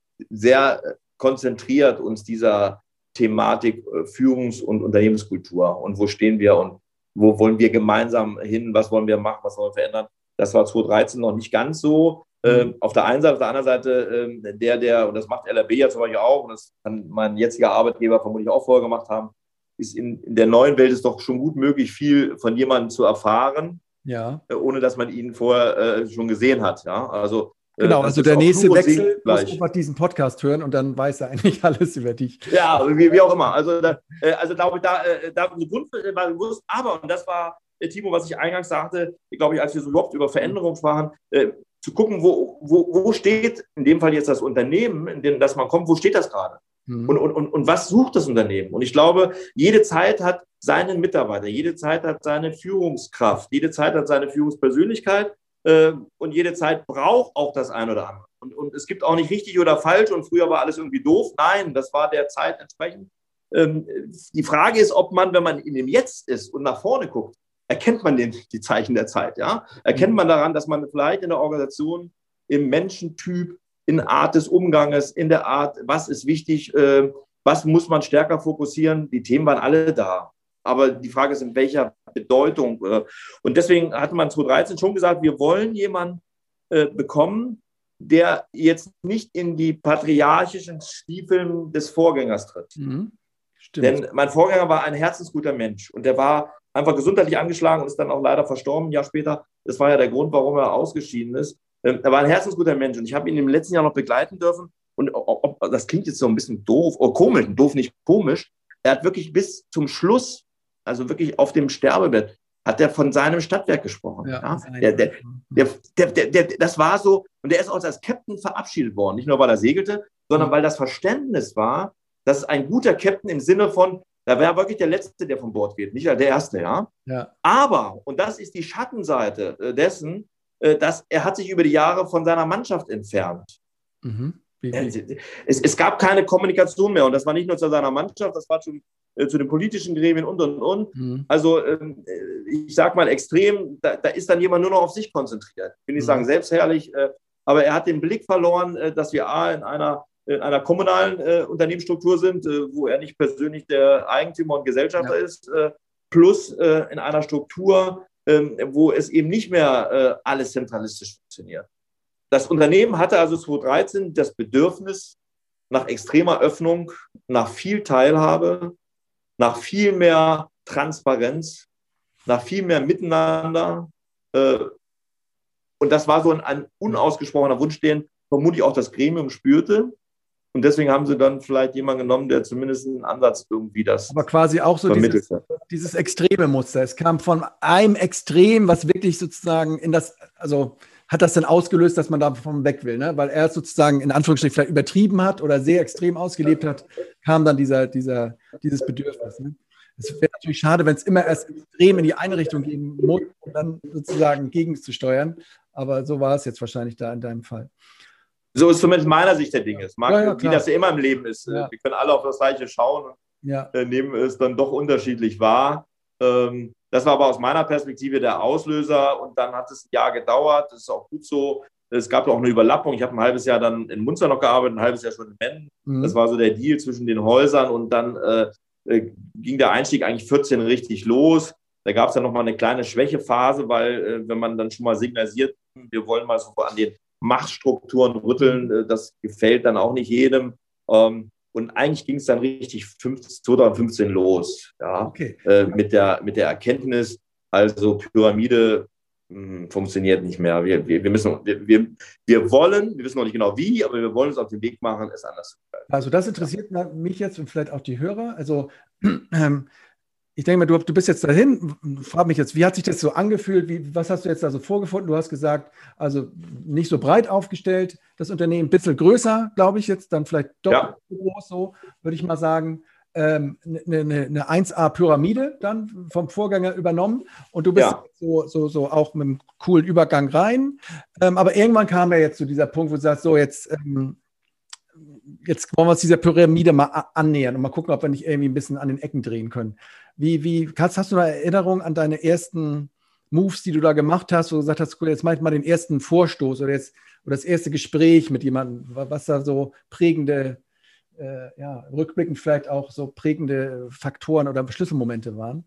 Speaker 2: sehr konzentriert uns dieser Thematik äh, Führungs- und Unternehmenskultur und wo stehen wir und wo wollen wir gemeinsam hin, was wollen wir machen, was wollen wir verändern. Das war zweitausenddreizehn noch nicht ganz so. Ähm, auf der einen Seite, auf der anderen Seite ähm, der, der, und das macht L R B ja zum Beispiel auch, und das kann mein jetziger Arbeitgeber vermutlich auch vorher gemacht haben, ist in, in der neuen Welt ist doch schon gut möglich, viel von jemandem zu erfahren,
Speaker 1: ja.
Speaker 2: äh, ohne dass man ihn vorher äh, schon gesehen hat. Ja? Also
Speaker 1: Genau, also der nächste Wechsel muss einfach diesen Podcast hören und dann weiß er eigentlich alles über dich.
Speaker 2: Ja, wie, wie auch immer. Also, da, also glaube ich, da, da eine Grund war bewusst, aber, und das war, Timo, was ich eingangs sagte, glaube ich, als wir so überhaupt über Veränderung sprachen, äh, zu gucken, wo, wo, wo steht in dem Fall jetzt das Unternehmen, in dem das man kommt, wo steht das gerade? Mhm. Und, und, und was sucht das Unternehmen? Und ich glaube, jede Zeit hat seinen Mitarbeiter, jede Zeit hat seine Führungskraft, jede Zeit hat seine Führungspersönlichkeit. Und jede Zeit braucht auch das eine oder andere. Und, und es gibt auch nicht richtig oder falsch und früher war alles irgendwie doof. Nein, das war der Zeit entsprechend. Ähm, die Frage ist, ob man, wenn man in dem Jetzt ist und nach vorne guckt, erkennt man den, die Zeichen der Zeit. Ja? Erkennt man daran, dass man vielleicht in der Organisation, im Menschentyp, in Art des Umganges, in der Art, was ist wichtig, äh, was muss man stärker fokussieren. Die Themen waren alle da. Aber die Frage ist, in welcher Bedeutung. Und deswegen hatte man zweitausenddreizehn schon gesagt, wir wollen jemanden äh, bekommen, der jetzt nicht in die patriarchischen Stiefeln des Vorgängers tritt. Mhm. Stimmt. Denn mein Vorgänger war ein herzensguter Mensch und der war einfach gesundheitlich angeschlagen und ist dann auch leider verstorben, ein Jahr später. Das war ja der Grund, warum er ausgeschieden ist. Ähm, er war ein herzensguter Mensch und ich habe ihn im letzten Jahr noch begleiten dürfen. Und ob, ob, das klingt jetzt so ein bisschen doof, oder komisch, doof nicht komisch. Er hat wirklich bis zum Schluss, also wirklich auf dem Sterbebett, hat er von seinem Stadtwerk gesprochen. Ja, ja? Der, der, der, der, der, der, das war so, und der ist auch als Captain verabschiedet worden. Nicht nur, weil er segelte, sondern weil das Verständnis war, dass ein guter Captain im Sinne von, da wäre wirklich der Letzte, der von Bord geht, nicht der Erste. Ja? Ja. Aber, und das ist die Schattenseite dessen, dass er hat sich über die Jahre von seiner Mannschaft entfernt. Mhm. Es, es gab keine Kommunikation mehr und das war nicht nur zu seiner Mannschaft, das war schon äh, zu den politischen Gremien und, und, und. Mhm. Also ähm, ich sage mal extrem, da, da ist dann jemand nur noch auf sich konzentriert. Ich will nicht mhm. sagen selbstherrlich, äh, aber er hat den Blick verloren, äh, dass wir A, in einer, in einer kommunalen äh, Unternehmensstruktur sind, äh, wo er nicht persönlich der Eigentümer und Gesellschafter ja. ist, äh, plus äh, in einer Struktur, äh, wo es eben nicht mehr äh, alles zentralistisch funktioniert. Das Unternehmen hatte also zweitausenddreizehn das Bedürfnis nach extremer Öffnung, nach viel Teilhabe, nach viel mehr Transparenz, nach viel mehr Miteinander. Und das war so ein, ein unausgesprochener Wunsch, den vermutlich auch das Gremium spürte. Und deswegen haben sie dann vielleicht jemanden genommen, der zumindest einen Ansatz irgendwie das
Speaker 1: Aber quasi auch so dieses, dieses extreme Muster. Es kam von einem Extrem, was wirklich sozusagen in das, also hat das denn ausgelöst, dass man davon weg will? Ne? Weil er es sozusagen in Anführungsstrichen vielleicht übertrieben hat oder sehr extrem ausgelebt hat, kam dann dieser, dieser, dieses Bedürfnis. Ne? Es wäre natürlich schade, wenn es immer erst extrem in die eine Richtung gehen muss, um dann sozusagen gegenzusteuern. Aber so war es jetzt wahrscheinlich da in deinem Fall.
Speaker 2: So ist zumindest meiner Sicht der Dinge. Es mag,
Speaker 1: ja, ja,
Speaker 2: wie das ja immer im Leben ist.
Speaker 1: Ja.
Speaker 2: Wir können alle auf das Gleiche schauen und
Speaker 1: ja.
Speaker 2: nehmen es dann doch unterschiedlich wahr. Ähm, das war aber aus meiner Perspektive der Auslöser und dann hat es ein Jahr gedauert. Das ist auch gut so. Es gab auch eine Überlappung. Ich habe ein halbes Jahr dann in Munster noch gearbeitet, ein halbes Jahr schon in Menden. Mhm. Das war so der Deal zwischen den Häusern und dann äh, äh, ging der Einstieg eigentlich vierzehn richtig los. Da gab es dann nochmal eine kleine Schwächephase, weil äh, wenn man dann schon mal signalisiert, wir wollen mal so an den Machtstrukturen rütteln, äh, das gefällt dann auch nicht jedem. Ähm, und eigentlich ging es dann richtig zwanzig fünfzehn los, ja,
Speaker 1: okay.
Speaker 2: äh, mit der, mit der Erkenntnis, also Pyramide mh, funktioniert nicht mehr. Wir, wir, wir, müssen, wir, wir, wir wollen, wir wissen noch nicht genau wie, aber wir wollen uns auf den Weg machen, es anders zu gestalten.
Speaker 1: Also das interessiert mich jetzt und vielleicht auch die Hörer. Also ähm, ich denke mal, du, du bist jetzt dahin, frag mich jetzt, wie hat sich das so angefühlt? Wie, was hast du jetzt da so vorgefunden? Du hast gesagt, also nicht so breit aufgestellt, das Unternehmen, ein bisschen größer, glaube ich jetzt, dann vielleicht doch
Speaker 2: ja.
Speaker 1: so groß, so würde ich mal sagen. Ähm, eine, eine, eine eins A-Pyramide dann vom Vorgänger übernommen und du bist
Speaker 2: ja.
Speaker 1: so, so, so auch mit einem coolen Übergang rein. Ähm, aber irgendwann kam ja jetzt zu dieser Punkt, wo du sagst, so jetzt, ähm, jetzt wollen wir uns dieser Pyramide mal annähern und mal gucken, ob wir nicht irgendwie ein bisschen an den Ecken drehen können. Wie, wie hast, hast du eine Erinnerung an deine ersten Moves, die du da gemacht hast, wo du gesagt hast, cool, jetzt mach ich mal den ersten Vorstoß oder, jetzt, oder das erste Gespräch mit jemandem, was da so prägende, äh, ja, rückblickend vielleicht auch so prägende Faktoren oder Schlüsselmomente waren?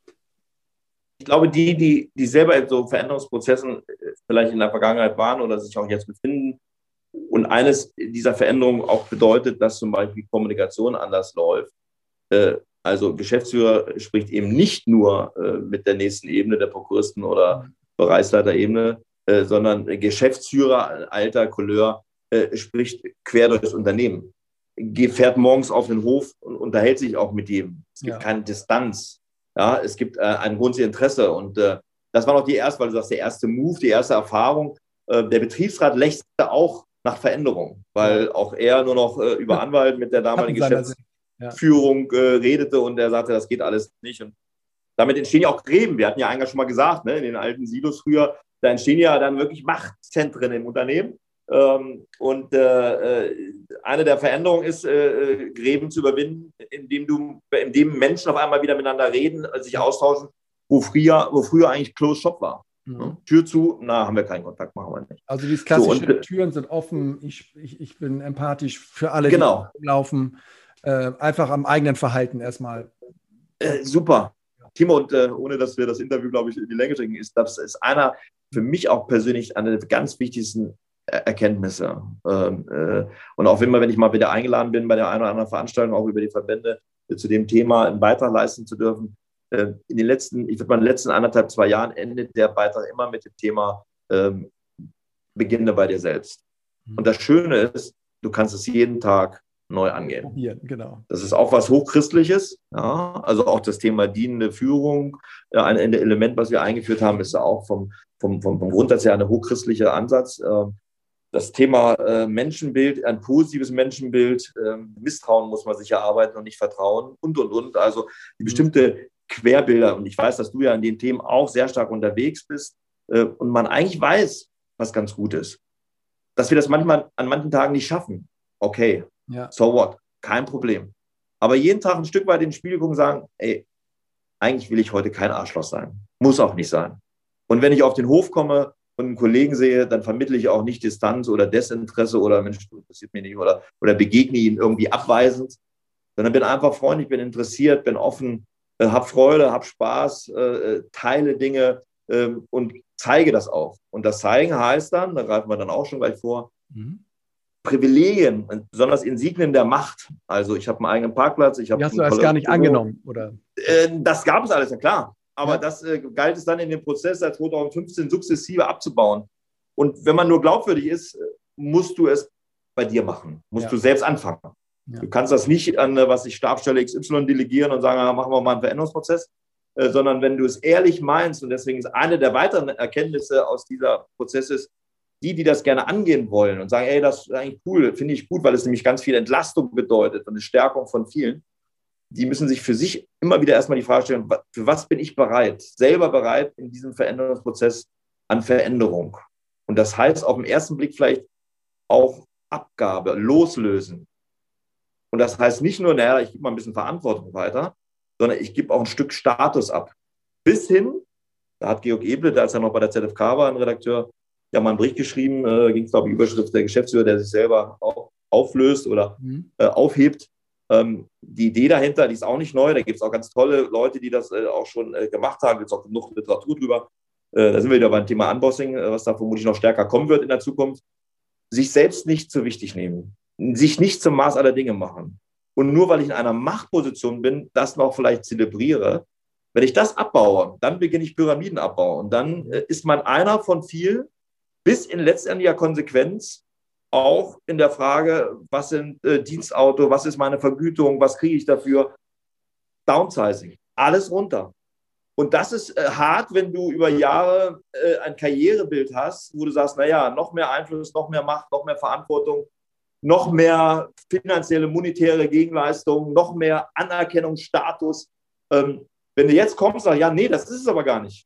Speaker 2: Ich glaube, die, die, die selber in so Veränderungsprozessen vielleicht in der Vergangenheit waren oder sich auch jetzt befinden und eines dieser Veränderungen auch bedeutet, dass zum Beispiel Kommunikation anders läuft, äh, also Geschäftsführer spricht eben nicht nur äh, mit der nächsten Ebene der Prokuristen oder mhm. Bereichsleiterebene, äh, sondern Geschäftsführer alter Couleur äh, spricht quer durchs Unternehmen. Ge fährt morgens auf den Hof und unterhält sich auch mit jedem. Es gibt ja. keine Distanz. Ja, es gibt äh, ein großes Interesse. Und äh, das war noch die erste, weil du sagst, der erste Move, die erste Erfahrung. Äh, der Betriebsrat lechzte auch nach Veränderung, weil ja. auch er nur noch äh, über Anwalt mit der damaligen Geschäftsführung Ja. Führung äh, redete und er sagte, das geht alles nicht. Und damit entstehen ja auch Gräben. Wir hatten ja eingangs schon mal gesagt, ne, in den alten Silos früher, da entstehen ja dann wirklich Machtzentren im Unternehmen. Ähm, und äh, eine der Veränderungen ist, äh, Gräben zu überwinden, indem, du, indem Menschen auf einmal wieder miteinander reden, sich austauschen, wo früher, wo früher eigentlich Closed Shop war. Mhm. Ne? Tür zu, na, haben wir keinen Kontakt, machen wir nicht.
Speaker 1: Also dieses klassische,
Speaker 2: so, und,
Speaker 1: Türen sind offen, ich, ich, ich bin empathisch für alle,
Speaker 2: genau.
Speaker 1: die laufen. Äh, einfach am eigenen Verhalten erstmal.
Speaker 2: Äh, super. Timo, und äh, ohne dass wir das Interview, glaube ich, in die Länge bringen, ist das ist einer für mich auch persönlich eine der ganz wichtigsten er Erkenntnisse. Ähm, äh, und auch immer, wenn ich mal wieder eingeladen bin bei der einen oder anderen Veranstaltung, auch über die Verbände, äh, zu dem Thema einen Beitrag leisten zu dürfen. Äh, in den letzten, ich würde mal in den letzten anderthalb, zwei Jahren endet der Beitrag immer mit dem Thema ähm, beginne bei dir selbst. Mhm. Und das Schöne ist, du kannst es jeden Tag neu angehen.
Speaker 1: Probieren, genau.
Speaker 2: Das ist auch was Hochchristliches. Ja? Also auch das Thema dienende Führung. Ja, ein Element, was wir eingeführt haben, ist ja auch vom, vom, vom, vom Grundsatz her ein hochchristlicher Ansatz. Das Thema äh, Menschenbild, ein positives Menschenbild, äh, Misstrauen muss man sich erarbeiten und nicht Vertrauen und, und, und. Also die bestimmte Querbilder. Und ich weiß, dass du ja in den Themen auch sehr stark unterwegs bist äh, und man eigentlich weiß, was ganz gut ist. Dass wir das manchmal an manchen Tagen nicht schaffen. Okay. Ja. So what? Kein Problem. Aber jeden Tag ein Stück weit in den Spiegel gucken und sagen, ey, eigentlich will ich heute kein Arschloch sein. Muss auch nicht sein. Und wenn ich auf den Hof komme und einen Kollegen sehe, dann vermittle ich auch nicht Distanz oder Desinteresse oder Mensch, das interessiert mich nicht oder, oder begegne ihn irgendwie abweisend, sondern bin einfach freundlich, bin interessiert, bin offen, äh, hab Freude, hab Spaß, äh, teile Dinge äh, und zeige das auch. Und das Zeigen heißt dann, da greifen wir dann auch schon gleich vor, mhm. Privilegien, besonders Insignien der Macht. Also ich habe einen eigenen Parkplatz. Ich
Speaker 1: Die hast du erst gar nicht angenommen, oder?
Speaker 2: Äh, das gab es alles, ja klar. Aber
Speaker 1: ja.
Speaker 2: das äh, galt es dann in dem Prozess seit zwanzig fünfzehn sukzessive abzubauen. Und wenn man nur glaubwürdig ist, musst du es bei dir machen. Musst ja. du selbst anfangen. Ja. Du kannst das nicht an, was ich Stabsstelle X Y delegieren und sagen, machen wir mal einen Veränderungsprozess, äh, sondern wenn du es ehrlich meinst, und deswegen ist eine der weiteren Erkenntnisse aus dieser Prozess ist, die, die das gerne angehen wollen und sagen, ey, das ist eigentlich cool, finde ich gut, weil es nämlich ganz viel Entlastung bedeutet und eine Stärkung von vielen, die müssen sich für sich immer wieder erstmal die Frage stellen, für was bin ich bereit, selber bereit in diesem Veränderungsprozess an Veränderung. Und das heißt auf den ersten Blick vielleicht auch Abgabe, loslösen. Und das heißt nicht nur, naja, ich gebe mal ein bisschen Verantwortung weiter, sondern ich gebe auch ein Stück Status ab. Bis hin, da hat Georg Eble, als er noch bei der Z F K war, ein Redakteur, ja mal einen Bericht geschrieben, äh, ging es, glaube ich, Überschrift der Geschäftsführer, der sich selber auch auflöst oder mhm. äh, aufhebt. Ähm, die Idee dahinter, die ist auch nicht neu, da gibt es auch ganz tolle Leute, die das äh, auch schon äh, gemacht haben, gibt es auch genug Literatur drüber. Äh, da sind wir wieder beim Thema Unbossing, äh, was da vermutlich noch stärker kommen wird in der Zukunft. Sich selbst nicht zu wichtig nehmen, sich nicht zum Maß aller Dinge machen. Und nur weil ich in einer Machtposition bin, das noch vielleicht zelebriere, wenn ich das abbaue, dann beginne ich Pyramidenabbau. Und dann äh, ist man einer von vielen, bis in letztendlicher Konsequenz auch in der Frage, was sind äh, Dienstauto, was ist meine Vergütung, was kriege ich dafür? Downsizing, alles runter. Und das ist äh, hart, wenn du über Jahre äh, ein Karrierebild hast, wo du sagst, naja, noch mehr Einfluss, noch mehr Macht, noch mehr Verantwortung, noch mehr finanzielle, monetäre Gegenleistung, noch mehr Anerkennung, Status. Ähm, wenn du jetzt kommst, sagst, ja, nee, das ist es aber gar nicht.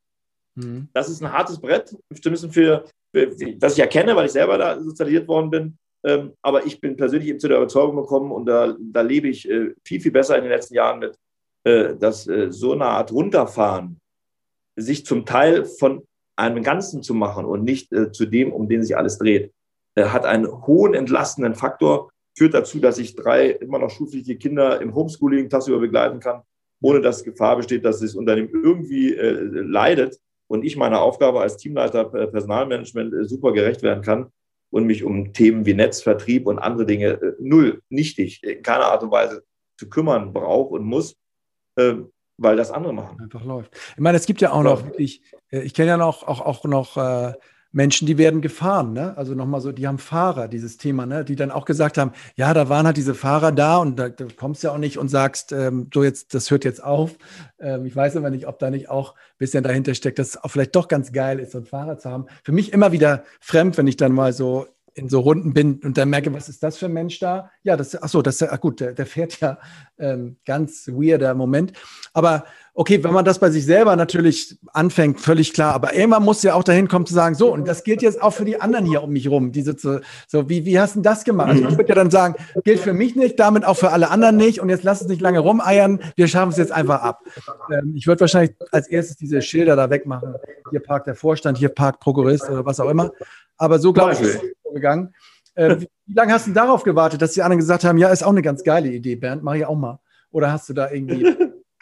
Speaker 2: Mhm. Das ist ein hartes Brett, zumindest für, für, für, das ich erkenne, weil ich selber da sozialisiert worden bin. Ähm, aber ich bin persönlich eben zu der Überzeugung gekommen und da, da lebe ich äh, viel, viel besser in den letzten Jahren mit, äh, dass äh, so eine Art Runterfahren, sich zum Teil von einem Ganzen zu machen und nicht äh, zu dem, um den sich alles dreht, äh, hat einen hohen entlastenden Faktor, führt dazu, dass ich drei immer noch schulpflichtige Kinder im Homeschooling tagsüber begleiten kann, ohne dass Gefahr besteht, dass das Unternehmen irgendwie äh, leidet und ich meiner Aufgabe als Teamleiter äh, Personalmanagement äh, super gerecht werden kann und mich um Themen wie Netzvertrieb und andere Dinge äh, null, nichtig, in keiner Art und Weise zu kümmern brauche und muss, äh, weil das andere machen.
Speaker 1: Einfach läuft. Ich meine, es gibt ja auch noch wirklich, äh, ich kenne ja noch, auch, auch noch äh, Menschen, die werden gefahren, ne? Also nochmal so, die haben Fahrer, dieses Thema, ne? Die dann auch gesagt haben, ja, da waren halt diese Fahrer da und da, da kommst du ja auch nicht und sagst, ähm, so jetzt, das hört jetzt auf. Ähm, ich weiß aber nicht, ob da nicht auch ein bisschen dahinter steckt, dass es auch vielleicht doch ganz geil ist, so einen Fahrer zu haben. Für mich immer wieder fremd, wenn ich dann mal so in so Runden bin und dann merke, was ist das für ein Mensch da? Ja, das, ach so, das, ach gut, der, der fährt ja ähm, ganz weirder Moment. Aber okay, wenn man das bei sich selber natürlich anfängt, völlig klar. Aber irgendwann muss ja auch dahin kommen zu sagen, so, und das gilt jetzt auch für die anderen hier um mich rum. Diese so, so wie, wie hast du das gemacht? Also ich würde ja dann sagen, gilt für mich nicht, damit auch für alle anderen nicht. Und jetzt lass uns nicht lange rumeiern. Wir schaffen es jetzt einfach ab. Ähm, ich würde wahrscheinlich als erstes diese Schilder da wegmachen. Hier parkt der Vorstand, hier parkt Prokurist oder was auch immer. Aber so, glaube ich, ist es vorgegangen. Äh, wie, wie lange hast du darauf gewartet, dass die anderen gesagt haben, ja, ist auch eine ganz geile Idee, Bernd, mach ich auch mal. Oder hast du da irgendwie...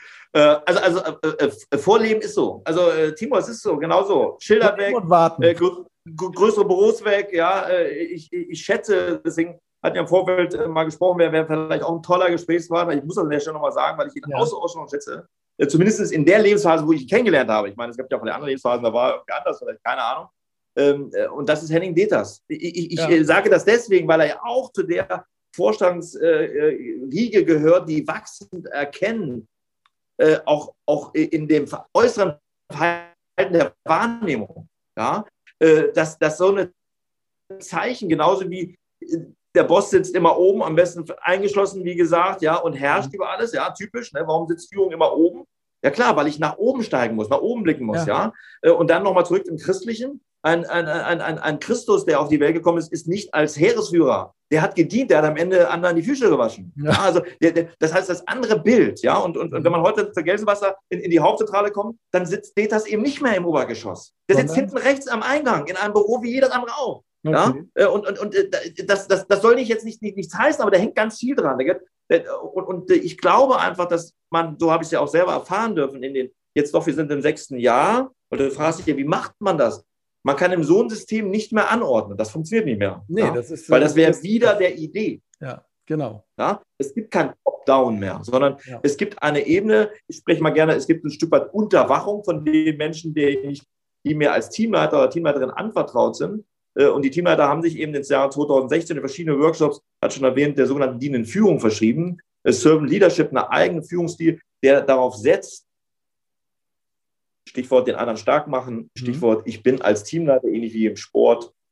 Speaker 2: Also, also äh, äh, Vorleben ist so. Also, äh, Timo, es ist so, genau so. Schilder weg, äh, grö größere Büros weg. Ja, äh, ich, ich schätze, deswegen hat ja im Vorfeld äh, mal gesprochen, wer, wer vielleicht auch ein toller Gesprächspartner. Ich muss das an der Stelle nochmal sagen, weil ich ihn ja. außerordentlich schätze. Äh, zumindest in der Lebensphase, wo ich ihn kennengelernt habe. Ich meine, es gab ja auch von den anderen Lebensphasen, da war irgendwie anders, vielleicht keine Ahnung. Ähm, äh, und das ist Henning Deters. Ich, ich, ja. ich sage das deswegen, weil er ja auch zu der Vorstandsriege äh, gehört, die wachsend erkennen, Äh, auch, auch in dem äußeren Verhalten der Wahrnehmung, ja, äh, dass, dass so ein Zeichen, genauso wie äh, der Boss sitzt immer oben, am besten eingeschlossen, wie gesagt, ja, und herrscht über alles, ja, typisch, ne? Warum sitzt Führung immer oben? Ja klar, weil ich nach oben steigen muss, nach oben blicken muss, ja, ja? Und dann nochmal zurück im Christlichen. Ein, ein, ein, ein, ein Christus, der auf die Welt gekommen ist, ist nicht als Heeresführer. Der hat gedient, der hat am Ende anderen die Füße gewaschen. Ja. Ja, also der, der, das heißt, das andere Bild. Ja, und, und, und wenn man heute zur Gelsenwasser in, in die Hauptzentrale kommt, dann sitzt Deters eben nicht mehr im Obergeschoss. Der sitzt hinten rechts am Eingang in einem Büro wie jeder andere auch. Okay. Ja, und und, und das, das, das soll nicht jetzt nicht, nicht, nichts heißen, aber da hängt ganz viel dran. Und, und ich glaube einfach, dass man, so habe ich es ja auch selber erfahren dürfen, in den, jetzt doch, wir sind im sechsten Jahr, und du fragst dich ja, wie macht man das? Man kann im so ein System nicht mehr anordnen. Das funktioniert nicht mehr. Nee, ja? das ist, weil das wäre wieder der Idee.
Speaker 1: Ja, genau.
Speaker 2: Ja? Es gibt kein Top-Down mehr, sondern ja. es gibt eine Ebene, ich spreche mal gerne, es gibt ein Stück weit Unterwachung von den Menschen, die, die mir als Teamleiter oder Teamleiterin anvertraut sind. Und die Teamleiter haben sich eben ins Jahr zweitausendsechzehn in verschiedenen Workshops, hat schon erwähnt, der sogenannten dienenden Führung verschrieben. Servant Leadership, einen eigenen Führungsstil, der darauf setzt, Stichwort den anderen stark machen, Stichwort ich bin als Teamleiter, ähnlich wie im Sport,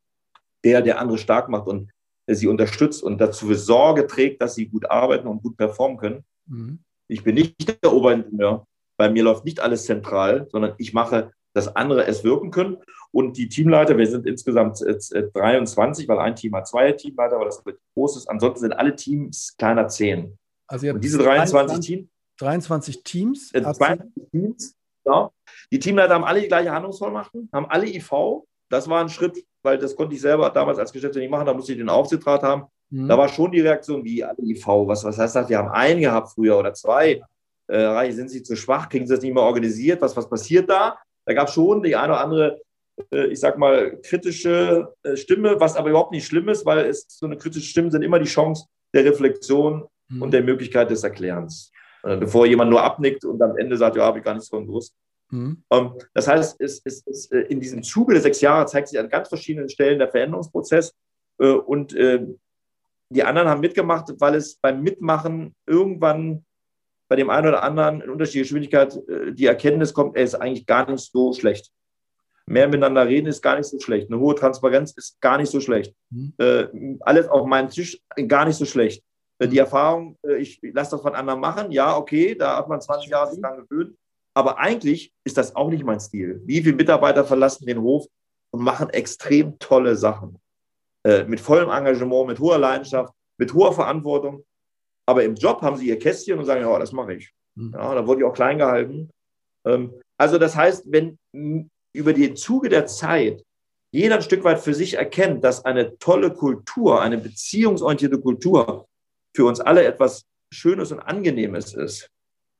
Speaker 2: der der andere stark macht und äh, sie unterstützt und dazu Sorge trägt, dass sie gut arbeiten und gut performen können. Mhm. Ich bin nicht der Oberingenieur. Bei mir läuft nicht alles zentral, sondern ich mache, dass andere es wirken können. Und die Teamleiter, wir sind insgesamt dreiundzwanzig, weil ein Team hat zwei Teamleiter, aber das wird groß ist. Ansonsten sind alle Teams kleiner zehn.
Speaker 1: Also ihr habt
Speaker 2: und diese dreiundzwanzig,
Speaker 1: Teams? dreiundzwanzig Teams?
Speaker 2: Äh, zweiundzwanzig Teams, ja. Die Teamleiter haben alle die gleiche Handlungsvollmachten, haben alle I V. Das war ein Schritt, weil das konnte ich selber damals als Geschäftsführer nicht machen, da musste ich den Aufsichtsrat haben. Mhm. Da war schon die Reaktion, wie alle I V. Was, was heißt das? Wir haben einen gehabt früher oder zwei. Äh, sind sie zu schwach? Kriegen sie das nicht mehr organisiert? Was, was passiert da? Da gab es schon die eine oder andere, äh, ich sag mal, kritische äh, Stimme, was aber überhaupt nicht schlimm ist, weil es so eine kritische Stimme sind immer die Chance der Reflexion mhm. und der Möglichkeit des Erklärens. Äh, bevor jemand nur abnickt und am Ende sagt, ja, habe ich gar nichts von gewusst. Mhm. Ähm, das heißt, es, es, es, in diesem Zuge der sechs Jahre zeigt sich an ganz verschiedenen Stellen der Veränderungsprozess äh, und äh, die anderen haben mitgemacht, weil es beim Mitmachen irgendwann bei dem einen oder anderen in unterschiedlicher Geschwindigkeit die Erkenntnis kommt, er ist eigentlich gar nicht so schlecht. Mehr miteinander reden ist gar nicht so schlecht. Eine hohe Transparenz ist gar nicht so schlecht. Mhm. Äh, alles auf meinem Tisch gar nicht so schlecht. Äh, die Erfahrung, äh, ich lasse das von anderen machen, ja, okay, da hat man zwanzig Jahre sich dran gewöhnt. Aber eigentlich ist das auch nicht mein Stil. Wie viele Mitarbeiter verlassen den Hof und machen extrem tolle Sachen. Äh, mit vollem Engagement, mit hoher Leidenschaft, mit hoher Verantwortung. Aber im Job haben sie ihr Kästchen und sagen, ja, das mache ich. Ja, da wurde ich auch klein gehalten. Also das heißt, wenn über den Zuge der Zeit jeder ein Stück weit für sich erkennt, dass eine tolle Kultur, eine beziehungsorientierte Kultur für uns alle etwas Schönes und Angenehmes ist,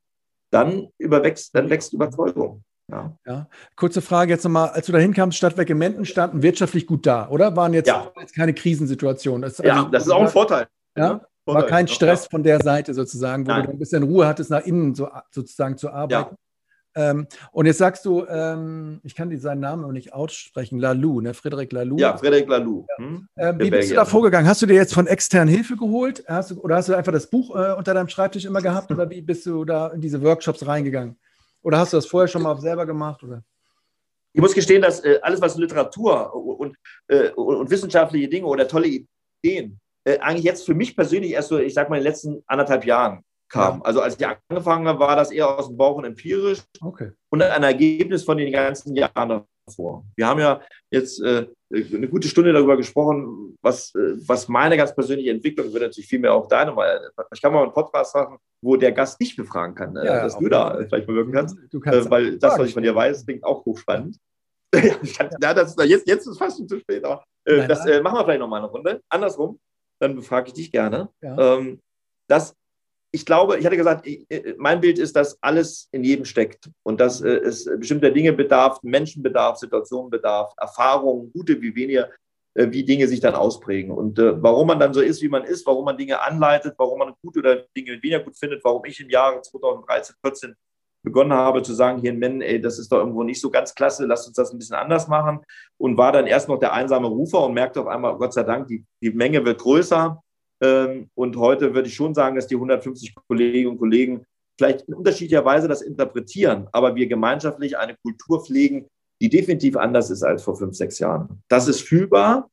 Speaker 2: dann, überwächst, dann wächst Überzeugung. Ja.
Speaker 1: Ja. Kurze Frage jetzt nochmal, als du da hinkamst, Stadtwerke Menden standen wirtschaftlich gut da, oder? Waren jetzt,
Speaker 2: ja.
Speaker 1: jetzt keine Krisensituation? Das,
Speaker 2: ja, also, das ist auch ein Vorteil.
Speaker 1: Ja? War kein Stress von der Seite sozusagen, wo Nein. du ein bisschen Ruhe hattest, nach innen so, sozusagen zu arbeiten. Ja. Ähm, und jetzt sagst du, ähm, ich kann seinen Namen noch nicht aussprechen, Laloux, ne? Frédéric Laloux.
Speaker 2: Ja, Frédéric Laloux.
Speaker 1: Ja. Hm? Ähm, wie bist du da vorgegangen? Hast du dir jetzt von extern Hilfe geholt? Hast du, oder hast du einfach das Buch äh, unter deinem Schreibtisch immer gehabt? Oder wie bist du da in diese Workshops reingegangen? Oder hast du das vorher schon mal selber gemacht? Oder?
Speaker 2: Ich muss gestehen, dass äh, alles, was Literatur und, äh, und, und wissenschaftliche Dinge oder tolle Ideen äh, eigentlich jetzt für mich persönlich erst so, ich sag mal, in den letzten anderthalb Jahren kam. Ja. Also als ich angefangen habe, war das eher aus dem Bauch und empirisch
Speaker 1: okay.
Speaker 2: und ein Ergebnis von den ganzen Jahren davor. Wir haben ja jetzt äh, eine gute Stunde darüber gesprochen, was, äh, was meine ganz persönliche Entwicklung wird, natürlich viel mehr auch deine. Mal. Ich kann mal einen Podcast machen, wo der Gast dich befragen kann, äh, ja, dass du da Fall. vielleicht bewirken kannst. Du kannst äh, weil das, was ich von dir weiß, klingt auch hochspannend. Ja. kann, ja. das, jetzt, jetzt ist es fast schon zu spät, aber äh, nein, das äh, machen wir vielleicht nochmal eine Runde. Andersrum, dann befrage ich dich gerne. Ja. Ähm, das Ich glaube, ich hatte gesagt, mein Bild ist, dass alles in jedem steckt und dass es bestimmter Dinge bedarf, Menschenbedarf, Situationen bedarf, Erfahrungen, gute wie weniger, wie Dinge sich dann ausprägen. Und warum man dann so ist, wie man ist, warum man Dinge anleitet, warum man gut oder Dinge weniger gut findet, warum ich im Jahre zweitausenddreizehn, vierzehn begonnen habe zu sagen, hier in Menden, ey, das ist doch irgendwo nicht so ganz klasse, lasst uns das ein bisschen anders machen. Und war dann erst noch der einsame Rufer und merkte auf einmal, Gott sei Dank, die, die Menge wird größer. Und heute würde ich schon sagen, dass die hundertfünfzig Kolleginnen und Kollegen vielleicht in unterschiedlicher Weise das interpretieren, aber wir gemeinschaftlich eine Kultur pflegen, die definitiv anders ist als vor fünf, sechs Jahren. Das ist fühlbar,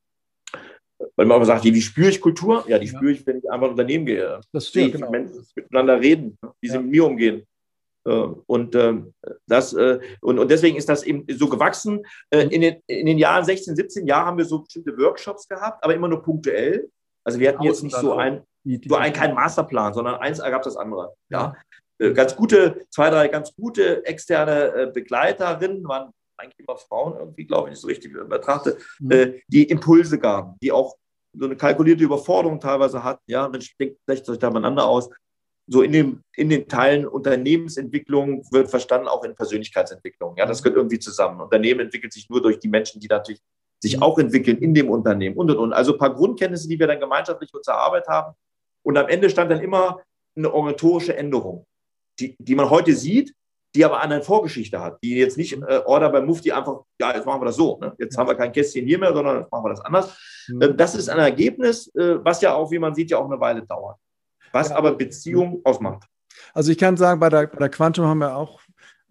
Speaker 2: weil man auch sagt, wie spüre ich Kultur? Ja, die ja. spüre ich, wenn ich einfach in ein Unternehmen gehe.
Speaker 1: Das stimmt,
Speaker 2: genau. Menschen miteinander reden, wie sie ja. mit mir umgehen. Und, das, und, und deswegen ist das eben so gewachsen. In den, in den Jahren sechzehn, siebzehn Jahren haben wir so bestimmte Workshops gehabt, aber immer nur punktuell. Also wir hatten jetzt nicht so ein, so ein keinen Masterplan, sondern eins ergab das andere. Ja. Ja. Ganz gute, zwei, drei ganz gute externe Begleiterinnen, waren eigentlich immer Frauen irgendwie, glaube ich, nicht so richtig betrachtet, mhm. die Impulse gaben, die auch so eine kalkulierte Überforderung teilweise hatten. Ja, Mensch, denkt euch da miteinander aus. So in, dem, in den Teilen Unternehmensentwicklung wird verstanden, auch in Persönlichkeitsentwicklung. Ja, das gehört irgendwie zusammen. Unternehmen entwickelt sich nur durch die Menschen, die natürlich sich auch entwickeln in dem Unternehmen und, und, und. Also ein paar Grundkenntnisse, die wir dann gemeinschaftlich uns erarbeitet haben. Und am Ende stand dann immer eine organisatorische Änderung, die, die man heute sieht, die aber eine Vorgeschichte hat, die jetzt nicht äh, Order beim Mufti einfach, ja, jetzt machen wir das so. Ne? Jetzt haben wir kein Kästchen hier mehr, sondern jetzt machen wir das anders. Mhm. Äh, das ist ein Ergebnis, äh, was ja auch, wie man sieht, ja auch eine Weile dauert. Was ja. aber Beziehung ausmacht.
Speaker 1: Also ich kann sagen, bei der, bei der Quantum haben wir auch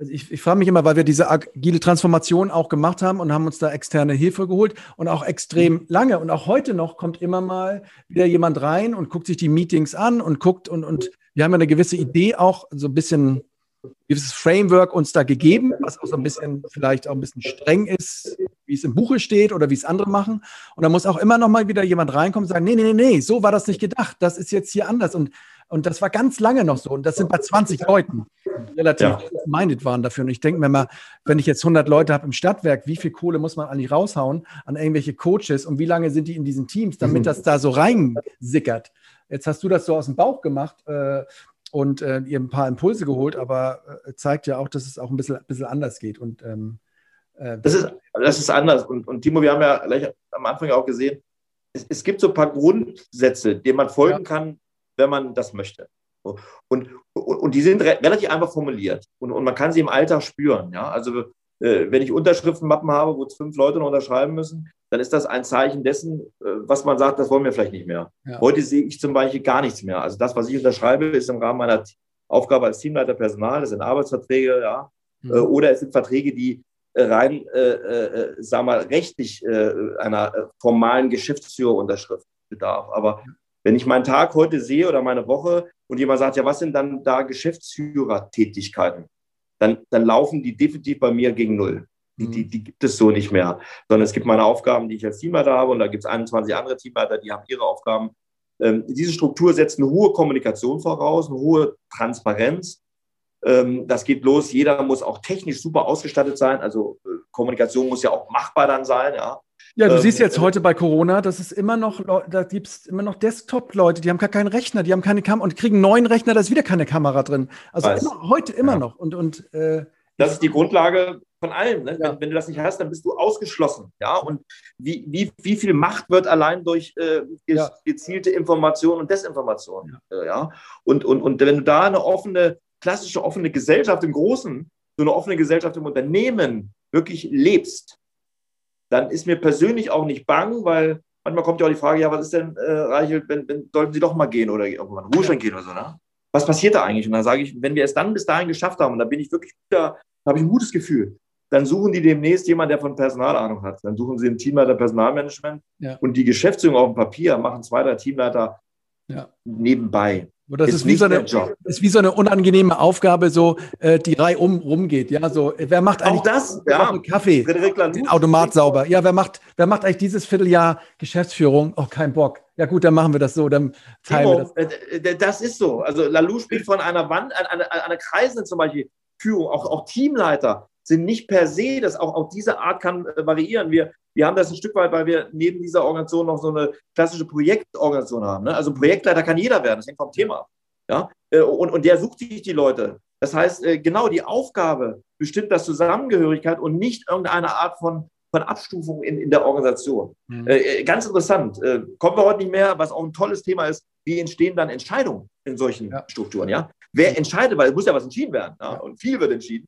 Speaker 1: Also ich, ich frage mich immer, weil wir diese agile Transformation auch gemacht haben und haben uns da externe Hilfe geholt und auch extrem lange. Und auch heute noch kommt immer mal wieder jemand rein und guckt sich die Meetings an und guckt und, und wir haben ja eine gewisse Idee auch, so ein bisschen gewisses Framework uns da gegeben, was auch so ein bisschen vielleicht auch ein bisschen streng ist, wie es im Buche steht oder wie es andere machen. Und da muss auch immer noch mal wieder jemand reinkommen und sagen, nee, nee, nee, nee, so war das nicht gedacht. Das ist jetzt hier anders. Und, und das war ganz lange noch so. Und das sind bei zwanzig Leuten, die relativ
Speaker 2: Ja.
Speaker 1: minded waren dafür. Und ich denke mir mal, wenn ich jetzt hundert Leute habe im Stadtwerk, wie viel Kohle muss man eigentlich raushauen an irgendwelche Coaches und wie lange sind die in diesen Teams, damit das da so reinsickert? Jetzt hast du das so aus dem Bauch gemacht, äh, und äh, ihr ein paar Impulse geholt, aber äh, zeigt ja auch, dass es auch ein bisschen, bisschen anders geht. Und, ähm, äh,
Speaker 2: das, ist, das ist anders. Und, und Timo, wir haben ja gleich am Anfang auch gesehen, es, es gibt so ein paar Grundsätze, denen man folgen ja. kann, wenn man das möchte. Und, und, und die sind re relativ einfach formuliert. Und, und man kann sie im Alltag spüren. Ja? Also äh, wenn ich Unterschriftenmappen habe, wo fünf Leute noch unterschreiben müssen, dann ist das ein Zeichen dessen, äh, was man sagt, das wollen wir vielleicht nicht mehr. Ja. Heute sehe ich zum Beispiel gar nichts mehr. Also das, was ich unterschreibe, ist im Rahmen meiner Aufgabe als Teamleiter Personal, das sind Arbeitsverträge, ja, mhm. äh, oder es sind Verträge, die äh, rein, äh, äh, sagen wir mal, rechtlich äh, einer äh, formalen Geschäftsführerunterschrift bedarf. Aber wenn ich meinen Tag heute sehe oder meine Woche und jemand sagt, ja, was sind dann da Geschäftsführertätigkeiten? Dann, dann laufen die definitiv bei mir gegen Null. Die, die, die gibt es so nicht mehr. Sondern es gibt meine Aufgaben, die ich als Teamleiter habe und da gibt es einundzwanzig andere Teamleiter, die haben ihre Aufgaben. Ähm, diese Struktur setzt eine hohe Kommunikation voraus, eine hohe Transparenz. Ähm, das geht los. Jeder muss auch technisch super ausgestattet sein. Also äh, Kommunikation muss ja auch machbar dann sein. Ja,
Speaker 1: ja du
Speaker 2: ähm,
Speaker 1: siehst jetzt heute bei Corona, dass es immer noch, da gibt es immer noch Desktop-Leute, die haben gar keinen Rechner, die haben keine Kamera und kriegen einen neuen Rechner, da ist wieder keine Kamera drin. Also immer, heute immer ja. noch. Und, und äh,
Speaker 2: das ist die Grundlage von allem. Ne? Ja. Wenn, wenn du das nicht hast, dann bist du ausgeschlossen. Ja? Und wie, wie, wie viel Macht wird allein durch äh, ja. gezielte Information und Desinformation. Ja. Äh, ja? Und, und, und wenn du da eine offene, klassische offene Gesellschaft im Großen, so eine offene Gesellschaft im Unternehmen wirklich lebst, dann ist mir persönlich auch nicht bang, weil manchmal kommt ja auch die Frage, ja, was ist denn, äh, Reichelt, wenn, wenn, sollten Sie doch mal gehen oder irgendwann in Ruhestand gehen oder so, ne? Was passiert da eigentlich? Und dann sage ich, wenn wir es dann bis dahin geschafft haben, und da bin ich wirklich, da habe ich ein gutes Gefühl, dann suchen die demnächst jemanden, der von Personalahnung hat. Dann suchen sie einen Teamleiter Personalmanagement ja. und die Geschäftsführung auf dem Papier machen zwei, drei Teamleiter ja. nebenbei.
Speaker 1: Das ist, ist, wie so eine, ist wie so eine unangenehme Aufgabe, so äh, die Reihe um rumgeht. Ja, so wer macht eigentlich
Speaker 2: auch das? Ja.
Speaker 1: einen Kaffee, den Automat sauber? Ja, wer macht, wer macht eigentlich dieses Vierteljahr Geschäftsführung? Oh, kein Bock. Ja gut, dann machen wir das so, dann teilen
Speaker 2: Timo,
Speaker 1: wir das.
Speaker 2: Äh, das ist so. Also Lalou spricht von einer Wand, einer, einer kreisenden zum Beispiel Führung. Auch, auch Teamleiter sind nicht per se, das auch, auch diese Art kann äh, variieren. Wir, wir haben das ein Stück weit, weil wir neben dieser Organisation noch so eine klassische Projektorganisation haben. Ne? Also Projektleiter kann jeder werden, das hängt vom Thema ab. Ja? Äh, und, und der sucht sich die Leute. Das heißt, äh, genau die Aufgabe bestimmt das Zusammengehörigkeit und nicht irgendeine Art von, von Abstufung in, in der Organisation. Mhm. Äh, ganz interessant. Äh, kommen wir heute nicht mehr, was auch ein tolles Thema ist, wie entstehen dann Entscheidungen in solchen ja. Strukturen. Ja? Wer entscheidet, weil es muss ja was entschieden werden. Ja? Und viel wird entschieden.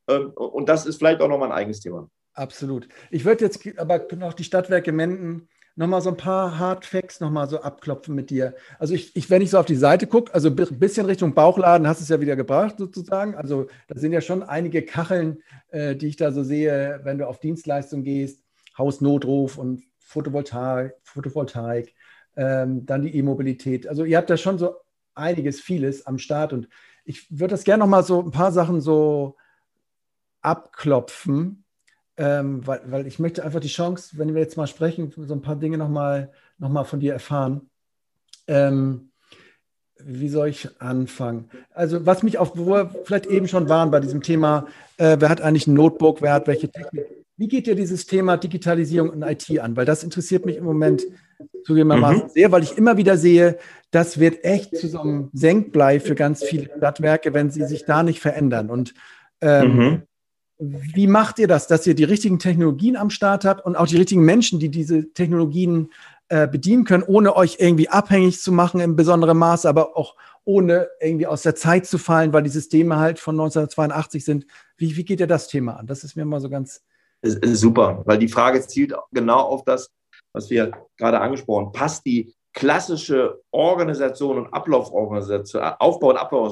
Speaker 2: Und das ist vielleicht auch nochmal ein eigenes Thema.
Speaker 1: Absolut. Ich würde jetzt aber noch die Stadtwerke Menden nochmal so ein paar Hard Facts nochmal so abklopfen mit dir. Also ich, ich, wenn ich so auf die Seite gucke, also ein bisschen Richtung Bauchladen hast du es ja wieder gebracht sozusagen. Also da sind ja schon einige Kacheln, äh, die ich da so sehe, wenn du auf Dienstleistung gehst, Hausnotruf und Photovoltaik, Photovoltaik ähm, dann die E-Mobilität. Also ihr habt da schon so einiges, vieles am Start und ich würde das gerne nochmal so ein paar Sachen so abklopfen, ähm, weil, weil ich möchte einfach die Chance, wenn wir jetzt mal sprechen, so ein paar Dinge nochmal noch mal von dir erfahren. Ähm, wie soll ich anfangen? Also was mich auch, wo wir vielleicht eben schon waren bei diesem Thema, äh, wer hat eigentlich ein Notebook, wer hat welche Technik? Wie geht dir dieses Thema Digitalisierung und I T an? Weil das interessiert mich im Moment zugegebenermaßen mhm. sehr, weil ich immer wieder sehe, das wird echt zu so einem Senkblei für ganz viele Stadtwerke, wenn sie sich da nicht verändern. Und ähm, mhm. wie macht ihr das, dass ihr die richtigen Technologien am Start habt und auch die richtigen Menschen, die diese Technologien äh, bedienen können, ohne euch irgendwie abhängig zu machen in besonderem Maße, aber auch ohne irgendwie aus der Zeit zu fallen, weil die Systeme halt von neunzehnhundertzweiundachtzig sind. Wie, wie geht ihr das Thema an? Das ist mir mal so ganz...
Speaker 2: Super, weil die Frage zielt genau auf das, was wir gerade angesprochen haben. Passt die klassische Organisation und Ablauforganisation, Aufbau und Ablauforganisation,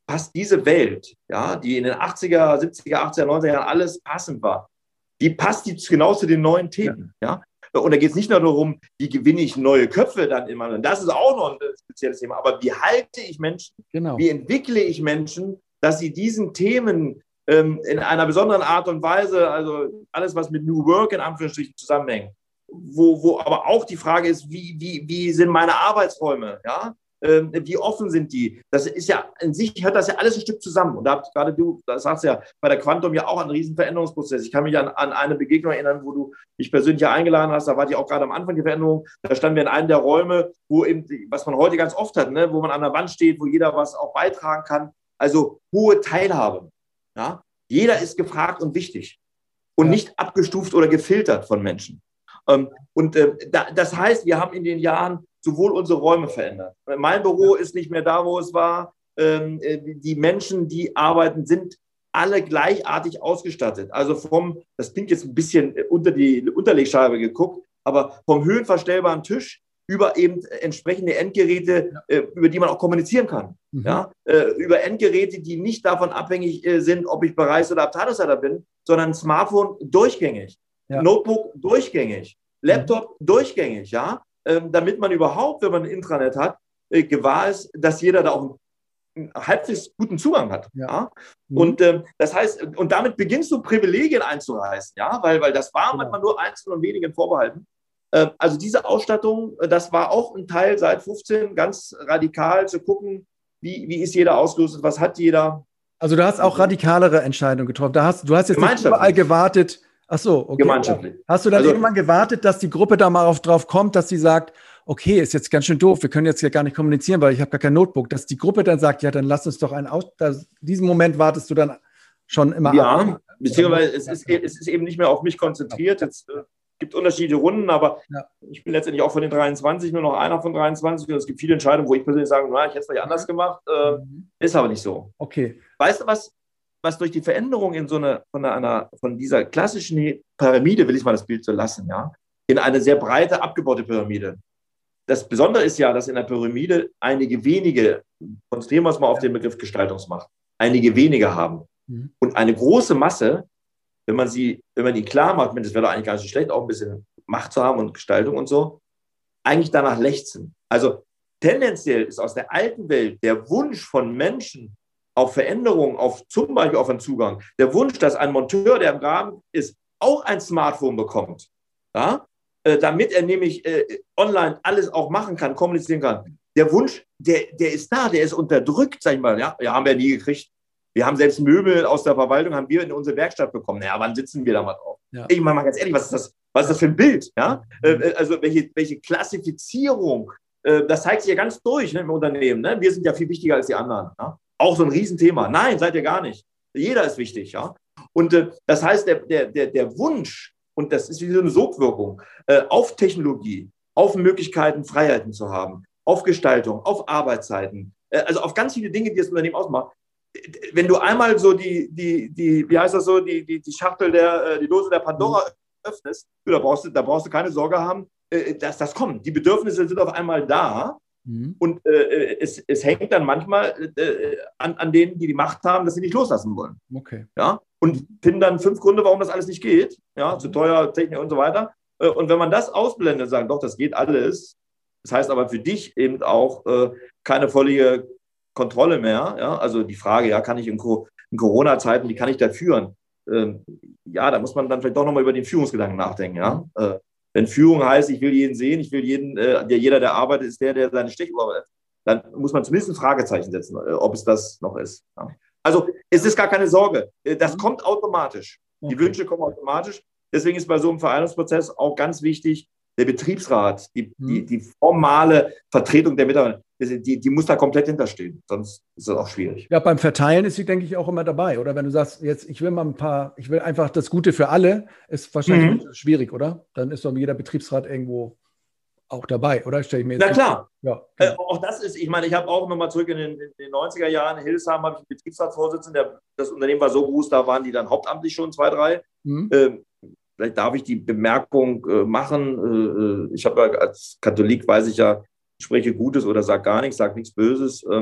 Speaker 2: passt diese Welt, ja, die in den achtziger, siebziger, achtziger, neunziger Jahren alles passend war, die passt jetzt genau zu den neuen Themen. Ja. Ja? Und da geht es nicht nur darum, wie gewinne ich neue Köpfe dann immer. Das ist auch noch ein spezielles Thema. Aber wie halte ich Menschen, genau. wie entwickle ich Menschen, dass sie diesen Themen ähm, in einer besonderen Art und Weise, also alles, was mit New Work in Anführungsstrichen zusammenhängt, wo, wo aber auch die Frage ist, wie, wie, wie sind meine Arbeitsräume, ja? Ähm, wie offen sind die? Das ist ja, in sich hört das ja alles ein Stück zusammen. Und da habt gerade du, das sagst ja, bei der Quantum ja auch einen riesen Veränderungsprozess. Ich kann mich an, an eine Begegnung erinnern, wo du mich persönlich ja eingeladen hast, da war ich auch gerade am Anfang der Veränderung, da standen wir in einem der Räume, wo eben, was man heute ganz oft hat, ne? Wo man an der Wand steht, wo jeder was auch beitragen kann. Also hohe Teilhabe. Ja? Jeder ist gefragt und wichtig und ja. nicht abgestuft oder gefiltert von Menschen. Ähm, und äh, da, das heißt, wir haben in den Jahren sowohl unsere Räume verändert. Mein Büro ist nicht mehr da, wo es war. Ähm, die Menschen, die arbeiten, sind alle gleichartig ausgestattet. Also vom, das klingt jetzt ein bisschen unter die Unterlegscheibe geguckt, aber vom höhenverstellbaren Tisch über eben entsprechende Endgeräte, ja. äh, über die man auch kommunizieren kann. Mhm. Ja? Äh, über Endgeräte, die nicht davon abhängig äh, sind, ob ich Bereichs- oder Abteilungsleiter bin, sondern ein Smartphone durchgängig, ja. Notebook durchgängig, Laptop mhm. durchgängig, ja, ähm, damit man überhaupt, wenn man ein Intranet hat, äh, gewahr ist, dass jeder da auch einen halbwegs guten Zugang hat. Ja. Ja? Mhm. Und ähm, das heißt, und damit beginnst du Privilegien einzureißen, ja, weil, weil das war genau. manchmal nur einzelnen und wenigen vorbehalten. Also diese Ausstattung, das war auch ein Teil seit fünfzehn, ganz radikal zu gucken, wie, wie ist jeder ausgerüstet, was hat jeder.
Speaker 1: Also du hast auch radikalere Entscheidungen getroffen. Da hast, du hast jetzt nicht überall gewartet. Ach so, okay.
Speaker 2: Gemeinschaftlich.
Speaker 1: Hast du dann
Speaker 2: also,
Speaker 1: irgendwann gewartet, dass die Gruppe da mal auf, drauf kommt, dass sie sagt, okay, ist jetzt ganz schön doof, wir können jetzt ja gar nicht kommunizieren, weil ich habe gar kein Notebook. Dass die Gruppe dann sagt, ja, dann lass uns doch einen aus. Das, diesen Moment wartest du dann schon immer
Speaker 2: ja, ab. Ja, beziehungsweise es ist, es ist eben nicht mehr auf mich konzentriert. Jetzt äh, gibt unterschiedliche Runden, aber ja. ich bin letztendlich auch von den dreiundzwanzig nur noch einer von dreiundzwanzig und es gibt viele Entscheidungen, wo ich persönlich sage, na, ich hätte es vielleicht anders gemacht, äh, mhm. ist aber nicht so.
Speaker 1: Okay.
Speaker 2: Weißt du, was, was durch die Veränderung in so eine, von einer, von dieser klassischen Pyramide, will ich mal das Bild so lassen, ja, in eine sehr breite, abgebaute Pyramide. Das Besondere ist ja, dass in der Pyramide einige wenige, konzentrieren wir uns mal auf den Begriff Gestaltungsmacht, einige wenige haben mhm. und eine große Masse, wenn man sie, wenn man die klar macht, das wäre doch eigentlich gar nicht so schlecht, auch ein bisschen Macht zu haben und Gestaltung und so, eigentlich danach lechzen. Also tendenziell ist aus der alten Welt der Wunsch von Menschen auf Veränderung, auf zum Beispiel auf einen Zugang, der Wunsch, dass ein Monteur, der im Graben ist, auch ein Smartphone bekommt, ja, äh, damit er nämlich äh, online alles auch machen kann, kommunizieren kann. Der Wunsch, der, der ist da, der ist unterdrückt, sag ich mal, ja, ja, haben wir nie gekriegt. Wir haben selbst Möbel aus der Verwaltung, haben wir in unsere Werkstatt bekommen. Naja, wann sitzen wir da mal drauf? Ja. Ich meine mal ganz ehrlich, was ist das, was ist das für ein Bild? Ja? Mhm. Äh, also welche, welche Klassifizierung, äh, das zeigt sich ja ganz durch, ne, im Unternehmen. Ne? Wir sind ja viel wichtiger als die anderen. Ja? Auch so ein Riesenthema. Nein, seid ihr gar nicht. Jeder ist wichtig. Ja? Und äh, das heißt, der, der, der, der Wunsch, und das ist wie so eine Sogwirkung, äh, auf Technologie, auf Möglichkeiten, Freiheiten zu haben, auf Gestaltung, auf Arbeitszeiten, äh, also auf ganz viele Dinge, die das Unternehmen ausmacht. Wenn du einmal so die, die, die, wie heißt das so, die, die, die Schachtel der, die Dose der Pandora öffnest, da brauchst du, da brauchst du keine Sorge haben, dass das kommt. Die Bedürfnisse sind auf einmal da mhm. und äh, es, es hängt dann manchmal äh, an, an denen, die die Macht haben, dass sie nicht loslassen wollen.
Speaker 1: Okay.
Speaker 2: Ja? Und finden dann fünf Gründe, warum das alles nicht geht, ja, zu teuer, Technik und so weiter. Und wenn man das ausblendet, sagen, doch, das geht alles, das heißt aber für dich eben auch äh, keine völlige Kontrolle mehr, ja, also die Frage, ja, kann ich in, Co- in Corona-Zeiten, wie kann ich da führen? Ähm, ja, da muss man dann vielleicht doch nochmal über den Führungsgedanken nachdenken, ja. Äh, wenn Führung heißt, ich will jeden sehen, ich will jeden, äh, der jeder, der arbeitet, ist der, der seine Stechuhr hat, dann muss man zumindest ein Fragezeichen setzen, äh, ob es das noch ist. Ja. Also es ist gar keine Sorge, äh, das kommt automatisch. Okay. Die Wünsche kommen automatisch. Deswegen ist bei so einem Vereinigungsprozess auch ganz wichtig, der Betriebsrat, die, mhm. die, die formale Vertretung der Mitarbeiter, die, die muss da komplett hinterstehen, sonst ist das auch schwierig.
Speaker 1: Ja, beim Verteilen ist sie, denke ich, auch immer dabei, oder? Wenn du sagst, jetzt, ich will mal ein paar, ich will einfach das Gute für alle, ist wahrscheinlich mhm. schwierig, oder? Dann ist doch jeder Betriebsrat irgendwo auch dabei, oder? Stell ich mir jetzt
Speaker 2: Na klar.
Speaker 1: Ja,
Speaker 2: äh, auch das ist, ich meine, ich habe auch nochmal zurück in den, in den neunziger Jahren, in Hildesheim habe ich einen Betriebsratsvorsitzenden, der, das Unternehmen war so groß, da waren die dann hauptamtlich schon zwei, drei. Mhm. Ähm, Vielleicht darf ich die Bemerkung äh, machen. Äh, ich habe ja als Katholik, weiß ich ja, ich spreche Gutes oder sage gar nichts, sage nichts Böses. Ähm,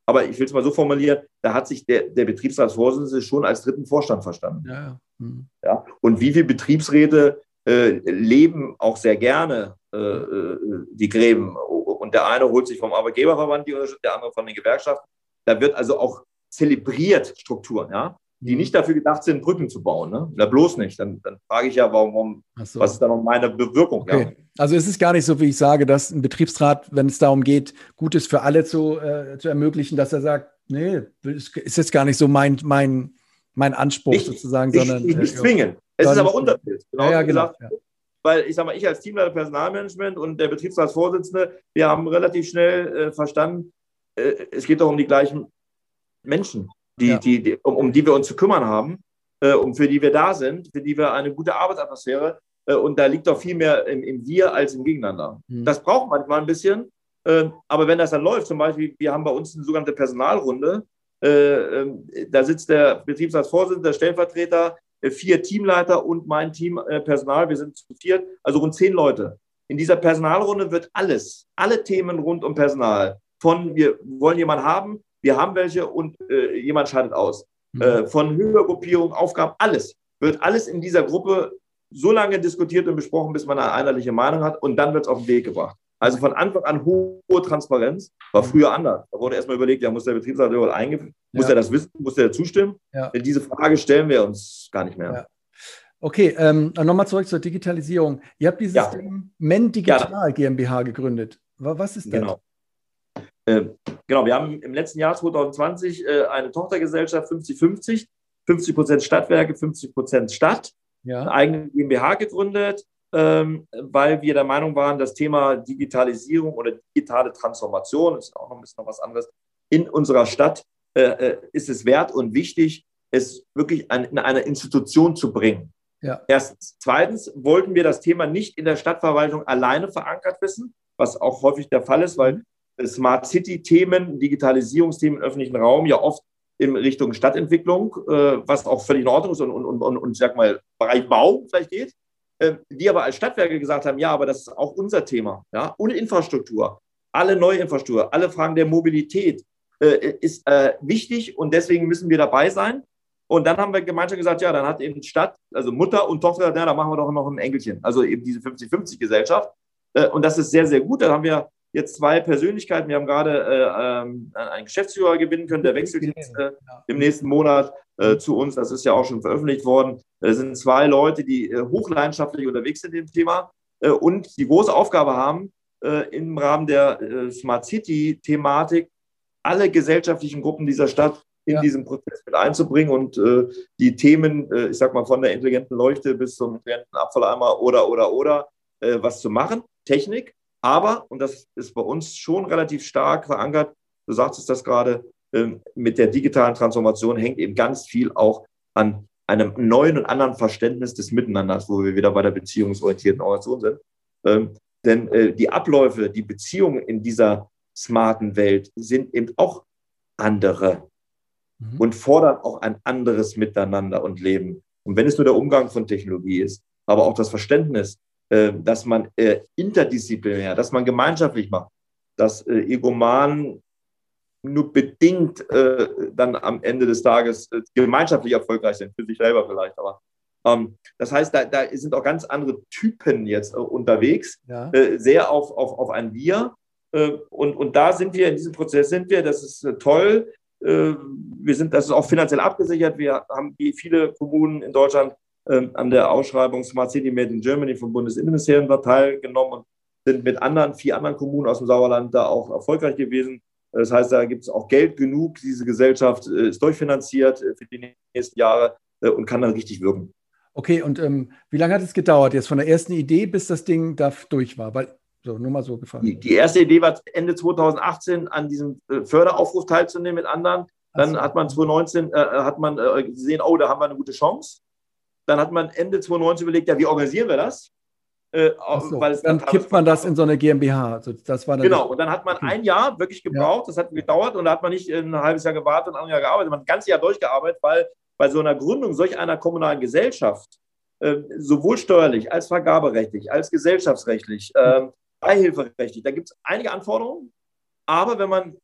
Speaker 2: Aber ich will es mal so formulieren, da hat sich der, der Betriebsratsvorsitzende schon als dritten Vorstand verstanden.
Speaker 1: Ja, ja. Mhm.
Speaker 2: Ja? Und wie viele Betriebsräte äh, leben auch sehr gerne äh, die Gräben. Und der eine holt sich vom Arbeitgeberverband die Unterstützung, der andere von den Gewerkschaften. Da wird also auch zelebriert Strukturen, ja, die nicht dafür gedacht sind, Brücken zu bauen. Ne? Na, bloß nicht. Dann, dann frage ich ja, warum,
Speaker 1: So.
Speaker 2: was ist da noch meine Bewirkung?
Speaker 1: Okay.
Speaker 2: Ja?
Speaker 1: Also es ist gar nicht so, wie ich sage, dass ein Betriebsrat, wenn es darum geht, Gutes für alle zu, äh, zu ermöglichen, dass er sagt, nee, ist jetzt gar nicht so mein, mein, mein Anspruch
Speaker 2: nicht,
Speaker 1: sozusagen,
Speaker 2: nicht,
Speaker 1: sondern
Speaker 2: nicht, nicht
Speaker 1: äh,
Speaker 2: zwingen. Es ist aber Unterschied.
Speaker 1: Genau, ja, ja, genau,
Speaker 2: gesagt,
Speaker 1: ja.
Speaker 2: Weil ich sage mal, ich als Teamleiter Personalmanagement und der Betriebsratsvorsitzende, wir haben relativ schnell äh, verstanden, äh, es geht doch um die gleichen Menschen, die, ja. die, die, um, um die wir uns zu kümmern haben, äh, um für die wir da sind, für die wir eine gute Arbeitsatmosphäre äh, und da liegt doch viel mehr im, im Wir als im Gegeneinander. Mhm. Das braucht manchmal ein bisschen, äh, aber wenn das dann läuft, zum Beispiel, wir haben bei uns eine sogenannte Personalrunde, äh, äh, da sitzt der Betriebsratsvorsitzende, der Stellvertreter, äh, vier Teamleiter und mein Team äh, Personal, wir sind zu viert, also rund zehn Leute. In dieser Personalrunde wird alles, alle Themen rund um Personal, von wir wollen jemanden haben, wir haben welche und äh, jemand scheidet aus. Mhm. Äh, von Höhergruppierung, Aufgaben, alles. Wird alles in dieser Gruppe so lange diskutiert und besprochen, bis man eine einheitliche Meinung hat und dann wird es auf den Weg gebracht. Also von Anfang an hohe Transparenz, war früher anders. Da wurde erstmal überlegt, ja, muss der Betriebsrat überhaupt eingeführt, muss ja. er das wissen, muss er zustimmen? Ja. Denn diese Frage stellen wir uns gar nicht mehr.
Speaker 1: Ja. Okay, ähm, nochmal zurück zur Digitalisierung. Ihr habt dieses ja. Ding Men Digital ja. GmbH gegründet. Was ist das?
Speaker 2: Genau. Äh, genau, wir haben im letzten Jahr zwanzig zwanzig äh, eine Tochtergesellschaft fünfzig fünfzig, fünfzig Prozent Stadtwerke, fünfzig Prozent Stadt, ja. eine eigene GmbH gegründet, ähm, weil wir der Meinung waren, das Thema Digitalisierung oder digitale Transformation, das ist auch noch ein bisschen was anderes, in unserer Stadt äh, ist es wert und wichtig, es wirklich an, in eine Institution zu bringen. Ja. Erstens. Zweitens wollten wir das Thema nicht in der Stadtverwaltung alleine verankert wissen, was auch häufig der Fall ist, weil Smart City-Themen, Digitalisierungsthemen im öffentlichen Raum ja oft in Richtung Stadtentwicklung, äh, was auch völlig in Ordnung ist und, und, und, und ich sag mal, Bereich Bau vielleicht geht. Äh, die aber als Stadtwerke gesagt haben, ja, aber das ist auch unser Thema. Ja? Und Infrastruktur, alle neue Infrastruktur, alle Fragen der Mobilität äh, ist äh, wichtig und deswegen müssen wir dabei sein. Und dann haben wir gemeinsam gesagt, ja, dann hat eben Stadt, also Mutter und Tochter, ja, da machen wir doch noch ein Enkelchen. Also eben diese fünfzig fünfzig Gesellschaft. Äh, und das ist sehr, sehr gut. Da haben wir jetzt zwei Persönlichkeiten. Wir haben gerade äh, ähm, einen Geschäftsführer gewinnen können, der wechselt jetzt äh, im nächsten Monat äh, zu uns. Das ist ja auch schon veröffentlicht worden. Es sind zwei Leute, die äh, hochleidenschaftlich unterwegs sind in dem Thema äh, und die große Aufgabe haben, äh, im Rahmen der äh, Smart City-Thematik alle gesellschaftlichen Gruppen dieser Stadt in ja. diesen Prozess mit einzubringen und äh, die Themen, äh, ich sag mal, von der intelligenten Leuchte bis zum intelligenten Abfalleimer oder, oder, oder, äh, was zu machen, Technik. Aber, und das ist bei uns schon relativ stark verankert, du sagtest das gerade, äh, mit der digitalen Transformation hängt eben ganz viel auch an einem neuen und anderen Verständnis des Miteinanders, wo wir wieder bei der beziehungsorientierten Organisation sind. Ähm, denn äh, die Abläufe, die Beziehungen in dieser smarten Welt sind eben auch andere mhm. und fordern auch ein anderes Miteinander und Leben. Und wenn es nur der Umgang von Technologie ist, aber auch das Verständnis, dass man äh, interdisziplinär, dass man gemeinschaftlich macht, dass äh, Egoman nur bedingt äh, dann am Ende des Tages äh, gemeinschaftlich erfolgreich sind, für sich selber vielleicht. Aber ähm, das heißt, da, da sind auch ganz andere Typen jetzt äh, unterwegs, ja. äh, sehr auf, auf, auf ein Wir. Äh, und, und da sind wir, in diesem Prozess sind wir, das ist äh, toll. Äh, wir sind, das ist auch finanziell abgesichert. Wir haben wie viele Kommunen in Deutschland an der Ausschreibung Smart City Made in Germany vom Bundesinnenministerium da teilgenommen und sind mit anderen, vier anderen Kommunen aus dem Sauerland da auch erfolgreich gewesen. Das heißt, da gibt es auch Geld genug. Diese Gesellschaft ist durchfinanziert für die nächsten Jahre und kann dann richtig wirken.
Speaker 1: Okay, und ähm, wie lange hat es gedauert jetzt von der ersten Idee, bis das Ding da durch war? Weil, so, nur mal so gefragt.
Speaker 2: Die, die erste Idee war Ende zwanzig achtzehn an diesem Förderaufruf teilzunehmen mit anderen. Dann so. hat man zwanzig neunzehn äh, hat man äh, gesehen, oh, da haben wir eine gute Chance. Dann hat man Ende zwanzig neunzehn überlegt, ja, wie organisieren wir das? Äh,
Speaker 1: so, weil es dann kippt man das in so eine GmbH. Also das war dann
Speaker 2: genau, und dann hat man okay. ein Jahr wirklich gebraucht, ja. das hat gedauert und da hat man nicht ein halbes Jahr gewartet und ein Jahr gearbeitet, man hat ein ganzes Jahr durchgearbeitet, weil bei so einer Gründung solch einer kommunalen Gesellschaft, äh, sowohl steuerlich als vergaberechtlich, als gesellschaftsrechtlich, äh, beihilferechtlich, da gibt es einige Anforderungen, aber wenn man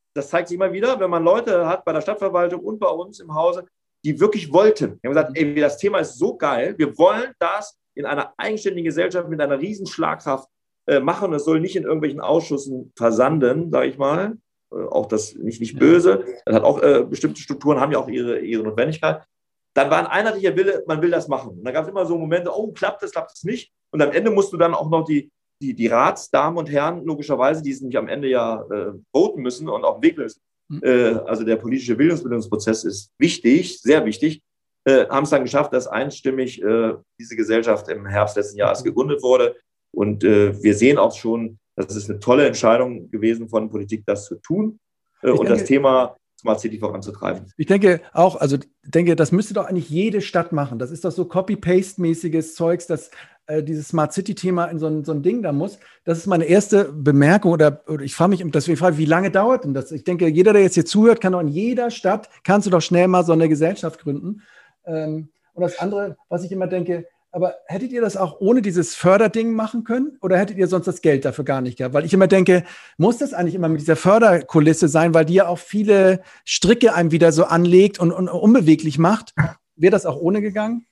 Speaker 2: das zeigt sich immer wieder, wenn man Leute hat bei der Stadtverwaltung und bei uns im Hause, die wirklich wollten. Die haben gesagt, ey, das Thema ist so geil, wir wollen das in einer eigenständigen Gesellschaft mit einer riesen Schlagkraft äh, machen. Es soll nicht in irgendwelchen Ausschüssen versanden, sage ich mal. Äh, auch das nicht, nicht böse. Das hat auch äh, bestimmte Strukturen, haben ja auch ihre, ihre Notwendigkeit. Dann war ein einheitlicher Wille, man will das machen. Und da gab es immer so Momente, oh, klappt das, klappt das nicht. Und am Ende musst du dann auch noch die, die, die Ratsdamen und Herren, logischerweise, die es nämlich am Ende ja äh, voten müssen und auch Weg lösen. Mhm. Äh, also der politische Bildungsbildungsprozess ist wichtig, sehr wichtig. Äh, haben es dann geschafft, dass einstimmig äh, diese Gesellschaft im Herbst letzten Jahres gegründet wurde. Und äh, wir sehen auch schon, das ist eine tolle Entscheidung gewesen von Politik, das zu tun äh, und denke, das Thema Smart City voranzutreiben.
Speaker 1: Ich denke auch, also denke, das müsste doch eigentlich jede Stadt machen. Das ist doch so Copy-Paste-mäßiges Zeugs, dass äh, dieses Smart City-Thema in so ein, so ein Ding da muss. Das ist meine erste Bemerkung oder, oder ich frage mich, deswegen frage, wie lange dauert denn das? Ich denke, jeder, der jetzt hier zuhört, kann doch in jeder Stadt, kannst du doch schnell mal so eine Gesellschaft gründen. Ähm, und das andere, was ich immer denke, aber hättet ihr das auch ohne dieses Förderding machen können oder hättet ihr sonst das Geld dafür gar nicht gehabt? Weil ich immer denke, muss das eigentlich immer mit dieser Förderkulisse sein, weil die ja auch viele Stricke einem wieder so anlegt und, und unbeweglich macht. Wäre das auch ohne gegangen?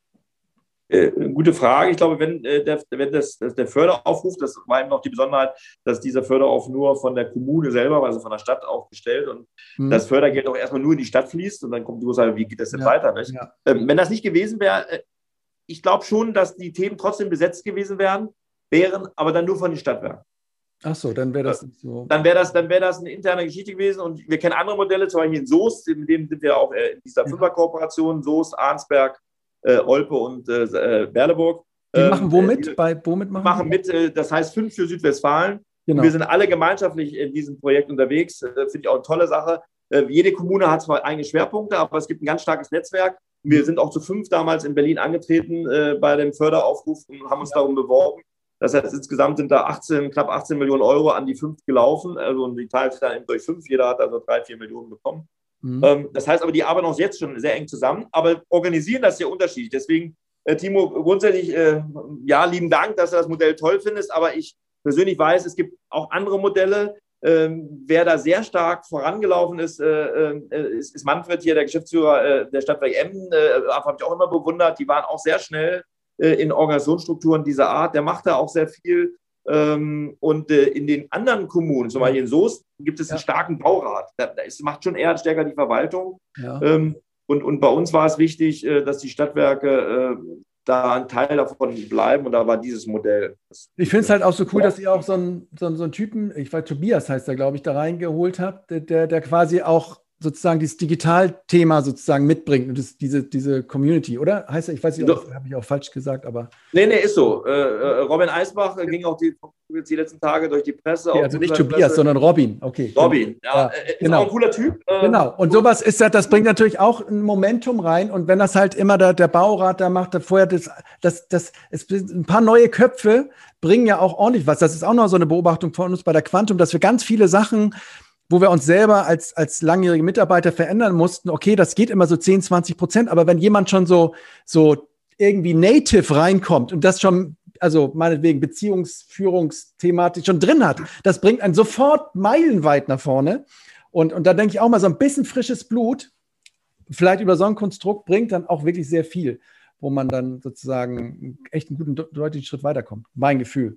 Speaker 2: Äh, gute Frage. Ich glaube, wenn, äh, der, wenn das, das, der Förderaufruf, das war eben noch die Besonderheit, dass dieser Förderaufruf nur von der Kommune selber, also von der Stadt aufgestellt und hm. das Fördergeld auch erstmal nur in die Stadt fließt und dann kommt die Ursache, wie geht das denn ja. weiter? Nicht? Ja. Ähm, wenn das nicht gewesen wäre, äh, ich glaube schon, dass die Themen trotzdem besetzt gewesen wären, wären, aber dann nur von den Stadtwerken.
Speaker 1: Ach so, dann wäre das nicht so.
Speaker 2: Dann wäre das, dann wäre das eine interne Geschichte gewesen und wir kennen andere Modelle, zum Beispiel in Soest, mit dem sind wir auch in dieser Fünferkooperation, Soest, Arnsberg, äh, Olpe und äh, Berleburg.
Speaker 1: Die machen womit? Äh, Bei womit machen?
Speaker 2: machen mit, äh, das heißt fünf für Südwestfalen. Genau. Wir sind alle gemeinschaftlich in diesem Projekt unterwegs. Äh, Finde ich auch eine tolle Sache. Äh, jede Kommune hat zwar eigene Schwerpunkte, aber es gibt ein ganz starkes Netzwerk. Wir sind auch zu fünf damals in Berlin angetreten äh, bei dem Förderaufruf und haben uns ja. darum beworben. Das heißt, insgesamt sind da achtzehn, knapp achtzehn Millionen Euro an die fünf gelaufen. Also und die teilt sich dann eben durch fünf. Jeder hat also drei, vier Millionen bekommen. Mhm. Ähm, das heißt aber, die arbeiten auch jetzt schon sehr eng zusammen, aber organisieren das sehr unterschiedlich. Deswegen, äh, Timo, grundsätzlich, äh, ja, lieben Dank, dass du das Modell toll findest, aber ich persönlich weiß, es gibt auch andere Modelle. Ähm, wer da sehr stark vorangelaufen ist, äh, äh, ist, ist Manfred hier, der Geschäftsführer äh, der Stadtwerke Emden. Äh, habe ich auch immer bewundert. Die waren auch sehr schnell äh, in Organisationsstrukturen dieser Art. Der macht da auch sehr viel. Ähm, und äh, in den anderen Kommunen, zum Beispiel in Soest, gibt es ja. einen starken Baurat. Da, da ist, macht schon eher stärker die Verwaltung. Ja. Ähm, und, und bei uns war es wichtig, äh, dass die Stadtwerke äh, da ein Teil davon bleiben und da war dieses Modell.
Speaker 1: Ich finde es halt auch so cool, dass ihr auch so einen, so einen, so einen Typen, ich weiß, Tobias heißt er, glaube ich, da reingeholt habt, der, der quasi auch sozusagen dieses Digitalthema sozusagen mitbringt und das, diese, diese Community, oder? Heißt er, ich weiß nicht, so. Habe ich auch falsch gesagt, aber...
Speaker 2: Nee, nee, ist so. Äh, Robin Eisbach äh, ging auch die, die letzten Tage durch die Presse.
Speaker 1: Okay, also nicht Tobias, Presse. sondern Robin. Okay.
Speaker 2: Robin, ja, ja ist genau. auch ein cooler Typ.
Speaker 1: Äh, genau, und sowas ist ja, das bringt natürlich auch ein Momentum rein und wenn das halt immer der, der Baurat da macht, der vorher das, das, das, es ein paar neue Köpfe bringen ja auch ordentlich was. Das ist auch noch so eine Beobachtung von uns bei der Quantum, dass wir ganz viele Sachen, wo wir uns selber als, als langjährige Mitarbeiter verändern mussten, okay, das geht immer so zehn, zwanzig Prozent, aber wenn jemand schon so, so irgendwie native reinkommt und das schon, also meinetwegen Beziehungsführungsthematik schon drin hat, das bringt einen sofort meilenweit nach vorne. Und, und da denke ich auch mal, so ein bisschen frisches Blut, vielleicht über so ein Konstrukt, bringt dann auch wirklich sehr viel, wo man dann sozusagen echt einen guten, deutlichen Schritt weiterkommt. Mein Gefühl.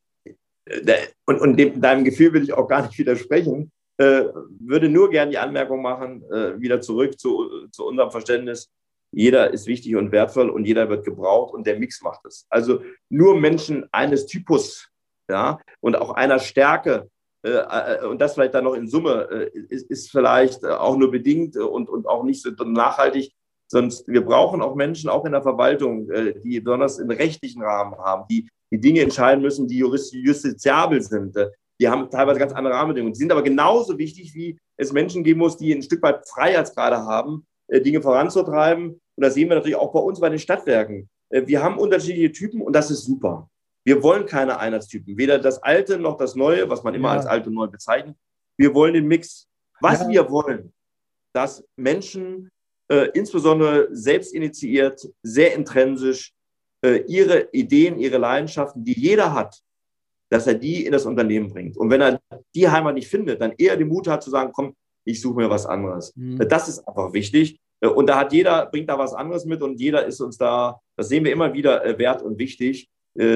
Speaker 2: Und, und dem, deinem Gefühl will ich auch gar nicht widersprechen. Äh, würde nur gern die Anmerkung machen, äh, wieder zurück zu, zu unserem Verständnis, jeder ist wichtig und wertvoll und jeder wird gebraucht und der Mix macht es. Also nur Menschen eines Typus, ja, und auch einer Stärke äh, und das vielleicht dann noch in Summe äh, ist, ist vielleicht auch nur bedingt und, und auch nicht so nachhaltig, sonst wir brauchen auch Menschen, auch in der Verwaltung, äh, die besonders einen rechtlichen Rahmen haben, die die Dinge entscheiden müssen, die justiziabel sind. Äh, Die haben teilweise ganz andere Rahmenbedingungen. Die sind aber genauso wichtig, wie es Menschen geben muss, die ein Stück weit Freiheitsgrade haben, Dinge voranzutreiben. Und das sehen wir natürlich auch bei uns bei den Stadtwerken. Wir haben unterschiedliche Typen und das ist super. Wir wollen keine Einheitstypen. Weder das Alte noch das Neue, was man immer ja. als alt und neu bezeichnet. Wir wollen den Mix. Was ja. wir wollen, dass Menschen, äh, insbesondere selbst initiiert, sehr intrinsisch, äh, ihre Ideen, ihre Leidenschaften, die jeder hat, dass er die in das Unternehmen bringt. Und wenn er die Heimat nicht findet, dann eher den Mut hat zu sagen, komm, ich suche mir was anderes. Mhm. Das ist einfach wichtig. Und da hat jeder, bringt da was anderes mit und jeder ist uns da, das sehen wir immer wieder, wert und wichtig.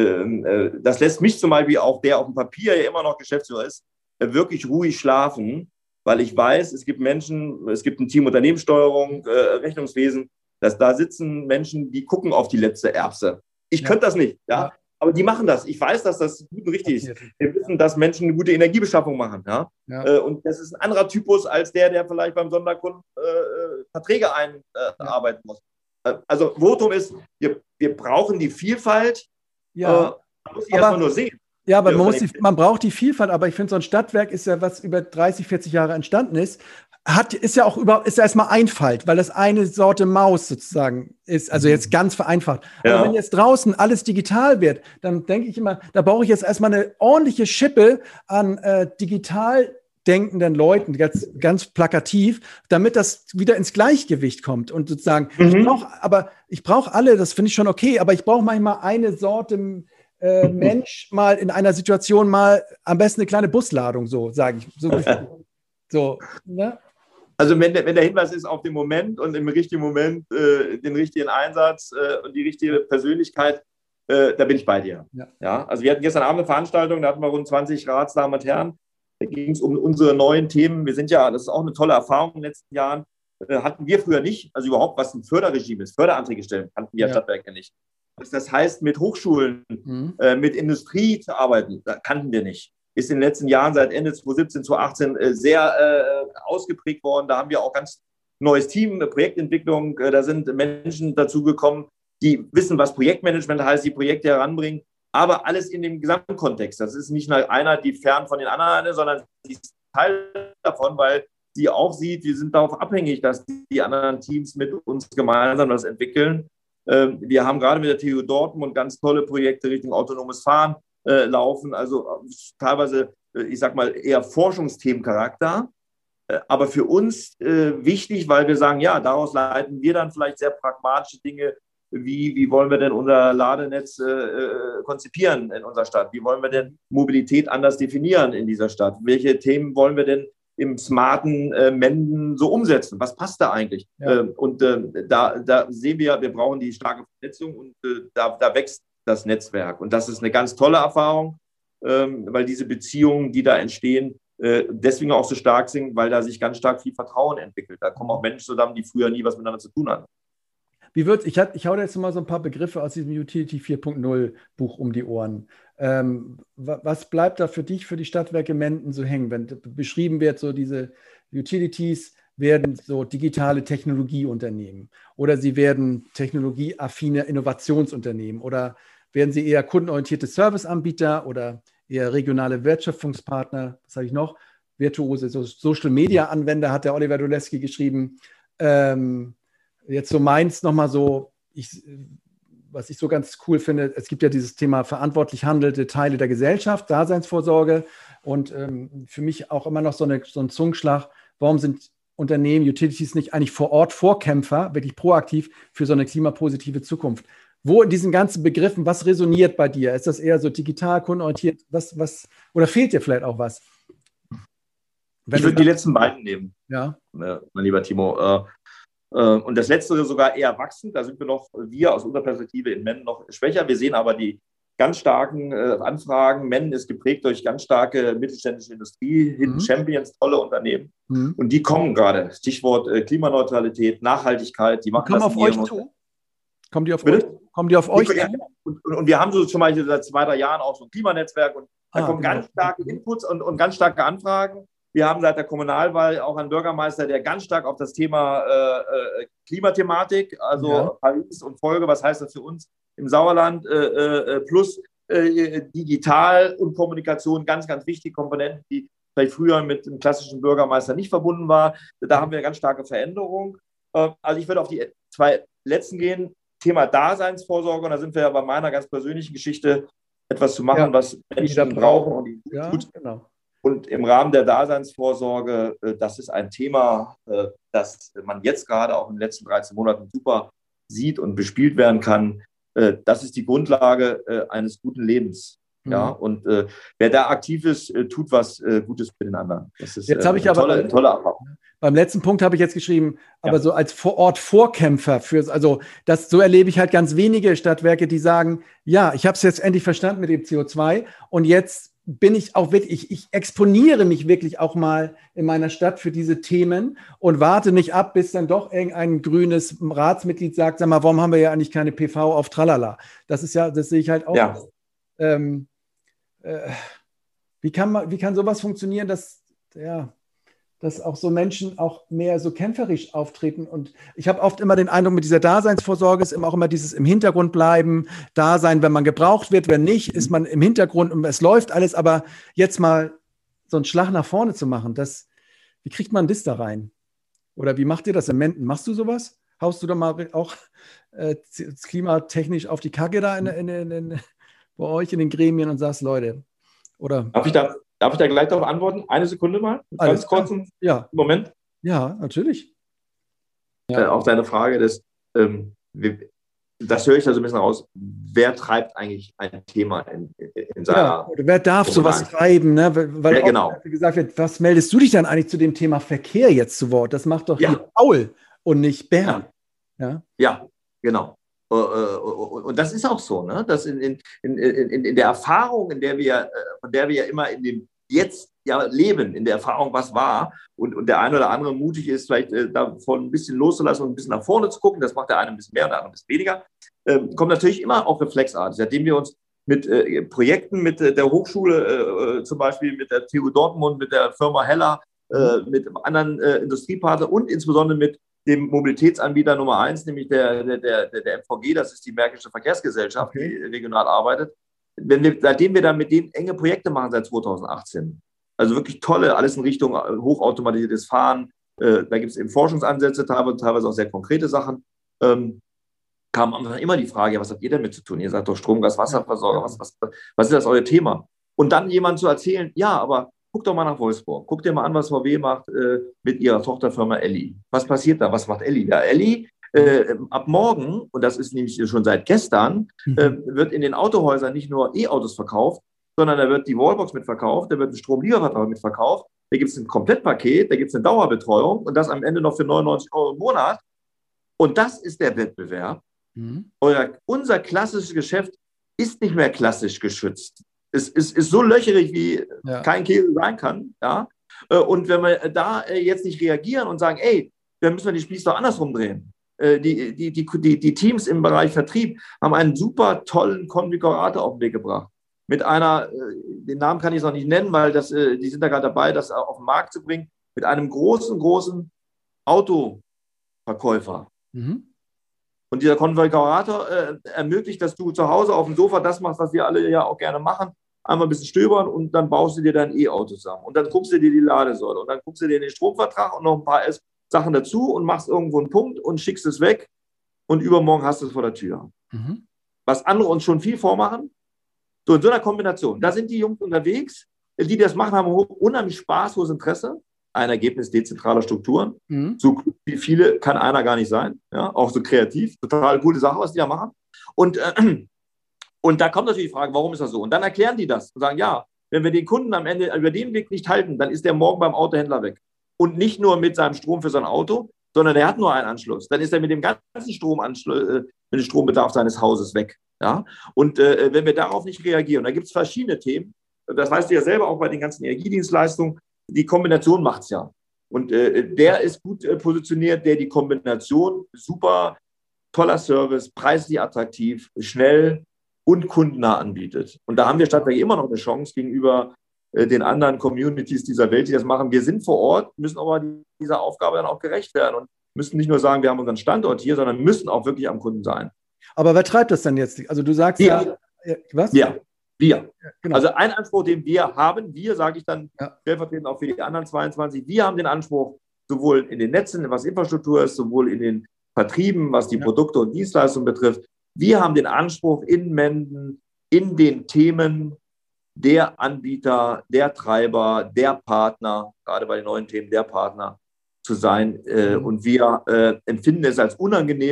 Speaker 2: Das lässt mich zum Beispiel auch, der auf dem Papier ja immer noch Geschäftsführer ist, wirklich ruhig schlafen, weil ich weiß, es gibt Menschen, es gibt ein Team Unternehmenssteuerung, Rechnungswesen, dass da sitzen Menschen, die gucken auf die letzte Erbse. Ich ja. könnte das nicht, ja? ja, aber die machen das. Ich weiß, dass das gut und richtig ist. Wir wissen, dass Menschen eine gute Energiebeschaffung machen, ja. ja. Und das ist ein anderer Typus als der, der vielleicht beim Sonderkunden äh, Verträge einarbeiten äh, ja. muss. Also Votum ist, wir, wir brauchen die Vielfalt. Ja, äh, man muss die erstmal nur sehen.
Speaker 1: Ja, aber man, muss die, man braucht die Vielfalt, aber ich finde, so ein Stadtwerk ist ja, was über dreißig, vierzig Jahre entstanden ist, hat, ist ja auch über, ist ja erstmal Einfalt, weil das eine Sorte Maus sozusagen ist, also jetzt ganz vereinfacht. Ja. Aber wenn jetzt draußen alles digital wird, dann denke ich immer, da brauche ich jetzt erstmal eine ordentliche Schippe an äh, digital denkenden Leuten, ganz, ganz plakativ, damit das wieder ins Gleichgewicht kommt und sozusagen, mhm. ich brauche, aber ich brauche alle, das finde ich schon okay, aber ich brauche manchmal eine Sorte äh, Mensch mal in einer Situation mal, am besten eine kleine Busladung, so sage ich. So, so, ne?
Speaker 2: Also wenn der, wenn der Hinweis ist auf den Moment und im richtigen Moment äh, den richtigen Einsatz äh, und die richtige Persönlichkeit, äh, da bin ich bei dir. Ja. Ja, also wir hatten gestern Abend eine Veranstaltung, da hatten wir rund zwanzig Ratsdamen und Herren. Da ging es um unsere neuen Themen. Wir sind ja, das ist auch eine tolle Erfahrung in den letzten Jahren, äh, hatten wir früher nicht, also überhaupt, was ein Förderregime ist, Förderanträge stellen, kannten wir ja. Stadtwerke nicht. Was das heißt, mit Hochschulen, mhm. äh, mit Industrie zu arbeiten, das kannten wir nicht. Ist in den letzten Jahren seit Ende zwanzig siebzehn, zwanzig achtzehn äh, sehr äh, ausgeprägt worden. Da haben wir auch ganz neues Team, Projektentwicklung. Äh, da sind Menschen dazugekommen, die wissen, was Projektmanagement heißt, die Projekte heranbringen. Aber alles in dem Gesamtkontext. Das ist nicht eine Einheit, die fern von den anderen ist, sondern sie ist Teil davon, weil sie auch sieht, wir sind darauf abhängig, dass die anderen Teams mit uns gemeinsam das entwickeln. Äh, wir haben gerade mit der T U Dortmund ganz tolle Projekte Richtung autonomes Fahren Äh, laufen, also äh, teilweise, äh, ich sag mal, eher Forschungsthemencharakter, äh, aber für uns äh, wichtig, weil wir sagen, ja, daraus leiten wir dann vielleicht sehr pragmatische Dinge, wie, wie wollen wir denn unser Ladenetz äh, konzipieren in unserer Stadt, wie wollen wir denn Mobilität anders definieren in dieser Stadt, welche Themen wollen wir denn im smarten äh, Menden so umsetzen, was passt da eigentlich? Ja. Äh, und äh, da, da sehen wir, wir brauchen die starke Vernetzung und äh, da, da wächst das Netzwerk. Und das ist eine ganz tolle Erfahrung, ähm, weil diese Beziehungen, die da entstehen, äh, deswegen auch so stark sind, weil da sich ganz stark viel Vertrauen entwickelt. Da kommen auch Menschen zusammen, die früher nie was miteinander zu tun hatten.
Speaker 1: Wie wird, ich, hat, ich hau dir jetzt mal so ein paar Begriffe aus diesem Utility vier Punkt null Buch um die Ohren. Ähm, was bleibt da für dich, für die Stadtwerke Menden so hängen, wenn beschrieben wird, so diese Utilities werden so digitale Technologieunternehmen oder sie werden technologieaffine Innovationsunternehmen oder werden sie eher kundenorientierte Serviceanbieter oder eher regionale Wertschöpfungspartner? Was habe ich noch? Virtuose Social-Media-Anwender, hat der Oliver Doleski geschrieben. Ähm, jetzt so meins nochmal so, ich, was ich so ganz cool finde, es gibt ja dieses Thema verantwortlich handelte Teile der Gesellschaft, Daseinsvorsorge und ähm, für mich auch immer noch so, eine, so ein Zungenschlag, warum sind Unternehmen, Utilities nicht eigentlich vor Ort Vorkämpfer, wirklich proaktiv für so eine klimapositive Zukunft? Wo in diesen ganzen Begriffen, was resoniert bei dir? Ist das eher so digital, kundenorientiert? Was, was, oder fehlt dir vielleicht auch was?
Speaker 2: Wenn ich würde die letzten beiden nehmen,
Speaker 1: ja.
Speaker 2: mein lieber Timo. Und das Letztere sogar eher wachsend. Da sind wir noch, wir aus unserer Perspektive in Menden noch schwächer. Wir sehen aber die ganz starken Anfragen. Menden ist geprägt durch ganz starke mittelständische Industrie, Hidden mhm. Champions, tolle Unternehmen. Mhm. Und die kommen gerade. Stichwort Klimaneutralität, Nachhaltigkeit. Die machen
Speaker 1: kommen
Speaker 2: das
Speaker 1: auf euch zu? Kommen die auf euch? Kommen die auf euch?
Speaker 2: Ja, und, und, und wir haben so zum Beispiel seit zwei, drei Jahren auch so ein Klimanetzwerk und da ah, kommen genau. ganz starke Inputs und, und ganz starke Anfragen. Wir haben seit der Kommunalwahl auch einen Bürgermeister, der ganz stark auf das Thema äh, Klimathematik, also ja. Paris und Folge, was heißt das für uns im Sauerland, äh, äh, plus äh, digital und Kommunikation, ganz, ganz wichtige Komponenten, die vielleicht früher mit dem klassischen Bürgermeister nicht verbunden war. Da haben wir eine ganz starke Veränderung. Äh, also ich würde auf die zwei letzten gehen. Thema Daseinsvorsorge, und da sind wir ja bei meiner ganz persönlichen Geschichte, etwas zu machen, ja, was Menschen brauchen und die
Speaker 1: ja,
Speaker 2: tut.
Speaker 1: Genau.
Speaker 2: Und im Rahmen der Daseinsvorsorge, das ist ein Thema, das man jetzt gerade auch in den letzten dreizehn Monaten super sieht und bespielt werden kann. Das ist die Grundlage eines guten Lebens. Mhm. Ja, und äh, wer da aktiv ist, äh, tut was äh, Gutes für den anderen. Das ist
Speaker 1: jetzt
Speaker 2: äh,
Speaker 1: habe ich
Speaker 2: eine
Speaker 1: aber
Speaker 2: tolle, tolle Erfahrung.
Speaker 1: Beim letzten Punkt habe ich jetzt geschrieben, aber
Speaker 2: ja.
Speaker 1: so als Vor-Ort-Vorkämpfer für, also das, so erlebe ich halt ganz wenige Stadtwerke, die sagen, ja, ich habe es jetzt endlich verstanden mit dem C O zwei und jetzt bin ich auch wirklich, ich, ich exponiere mich wirklich auch mal in meiner Stadt für diese Themen und warte nicht ab, bis dann doch irgendein grünes Ratsmitglied sagt, sag mal, warum haben wir ja eigentlich keine P V auf Tralala? Das ist ja, das sehe ich halt auch.
Speaker 2: Ja.
Speaker 1: Ähm, äh, wie kann man, wie kann sowas funktionieren, dass, ja, dass auch so Menschen auch mehr so kämpferisch auftreten. Und ich habe oft immer den Eindruck, mit dieser Daseinsvorsorge ist immer auch immer dieses im Hintergrund bleiben, da sein, wenn man gebraucht wird, wenn nicht, ist man im Hintergrund und es läuft alles. Aber jetzt mal so einen Schlag nach vorne zu machen, das, wie kriegt man das da rein? Oder wie macht ihr das im Menden? Machst du sowas? Haust du da mal auch äh, klimatechnisch auf die Kacke da in, in, in, in, bei euch in den Gremien und sagst, Leute, oder...
Speaker 2: Darf ich da Darf ich da gleich darauf antworten? Eine Sekunde mal,
Speaker 1: Alles
Speaker 2: ganz kurzen
Speaker 1: ja.
Speaker 2: Moment.
Speaker 1: Ja, natürlich.
Speaker 2: Ja. Äh, auf deine Frage, des, ähm, wir, das höre ich da so ein bisschen raus. Wer treibt eigentlich ein Thema in, in seiner...
Speaker 1: Ja, wer darf sowas treiben? Ne? Weil
Speaker 2: ja, genau.
Speaker 1: auch gesagt wird, was meldest du dich dann eigentlich zu dem Thema Verkehr jetzt zu Wort? Das macht doch ja. hier Paul und nicht Bernd.
Speaker 2: Ja, ja. ja genau. Und das ist auch so, ne? Dass in, in, in, in, in der Erfahrung, in der wir, von der wir ja immer in dem Jetzt ja leben, in der Erfahrung, was war, und, und der eine oder andere mutig ist, vielleicht äh, davon ein bisschen loszulassen und ein bisschen nach vorne zu gucken, das macht der eine ein bisschen mehr und der andere ein bisschen weniger, äh, kommt natürlich immer auch reflexartig. Seitdem wir uns mit äh, Projekten, mit äh, der Hochschule, äh, zum Beispiel mit der T U Dortmund, mit der Firma Heller, äh, mit anderen äh, Industriepartnern und insbesondere mit dem Mobilitätsanbieter Nummer eins, nämlich der, der, der, der M V G, das ist die Märkische Verkehrsgesellschaft, okay. die regional arbeitet. Wenn wir, seitdem wir dann mit denen enge Projekte machen seit zweitausendachtzehn, also wirklich tolle, alles in Richtung hochautomatisiertes Fahren, äh, da gibt es eben Forschungsansätze, teilweise, teilweise auch sehr konkrete Sachen, ähm, kam am Anfang immer die Frage, was habt ihr damit zu tun? Ihr sagt doch Strom, Gas, Wasserversorger, was, was, was ist das euer Thema? Und dann jemand zu erzählen, ja, aber guck doch mal nach Wolfsburg. Guck dir mal an, was V W macht äh, mit ihrer Tochterfirma Elli. Was passiert da? Was macht Elli? Ja, Elli, äh, ab morgen, und das ist nämlich schon seit gestern, äh, wird in den Autohäusern nicht nur E-Autos verkauft, sondern da wird die Wallbox mitverkauft, da wird ein Stromliefervertrag mitverkauft, da gibt es ein Komplettpaket, da gibt es eine Dauerbetreuung und das am Ende noch für neunundneunzig Euro im Monat. Und das ist der Wettbewerb. Mhm. Euer, unser klassisches Geschäft ist nicht mehr klassisch geschützt. Es ist, ist so löcherig, wie ja. kein Käse sein kann. Ja? Und wenn wir da jetzt nicht reagieren und sagen, ey, dann müssen wir die Spieß doch andersrum drehen. Die, die, die, die, die Teams im Bereich Vertrieb haben einen super tollen Konfigurator auf den Weg gebracht. Mit einer, den Namen kann ich noch nicht nennen, weil das, die sind da gerade dabei, das auf den Markt zu bringen, mit einem großen, großen Autoverkäufer. Mhm. Und dieser Konfigurator äh, ermöglicht, dass du zu Hause auf dem Sofa das machst, was wir alle ja auch gerne machen. Einmal ein bisschen stöbern und dann baust du dir dein E-Auto zusammen. Und dann guckst du dir die Ladesäule und dann guckst du dir den Stromvertrag und noch ein paar Sachen dazu und machst irgendwo einen Punkt und schickst es weg und übermorgen hast du es vor der Tür. Mhm. Was andere uns schon viel vormachen. So in so einer Kombination. Da sind die Jungs unterwegs, die das machen, haben unheimlich Spaß, hohes Interesse. Ein Ergebnis dezentraler Strukturen. Mhm. So wie viele kann einer gar nicht sein. Ja, auch so kreativ. Total coole Sache, was die da machen. Und, äh, und da kommt natürlich die Frage, warum ist das so? Und dann erklären die das und sagen, ja, wenn wir den Kunden am Ende über den Weg nicht halten, dann ist der morgen beim Autohändler weg. Und nicht nur mit seinem Strom für sein Auto, sondern der hat nur einen Anschluss. Dann ist er mit dem ganzen Stromanschluss, äh, mit dem Strombedarf seines Hauses weg. Ja? Und äh, wenn wir darauf nicht reagieren, da gibt es verschiedene Themen, das weißt du ja selber auch bei den ganzen Energiedienstleistungen, die Kombination macht es ja. Und äh, der ist gut äh, positioniert, der die Kombination super, toller Service, preislich attraktiv, schnell und kundennah anbietet. Und da haben wir Stadtwerke immer noch eine Chance gegenüber äh, den anderen Communities dieser Welt, die das machen. Wir sind vor Ort, müssen aber dieser Aufgabe dann auch gerecht werden und müssen nicht nur sagen, wir haben unseren Standort hier, sondern müssen auch wirklich am Kunden sein.
Speaker 1: Aber wer treibt das denn jetzt? Also du sagst ja,
Speaker 2: ja was? Ja. Wir. Ja, genau. Also ein Anspruch, den wir haben, wir, sage ich dann ja. stellvertretend auch für die anderen zweiundzwanzig, wir haben den Anspruch, sowohl in den Netzen, was Infrastruktur ist, sowohl in den Vertrieben, was die ja. Produkte und Dienstleistungen betrifft, wir haben den Anspruch, in Menden, in den Themen der Anbieter, der Treiber, der Partner, gerade bei den neuen Themen der Partner zu sein. Mhm. Und wir äh, empfinden es als unangenehm,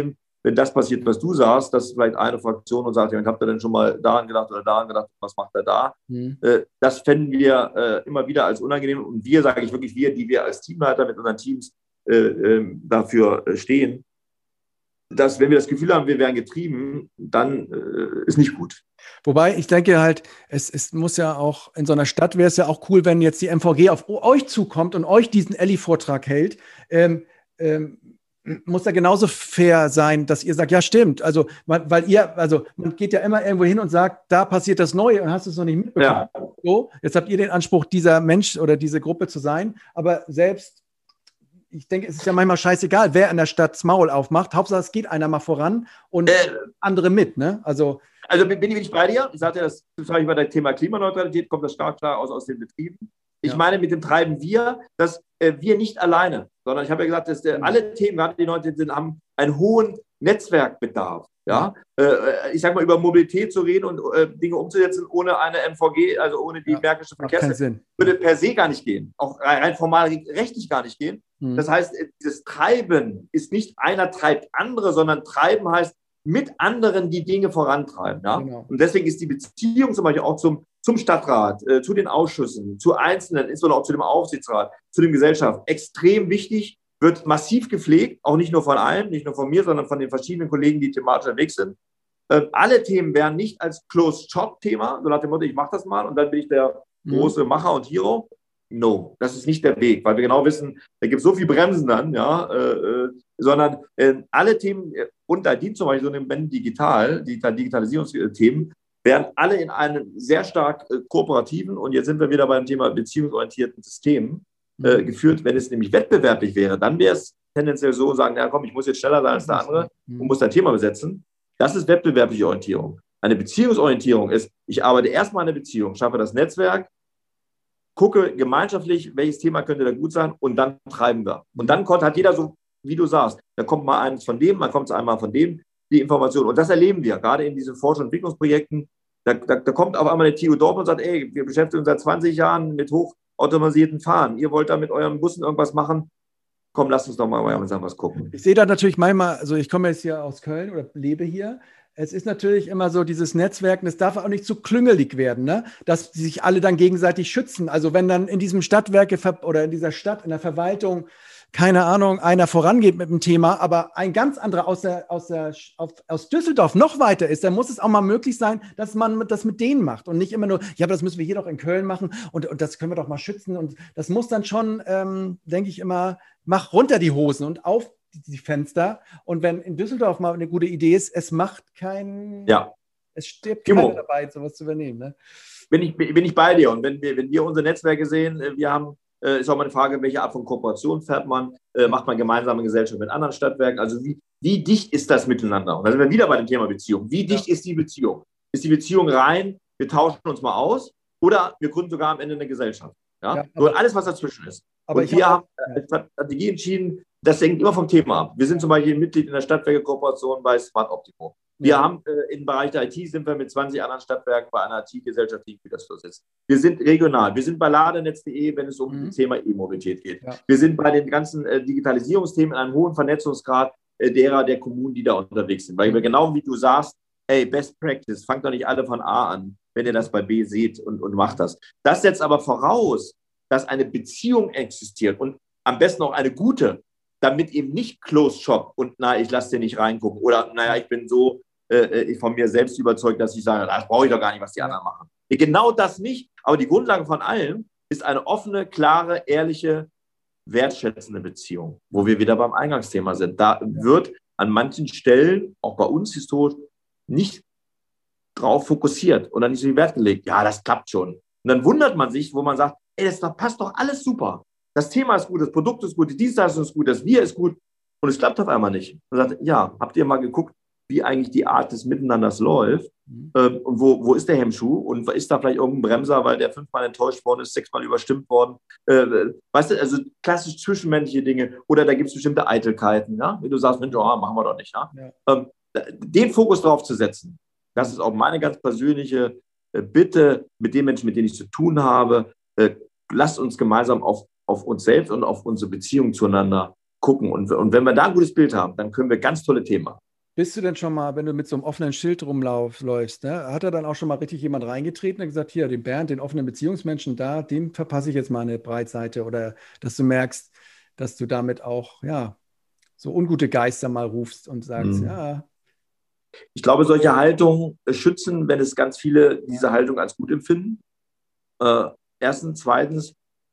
Speaker 2: wenn das passiert, was du sagst, dass vielleicht eine Fraktion und sagt, ja, habt ihr denn schon mal daran gedacht oder daran gedacht, was macht er da? Mhm. Äh, das fänden wir äh, immer wieder als unangenehm. Und wir, sage ich wirklich, wir, die wir als Teamleiter mit unseren Teams äh, äh, dafür stehen, dass, wenn wir das Gefühl haben, wir wären getrieben, dann äh, ist nicht gut.
Speaker 1: Wobei, ich denke halt, es, es muss ja auch, in so einer Stadt wäre es ja auch cool, wenn jetzt die M V G auf euch zukommt und euch diesen Elli-Vortrag hält. Ähm, ähm, muss ja genauso fair sein, dass ihr sagt, ja stimmt, also weil ihr, also man geht ja immer irgendwo hin und sagt, da passiert das Neue und hast es noch nicht mitbekommen. Ja. So, jetzt habt ihr den Anspruch, dieser Mensch oder diese Gruppe zu sein, aber selbst ich denke, es ist ja manchmal scheißegal, wer in der Stadt das Maul aufmacht. Hauptsache, es geht einer mal voran und äh, andere mit. Ne? Also,
Speaker 2: also bin, bin ich bei dir. Ich sagte, das, das habe ich bei dem Thema Klimaneutralität, kommt das stark klar aus, aus den Betrieben. Ich ja. meine, mit dem treiben wir, dass äh, wir nicht alleine, sondern ich habe ja gesagt, dass äh, alle Themen, gerade die neunzehn sind, haben einen hohen Netzwerkbedarf. Ja? Äh, ich sage mal, über Mobilität zu reden und äh, Dinge umzusetzen ohne eine M V G, also ohne die ja, Märkische Verkehrswende, würde per se gar nicht gehen. Auch rein formal rechtlich gar nicht gehen. Mhm. Das heißt, dieses Treiben ist nicht einer treibt andere, sondern Treiben heißt mit anderen die Dinge vorantreiben. Ja? Genau. Und deswegen ist die Beziehung zum Beispiel auch zum, zum Stadtrat, äh, zu den Ausschüssen, zu Einzelnen, insbesondere auch zu dem Aufsichtsrat, zu den Gesellschaften extrem wichtig, wird massiv gepflegt, auch nicht nur von allen, nicht nur von mir, sondern von den verschiedenen Kollegen, die thematisch unterwegs sind. Äh, alle Themen werden nicht als Closed-Shop-Thema, so nach dem Motto, ich mache das mal und dann bin ich der große Macher und Hero. No, das ist nicht der Weg, weil wir genau wissen, da gibt es so viel Bremsen dann, ja, äh, sondern äh, alle Themen, und da dient zum Beispiel so ein Digital, die Digitalisierungsthemen, werden alle in einem sehr stark äh, kooperativen, und jetzt sind wir wieder beim Thema beziehungsorientierten Systemen, äh, geführt. Wenn es nämlich wettbewerblich wäre, dann wäre es tendenziell so, sagen, ja komm, ich muss jetzt schneller sein als der andere und muss dein Thema besetzen. Das ist wettbewerbliche Orientierung. Eine Beziehungsorientierung ist, ich arbeite erstmal an der Beziehung, schaffe das Netzwerk, gucke gemeinschaftlich, welches Thema könnte da gut sein, und dann treiben wir. Und dann kommt, hat jeder so, wie du sagst, da kommt mal eins von dem, dann kommt es einmal von dem, die Information. Und das erleben wir, gerade in diesen Forschungs- und Entwicklungsprojekten. Da, da, da kommt auf einmal eine T U Dortmund und sagt, ey, wir beschäftigen uns seit zwanzig Jahren mit hochautomatisierten Fahren. Ihr wollt da mit euren Bussen irgendwas machen? Komm, lasst uns doch mal gemeinsam was gucken.
Speaker 1: Ich sehe da natürlich manchmal, also ich komme jetzt hier aus Köln oder lebe hier. Es ist natürlich immer so dieses Netzwerken, es darf auch nicht zu klüngelig werden, ne? Dass sich alle dann gegenseitig schützen. Also wenn dann in diesem Stadtwerke oder in dieser Stadt, in der Verwaltung, keine Ahnung, einer vorangeht mit dem Thema, aber ein ganz anderer aus, der, aus, der, auf, aus Düsseldorf noch weiter ist, dann muss es auch mal möglich sein, dass man das mit denen macht und nicht immer nur, ja, aber das müssen wir hier doch in Köln machen und, und das können wir doch mal schützen. Und das muss dann schon, ähm, denke ich immer, mach runter die Hosen und auf die Fenster. Und wenn in Düsseldorf mal eine gute Idee ist, es macht kein,
Speaker 2: ja.
Speaker 1: es stirbt
Speaker 2: Timo,
Speaker 1: keiner dabei, sowas zu übernehmen. Ne?
Speaker 2: Bin ich, bin ich bei dir. Und wenn wir, wenn wir unsere Netzwerke sehen, wir haben, äh, ist auch mal eine Frage, welche Art von Kooperation fährt man, äh, macht man gemeinsame Gesellschaft mit anderen Stadtwerken, also wie, wie dicht ist das miteinander? Und da sind wir wieder bei dem Thema Beziehung. Wie dicht ja. ist die Beziehung? Ist die Beziehung rein, wir tauschen uns mal aus, oder wir gründen sogar am Ende eine Gesellschaft? Ja? Ja, Nur alles, was dazwischen ist.
Speaker 1: Aber
Speaker 2: und wir haben als Strategie entschieden, das hängt immer vom Thema ab. Wir sind zum Beispiel Mitglied in der Stadtwerke-Kooperation bei Smart Optimo. Wir ja. haben äh, im Bereich der I T sind wir mit zwanzig anderen Stadtwerken bei einer I T-Gesellschaft, die für das ist. Wir sind regional. Wir sind bei ladenetz punkt de, wenn es um mhm. das Thema E-Mobilität geht. Ja. Wir sind bei den ganzen äh, Digitalisierungsthemen in einem hohen Vernetzungsgrad äh, derer der Kommunen, die da unterwegs sind. Weil wir genau wie du sagst, ey, Best Practice, fangt doch nicht alle von A an, wenn ihr das bei B seht und, und macht das. Das setzt aber voraus, dass eine Beziehung existiert und am besten auch eine gute, damit eben nicht Closed Shop und na, ich lasse dir nicht reingucken oder naja, ich bin so äh, von mir selbst überzeugt, dass ich sage, das brauche ich doch gar nicht, was die anderen machen. Genau das nicht, aber die Grundlage von allem ist eine offene, klare, ehrliche, wertschätzende Beziehung, wo wir wieder beim Eingangsthema sind. Da wird an manchen Stellen, auch bei uns historisch, nicht drauf fokussiert oder nicht so viel Wert gelegt. Ja, das klappt schon. Und dann wundert man sich, wo man sagt, ey, das passt doch alles super. Das Thema ist gut, das Produkt ist gut, die Dienstleistung ist gut, das Wir ist gut und es klappt auf einmal nicht. Und sagt, ja, habt ihr mal geguckt, wie eigentlich die Art des Miteinanders läuft mhm. ähm, und wo, wo ist der Hemmschuh und ist da vielleicht irgendein Bremser, weil der fünfmal enttäuscht worden ist, sechsmal überstimmt worden. Äh, weißt du, also klassisch zwischenmenschliche Dinge oder da gibt es bestimmte Eitelkeiten, ja? Wie du sagst, Mensch, oh, machen wir doch nicht. Ja? Ja. Ähm, den Fokus drauf zu setzen, das ist auch meine ganz persönliche äh, Bitte mit den Menschen, mit denen ich zu tun habe. Äh, lasst uns gemeinsam auf auf uns selbst und auf unsere Beziehung zueinander gucken. Und, und wenn wir da ein gutes Bild haben, dann können wir ganz tolle Themen machen.
Speaker 1: Bist du denn schon mal, wenn du mit so einem offenen Schild rumläufst, ne, hat da dann auch schon mal richtig jemand reingetreten und gesagt, hier, den Bernd, den offenen Beziehungsmenschen da, dem verpasse ich jetzt mal eine Breitseite oder dass du merkst, dass du damit auch, ja, so ungute Geister mal rufst und sagst,
Speaker 2: Mhm.
Speaker 1: ja.
Speaker 2: Ich glaube, solche Haltungen schützen, wenn es ganz viele diese Haltung als gut empfinden. Äh, erstens, zweitens,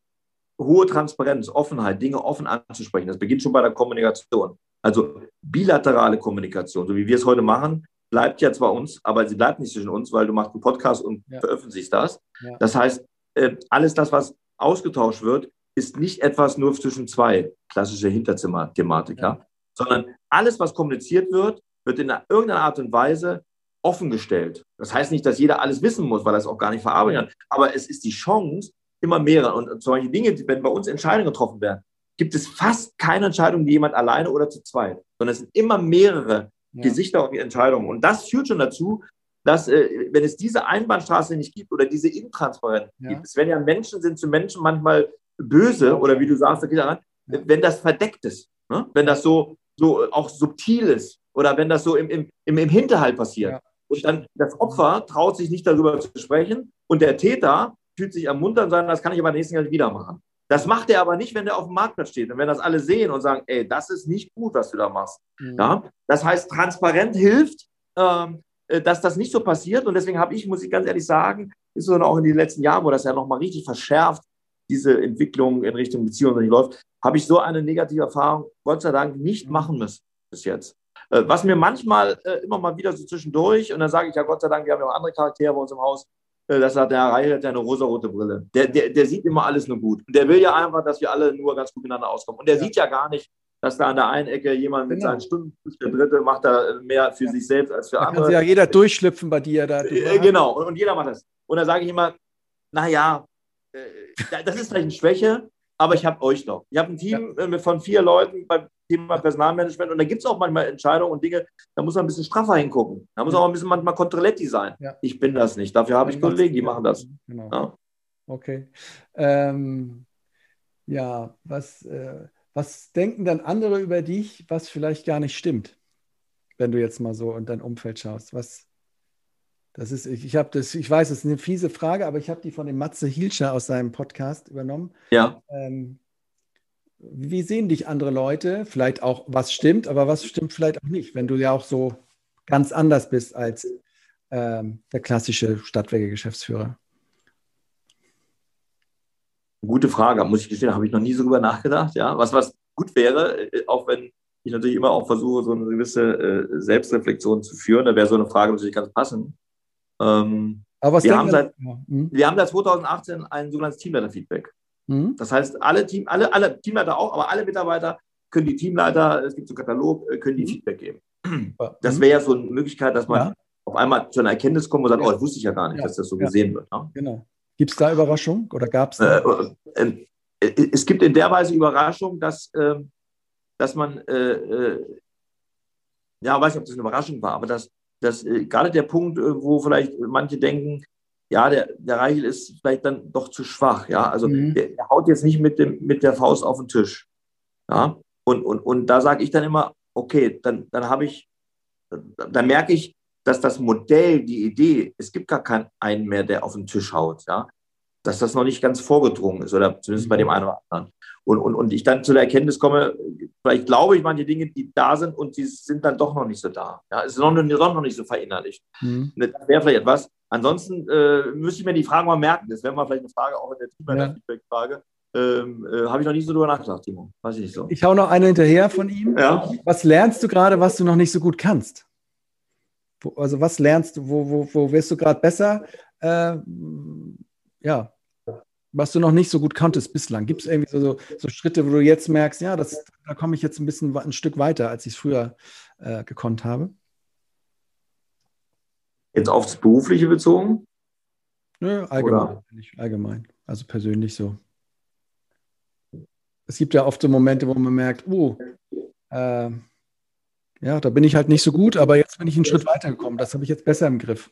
Speaker 2: hohe Transparenz, Offenheit, Dinge offen anzusprechen. Das beginnt schon bei der Kommunikation. Also bilaterale Kommunikation, so wie wir es heute machen, bleibt ja zwar uns, aber sie bleibt nicht zwischen uns, weil du machst einen Podcast und ja. veröffentlichst das. Ja. Das heißt, alles das, was ausgetauscht wird, ist nicht etwas nur zwischen zwei, klassische Hinterzimmer-Thematik, ja. ja, sondern alles, was kommuniziert wird, wird in irgendeiner Art und Weise offengestellt. Das heißt nicht, dass jeder alles wissen muss, weil er es auch gar nicht verarbeitet hat, aber es ist die Chance, immer mehrere. Und solche Dinge, wenn bei uns Entscheidungen getroffen werden, gibt es fast keine Entscheidung, die jemand alleine oder zu zweit, sondern es sind immer mehrere ja. Gesichter und Entscheidungen. Und das führt schon dazu, dass, äh, wenn es diese Einbahnstraße nicht gibt oder diese Intransparenz ja. gibt, es werden ja Menschen sind zu Menschen manchmal böse ja. oder wie du sagst, ja. wenn das verdeckt ist, ne? wenn das so, so auch subtil ist oder wenn das so im, im, im, im Hinterhalt passiert. Ja. Und dann das Opfer traut sich nicht darüber zu sprechen und der Täter fühlt sich ermuntert und sagt, das kann ich aber nächsten Jahr wieder machen. Das macht er aber nicht, wenn er auf dem Marktplatz steht und wenn das alle sehen und sagen, ey, das ist nicht gut, was du da machst. Mhm. Ja? Das heißt, transparent hilft, ähm, dass das nicht so passiert und deswegen habe ich, muss ich ganz ehrlich sagen, ist so auch in den letzten Jahren, wo das ja nochmal richtig verschärft, diese Entwicklung in Richtung Beziehung nicht läuft, habe ich so eine negative Erfahrung, Gott sei Dank, nicht machen müssen bis jetzt. Äh, was mir manchmal äh, immer mal wieder so zwischendurch, und dann sage ich ja Gott sei Dank, wir haben ja auch andere Charaktere bei uns im Haus, das hat der Herr Reichelt, hat ja eine rosarote Brille. Der, der, der sieht immer alles nur gut. Und der will ja einfach, dass wir alle nur ganz gut miteinander auskommen. Und der ja. sieht ja gar nicht, dass da an der einen Ecke jemand mit genau. seinen Stunden, der Dritte macht da mehr für ja. sich selbst als für da andere. Da kann ja jeder durchschlüpfen bei dir. Da, äh, genau, und, und jeder macht das. Und da sage ich immer, naja, äh, das ist vielleicht eine Schwäche, aber ich habe euch noch. Ich habe ein Team ja. äh, von vier Leuten beim Thema Personalmanagement und da gibt es auch manchmal Entscheidungen und Dinge, da muss man ein bisschen straffer hingucken. Da muss ja. auch ein bisschen manchmal Controlletti sein. Ja. Ich bin das nicht. Dafür habe ich Kollegen, die ja. machen das.
Speaker 1: Genau.
Speaker 2: Ja.
Speaker 1: Okay. Ähm, ja, was, äh, was denken dann andere über dich, was vielleicht gar nicht stimmt, wenn du jetzt mal so in dein Umfeld schaust? Was, das ist, ich, ich habe das, ich weiß, das ist eine fiese Frage, aber ich habe die von dem Matze Hilscher aus seinem Podcast übernommen.
Speaker 2: Ja.
Speaker 1: Ähm, Wie sehen dich andere Leute? Vielleicht auch, was stimmt, aber was stimmt vielleicht auch nicht, wenn du ja auch so ganz anders bist als ähm, der klassische Stadtwerke-Geschäftsführer?
Speaker 2: Gute Frage, muss ich gestehen, habe ich noch nie so drüber nachgedacht. Ja, was, was gut wäre, auch wenn ich natürlich immer auch versuche, so eine gewisse äh, Selbstreflexion zu führen, da wäre so eine Frage natürlich ganz passend. Ähm,
Speaker 1: aber was
Speaker 2: wir, haben seit,
Speaker 1: ja. hm?
Speaker 2: wir haben seit zweitausendachtzehn ein sogenanntes Teamleiter-Feedback. Das heißt, alle, Team, alle, alle Teamleiter auch, aber alle Mitarbeiter können die Teamleiter, es gibt so einen Katalog, können die Feedback geben. Das wäre ja so eine Möglichkeit, dass man ja. auf einmal zu einer Erkenntnis kommt und sagt, ja. oh, das wusste ich ja gar nicht, ja. dass das so ja. gesehen wird. Ne?
Speaker 1: Genau. Gibt es da Überraschung oder gab es
Speaker 2: da? Äh, äh, äh, es gibt in der Weise Überraschung, dass, äh, dass man, äh, äh, ja, ich weiß nicht, ob das eine Überraschung war, aber dass, dass äh, gerade der Punkt, äh, wo vielleicht manche denken, ja, der, der Reichel ist vielleicht dann doch zu schwach. Ja? Also mhm. der, der haut jetzt nicht mit, dem, mit der Faust auf den Tisch. Ja? Und, und, und da sage ich dann immer, okay, dann, dann habe ich, dann merke ich, dass das Modell, die Idee, es gibt gar keinen einen mehr, der auf den Tisch haut. Ja? Dass das noch nicht ganz vorgedrungen ist, oder zumindest mhm. bei dem einen oder anderen. Und, und, und ich dann zu der Erkenntnis komme, vielleicht glaube ich manche Dinge, die da sind und die sind dann doch noch nicht so da. Ja? Es ist noch, noch nicht so verinnerlicht. Mhm. Das wäre vielleicht etwas. Ansonsten äh, müsste ich mir die Fragen mal merken. Das wäre mal vielleicht eine Frage auch in der Team-Feedback-Frage. Ähm, äh, Habe ich noch nie so drüber nachgedacht, Timo. Weiß ich nicht so.
Speaker 1: Ich hau noch eine hinterher von ihm.
Speaker 2: Ja.
Speaker 1: Was lernst du gerade, was du noch nicht so gut kannst? Wo, also was lernst du, wo, wo, wo wirst du gerade besser? Äh, ja, was du noch nicht so gut konntest bislang. Gibt es irgendwie so, so, so Schritte, wo du jetzt merkst, ja, das, da komme ich jetzt ein bisschen ein Stück weiter, als ich es früher äh, gekonnt habe?
Speaker 2: Jetzt aufs Berufliche bezogen?
Speaker 1: Nö, allgemein. Allgemein. Also persönlich so. Es gibt ja oft so Momente, wo man merkt, oh, äh, ja, da bin ich halt nicht so gut, aber jetzt bin ich einen Schritt weitergekommen. Das habe ich jetzt besser im Griff.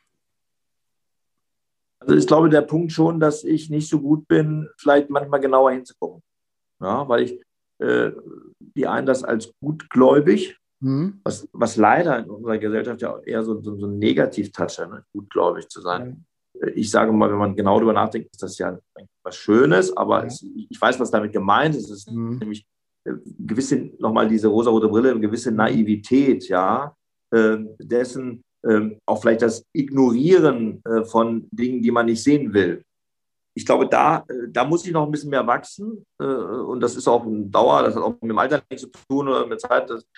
Speaker 2: Also ich glaube, der Punkt schon, dass ich nicht so gut bin, vielleicht manchmal genauer hinzugucken. Ja, weil ich, äh, die einen das als gutgläubig mhm. was, was leider in unserer Gesellschaft ja eher so, so, so ein Negativ-Touch hat, ne? Gutgläubig zu sein. Mhm. Ich sage mal, wenn man genau darüber nachdenkt, ist das ja was Schönes, aber ja. es, ich weiß, was damit gemeint ist. Es ist mhm. nämlich gewisse, nochmal diese rosarote Brille, eine gewisse Naivität, ja, äh, dessen, äh, auch vielleicht das Ignorieren äh, von Dingen, die man nicht sehen will. Ich glaube, da, da muss ich noch ein bisschen mehr wachsen, äh, und das ist auch ein Dauer, das hat auch mit dem Alter nichts zu tun oder mit Zeit. Das,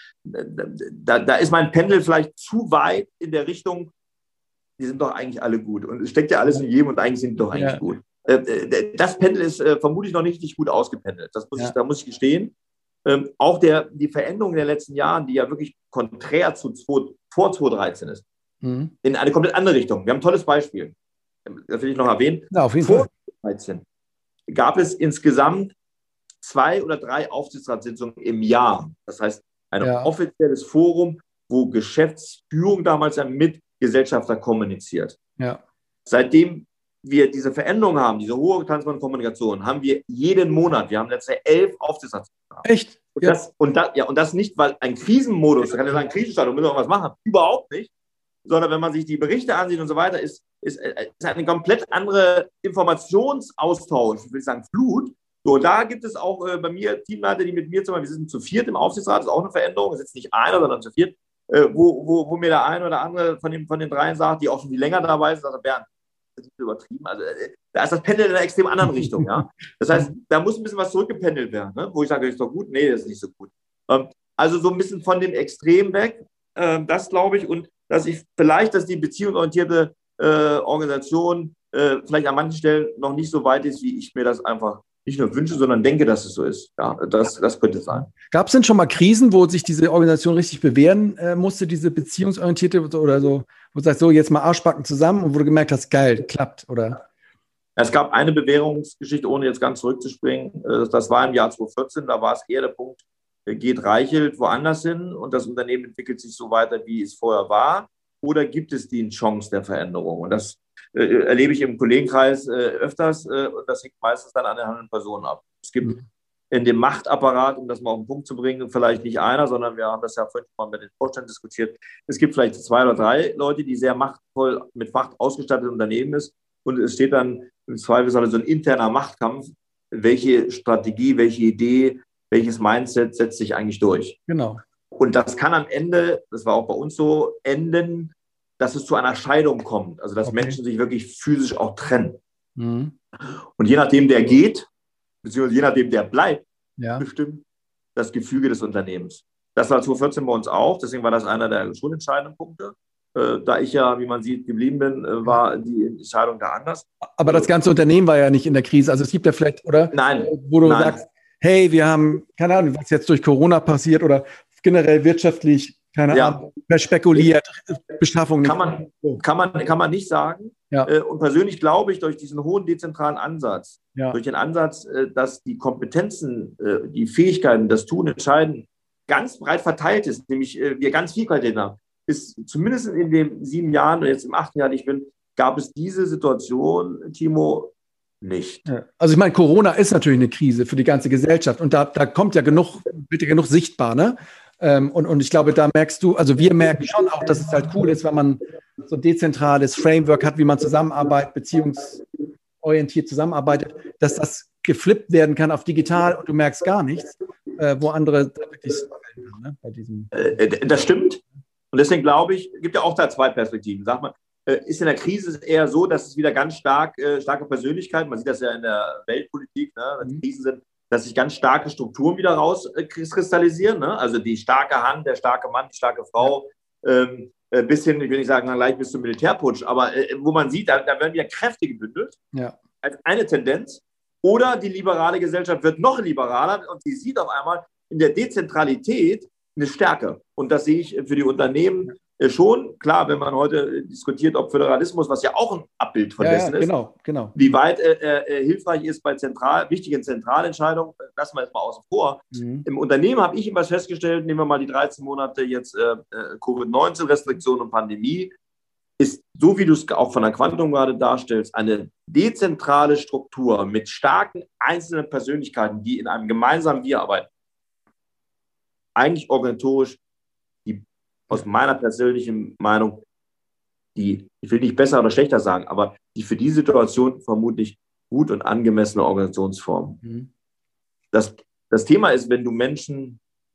Speaker 2: da, da ist mein Pendel vielleicht zu weit in der Richtung, die sind doch eigentlich alle gut und es steckt ja alles in jedem und eigentlich sind die doch eigentlich ja. gut. Äh, das Pendel ist äh, vermutlich noch nicht, nicht gut ausgependelt, das muss ja. ich, da muss ich gestehen. Ähm, auch der, die Veränderung der letzten Jahren, die ja wirklich konträr zu zwei, vor zwanzig dreizehn ist, mhm. in eine komplett andere Richtung. Wir haben ein tolles Beispiel, das will ich noch erwähnen.
Speaker 1: Ja, auf jeden
Speaker 2: vor
Speaker 1: Fall.
Speaker 2: zwanzig dreizehn gab es insgesamt zwei oder drei Aufsichtsratssitzungen im Jahr. Das heißt, ein ja. offizielles Forum, wo Geschäftsführung damals ja mit Gesellschafter kommuniziert.
Speaker 1: Ja.
Speaker 2: Seitdem wir diese Veränderung haben, diese hohe Transparenz Kommunikation, haben wir jeden Monat, wir haben letztes Jahr elf Aufsichtsratssitzungen.
Speaker 1: Echt?
Speaker 2: Und, ja. das, und, das, ja, und das nicht, weil ein Krisenmodus, da kann ja sagen, Krisenstadium, müssen wir was machen, überhaupt nicht, sondern wenn man sich die Berichte ansieht und so weiter, ist, ist, ist eine komplett andere Informationsaustausch, ich will sagen Flut. So, da gibt es auch äh, bei mir Teamleiter, die mit mir zum Beispiel, wir sind zu viert im Aufsichtsrat, das ist auch eine Veränderung, es ist jetzt nicht einer, sondern zu viert, äh, wo, wo, wo mir der eine oder andere von, dem, von den dreien sagt, die auch schon viel länger dabei sind, sagt, Bernd, das ist übertrieben. Also, da ist das Pendel in einer extrem anderen Richtung. Ja? Das heißt, da muss ein bisschen was zurückgependelt werden, ne? Wo ich sage, das ist doch gut. Nee, das ist nicht so gut. Ähm, also so ein bisschen von dem Extrem weg, ähm, das glaube ich. Und dass ich vielleicht, dass die beziehungsorientierte äh, Organisation äh, vielleicht an manchen Stellen noch nicht so weit ist, wie ich mir das einfach nicht nur wünsche, sondern denke, dass es so ist. Ja, das, das könnte sein.
Speaker 1: Gab es denn schon mal Krisen, wo sich diese Organisation richtig bewähren äh, musste, diese beziehungsorientierte oder so, wo du sagst, so jetzt mal Arschbacken zusammen und wo du gemerkt hast, geil, klappt, oder?
Speaker 2: Es gab eine Bewährungsgeschichte, ohne jetzt ganz zurückzuspringen. Das war im Jahr zwanzig vierzehn, da war es eher der Punkt, geht Reichelt woanders hin und das Unternehmen entwickelt sich so weiter, wie es vorher war, oder gibt es die Chance der Veränderung? Und das äh, erlebe ich im Kollegenkreis äh, öfters äh, und das hängt meistens dann an den handelnden Personen ab. Es gibt mhm. in dem Machtapparat, um das mal auf den Punkt zu bringen, vielleicht nicht einer, sondern wir haben das ja vorhin schon mal mit den Vorständen diskutiert. Es gibt vielleicht zwei oder drei Leute, die sehr machtvoll mit Macht ausgestattete Unternehmen ist und es steht dann im Zweifelsfall so ein interner Machtkampf. Welche Strategie, welche Idee, welches Mindset setzt sich eigentlich durch?
Speaker 1: Genau.
Speaker 2: Und das kann am Ende, das war auch bei uns so, enden, dass es zu einer Scheidung kommt. Also dass okay. Menschen sich wirklich physisch auch trennen. Mhm. Und je nachdem, der geht, beziehungsweise je nachdem, der bleibt, ja. bestimmt das Gefüge des Unternehmens. Das war zwanzig vierzehn bei uns auch, deswegen war das einer der schon entscheidenden Punkte. Äh, da ich ja, wie man sieht, geblieben bin, äh, war die Entscheidung da anders.
Speaker 1: Aber das ganze Unternehmen war ja nicht in der Krise. Also es gibt ja vielleicht, oder?
Speaker 2: Nein.
Speaker 1: Wo du
Speaker 2: nein.
Speaker 1: sagst, hey, wir haben, keine Ahnung, was jetzt durch Corona passiert oder generell wirtschaftlich, keine ja. Ahnung, verspekuliert, Beschaffung.
Speaker 2: Kann man, kann man, kann man nicht sagen. Ja. Und persönlich glaube ich, durch diesen hohen dezentralen Ansatz, ja. durch den Ansatz, dass die Kompetenzen, die Fähigkeiten, das Tun, Entscheiden ganz breit verteilt ist, nämlich wir ganz viel Qualität haben, ist zumindest in den sieben Jahren und jetzt im achten Jahr, die ich bin, gab es diese Situation, Timo, nicht.
Speaker 1: Ja. Also ich meine, Corona ist natürlich eine Krise für die ganze Gesellschaft und da, da kommt ja genug, wird ja genug sichtbar, ne? Ähm, und, und ich glaube, da merkst du, also wir merken schon auch, dass es halt cool ist, wenn man so ein dezentrales Framework hat, wie man zusammenarbeitet, beziehungsorientiert zusammenarbeitet, dass das geflippt werden kann auf digital und du merkst gar nichts, äh, wo andere wirklich strugglen, ne? Bei diesem.
Speaker 2: Äh, das stimmt. Und deswegen glaube ich, gibt ja auch da zwei Perspektiven. Sag mal, ist in der Krise eher so, dass es wieder ganz stark, äh, starke Persönlichkeiten, man sieht das ja in der Weltpolitik, ne, wenn mhm. Krisen sind, dass sich ganz starke Strukturen wieder rauskristallisieren. Ne? Also die starke Hand, der starke Mann, die starke Frau, ja. ähm, äh, bis hin, ich will nicht sagen, gleich bis zum Militärputsch, aber äh, wo man sieht, da, da werden wieder Kräfte gebündelt,
Speaker 1: ja.
Speaker 2: als eine Tendenz. Oder die liberale Gesellschaft wird noch liberaler und sie sieht auf einmal in der Dezentralität eine Stärke. Und das sehe ich für die Unternehmen schon. Klar, wenn man heute diskutiert, ob Föderalismus, was ja auch ein Abbild von
Speaker 1: ja,
Speaker 2: dessen
Speaker 1: ja,
Speaker 2: ist,
Speaker 1: genau, genau.
Speaker 2: wie weit äh, äh, hilfreich ist bei zentral, wichtigen Zentralentscheidungen, lassen wir jetzt mal außen vor. Mhm. Im Unternehmen habe ich immer festgestellt, nehmen wir mal die dreizehn Monate jetzt äh, Covid neunzehn, Restriktionen und Pandemie, ist, so wie du es auch von der Quantum gerade darstellst, eine dezentrale Struktur mit starken einzelnen Persönlichkeiten, die in einem gemeinsamen Wir arbeiten, eigentlich organisatorisch aus meiner persönlichen Meinung, die, ich will nicht besser oder schlechter sagen, aber die für die Situation vermutlich gut und angemessene Organisationsform. Mhm. Das, das Thema ist, wenn du Menschen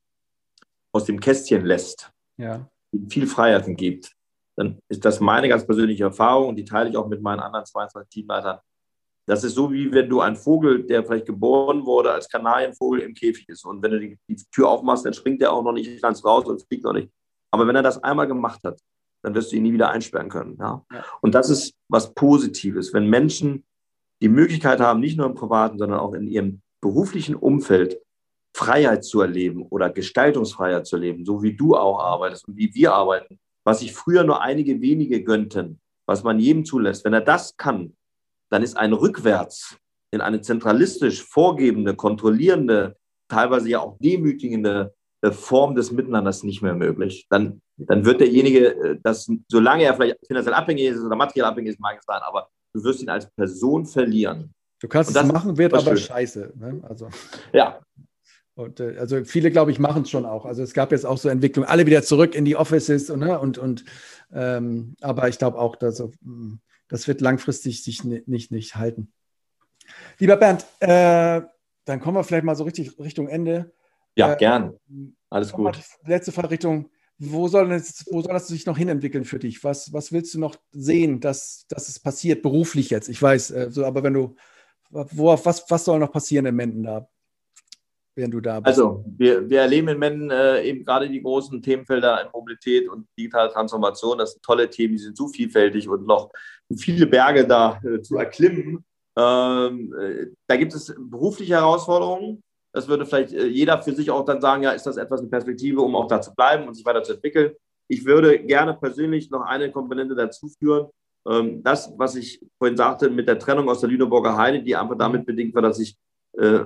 Speaker 2: aus dem Kästchen lässt, ja, viel Freiheiten gibt, dann ist das meine ganz persönliche Erfahrung und die teile ich auch mit meinen anderen zweiundzwanzig Teamleitern. Das ist so, wie wenn du ein Vogel, der vielleicht geboren wurde als Kanarienvogel im Käfig ist. Und wenn du die, die Tür aufmachst, dann springt er auch noch nicht ganz raus und fliegt noch nicht. Aber wenn er das einmal gemacht hat, dann wirst du ihn nie wieder einsperren können. Ja? Ja. Und das ist was Positives, wenn Menschen die Möglichkeit haben, nicht nur im privaten, sondern auch in ihrem beruflichen Umfeld Freiheit zu erleben oder Gestaltungsfreiheit zu erleben, so wie du auch arbeitest und wie wir arbeiten, was sich früher nur einige wenige gönnten, was man jedem zulässt. Wenn er das kann, dann ist ein Rückwärts in eine zentralistisch vorgebende, kontrollierende, teilweise ja auch demütigende Form des Miteinanders nicht mehr möglich. Dann, dann wird derjenige, das, solange er vielleicht finanziell abhängig ist oder materiell abhängig ist, mag es sein, aber du wirst ihn als Person verlieren.
Speaker 1: Du kannst es machen, wird aber schön. Scheiße. Ne? Also.
Speaker 2: Ja.
Speaker 1: Und, äh, also viele, glaube ich, machen es schon auch. Also es gab jetzt auch so Entwicklungen, alle wieder zurück in die Offices und, ne? und, und ähm, aber ich glaube auch, dass so, das wird langfristig sich nicht, nicht halten. Lieber Bernd, äh, dann kommen wir vielleicht mal so richtig Richtung Ende.
Speaker 2: Ja, äh, gern. Alles gut.
Speaker 1: Letzte Frage Richtung, wo soll, das, wo soll das sich noch hinentwickeln für dich? Was, was willst du noch sehen, dass, dass es passiert, beruflich jetzt? Ich weiß, äh, so, aber wenn du, wo, was, was soll noch passieren in Menden da, während du da bist?
Speaker 2: Also, wir, wir erleben in Menden äh, eben gerade die großen Themenfelder in Mobilität und digitale Transformation. Das sind tolle Themen, die sind so vielfältig und noch viele Berge da äh, zu erklimmen. Ähm, äh, da gibt es berufliche Herausforderungen. Das würde vielleicht äh, jeder für sich auch dann sagen, ja, ist das etwas eine Perspektive, um auch da zu bleiben und sich weiterzuentwickeln. Ich würde gerne persönlich noch eine Komponente dazu führen. Ähm, das, was ich vorhin sagte mit der Trennung aus der Lüneburger Heide, die einfach damit bedingt war, dass ich äh,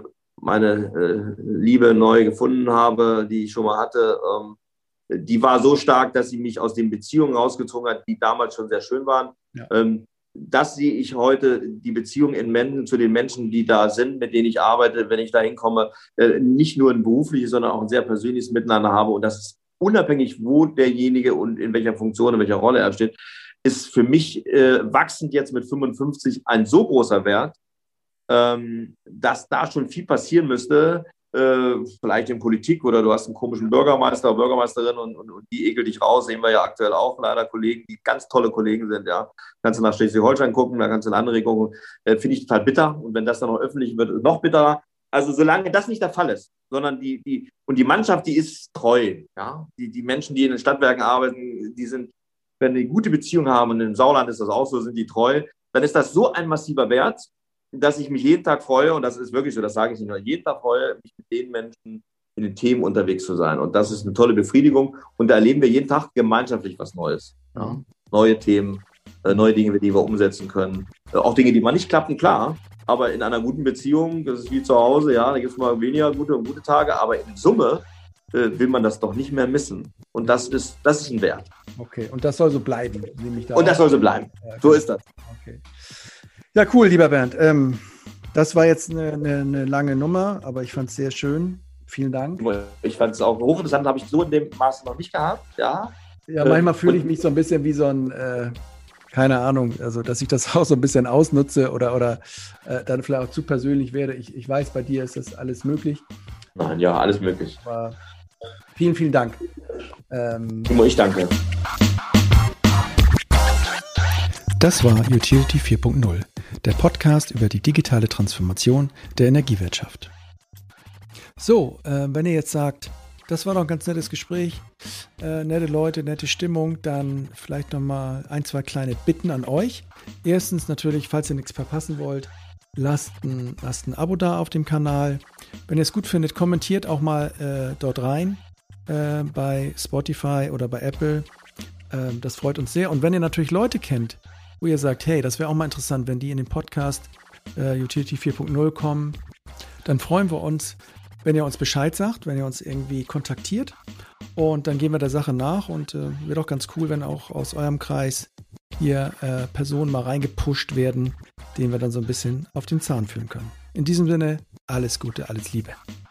Speaker 2: meine äh, Liebe neu gefunden habe, die ich schon mal hatte, ähm, die war so stark, dass sie mich aus den Beziehungen rausgezogen hat, die damals schon sehr schön waren. Ja. Ähm, das sehe ich heute, die Beziehung in Menden zu den Menschen, die da sind, mit denen ich arbeite, wenn ich da hinkomme, äh, nicht nur ein berufliches, sondern auch ein sehr persönliches Miteinander habe. Und das ist unabhängig, wo derjenige und in welcher Funktion, in welcher Rolle er steht, ist für mich äh, wachsend jetzt mit fünfundfünfzig ein so großer Wert, ähm, dass da schon viel passieren müsste, äh, vielleicht in Politik oder du hast einen komischen Bürgermeister oder Bürgermeisterin und, und, und die ekelt dich raus, sehen wir ja aktuell auch leider Kollegen, die ganz tolle Kollegen sind, ja. Kannst du nach Schleswig-Holstein gucken, da kannst du in andere gucken, äh, finde ich total bitter und wenn das dann noch öffentlich wird, noch bitterer. Also solange das nicht der Fall ist, sondern die, die, und die Mannschaft, die ist treu, ja. Die, die Menschen, die in den Stadtwerken arbeiten, die sind, wenn die gute Beziehung haben und im Sauerland ist das auch so, sind die treu, dann ist das so ein massiver Wert, dass ich mich jeden Tag freue, und das ist wirklich so, das sage ich nicht nur, jeden Tag freue, mich mit den Menschen in den Themen unterwegs zu sein. Und das ist eine tolle Befriedigung. Und da erleben wir jeden Tag gemeinschaftlich was Neues. Ja? Neue Themen, äh, neue Dinge, die wir umsetzen können. Äh, auch Dinge, die mal nicht klappen, klar. Aber in einer guten Beziehung, das ist wie zu Hause, ja, da gibt es mal weniger gute und gute Tage. Aber in Summe äh, will man das doch nicht mehr missen. Und das ist, das ist ein Wert.
Speaker 1: Okay, und das soll so bleiben. Nehme ich da
Speaker 2: und das soll so bleiben. Ja, okay. So ist das.
Speaker 1: Okay. Ja, cool, lieber Bernd. Ähm, das war jetzt eine, eine, eine lange Nummer, aber ich fand es sehr schön. Vielen Dank.
Speaker 2: Ich fand es auch hochinteressant, habe ich so in dem Maße noch nicht gehabt. Ja,
Speaker 1: ja manchmal fühle ich mich so ein bisschen wie so ein, äh, keine Ahnung, also dass ich das auch so ein bisschen ausnutze oder, oder äh, dann vielleicht auch zu persönlich werde. Ich, ich weiß, bei dir ist das alles möglich.
Speaker 2: Nein, ja, alles möglich.
Speaker 1: Aber vielen, vielen Dank. Ähm,
Speaker 2: Timo, ich danke.
Speaker 1: Das war Utility vier Punkt null, der Podcast über die digitale Transformation der Energiewirtschaft. So, äh, wenn ihr jetzt sagt, das war doch ein ganz nettes Gespräch, äh, nette Leute, nette Stimmung, dann vielleicht nochmal ein, zwei kleine Bitten an euch. Erstens natürlich, falls ihr nichts verpassen wollt, lasst ein, lasst ein Abo da auf dem Kanal. Wenn ihr es gut findet, kommentiert auch mal äh, dort rein äh, bei Spotify oder bei Apple. Äh, das freut uns sehr. Und wenn ihr natürlich Leute kennt, wo ihr sagt, hey, das wäre auch mal interessant, wenn die in den Podcast äh, Utility vier Punkt null kommen, dann freuen wir uns, wenn ihr uns Bescheid sagt, wenn ihr uns irgendwie kontaktiert und dann gehen wir der Sache nach und äh, wäre doch ganz cool, wenn auch aus eurem Kreis hier äh, Personen mal reingepusht werden, denen wir dann so ein bisschen auf den Zahn führen können. In diesem Sinne, alles Gute, alles Liebe.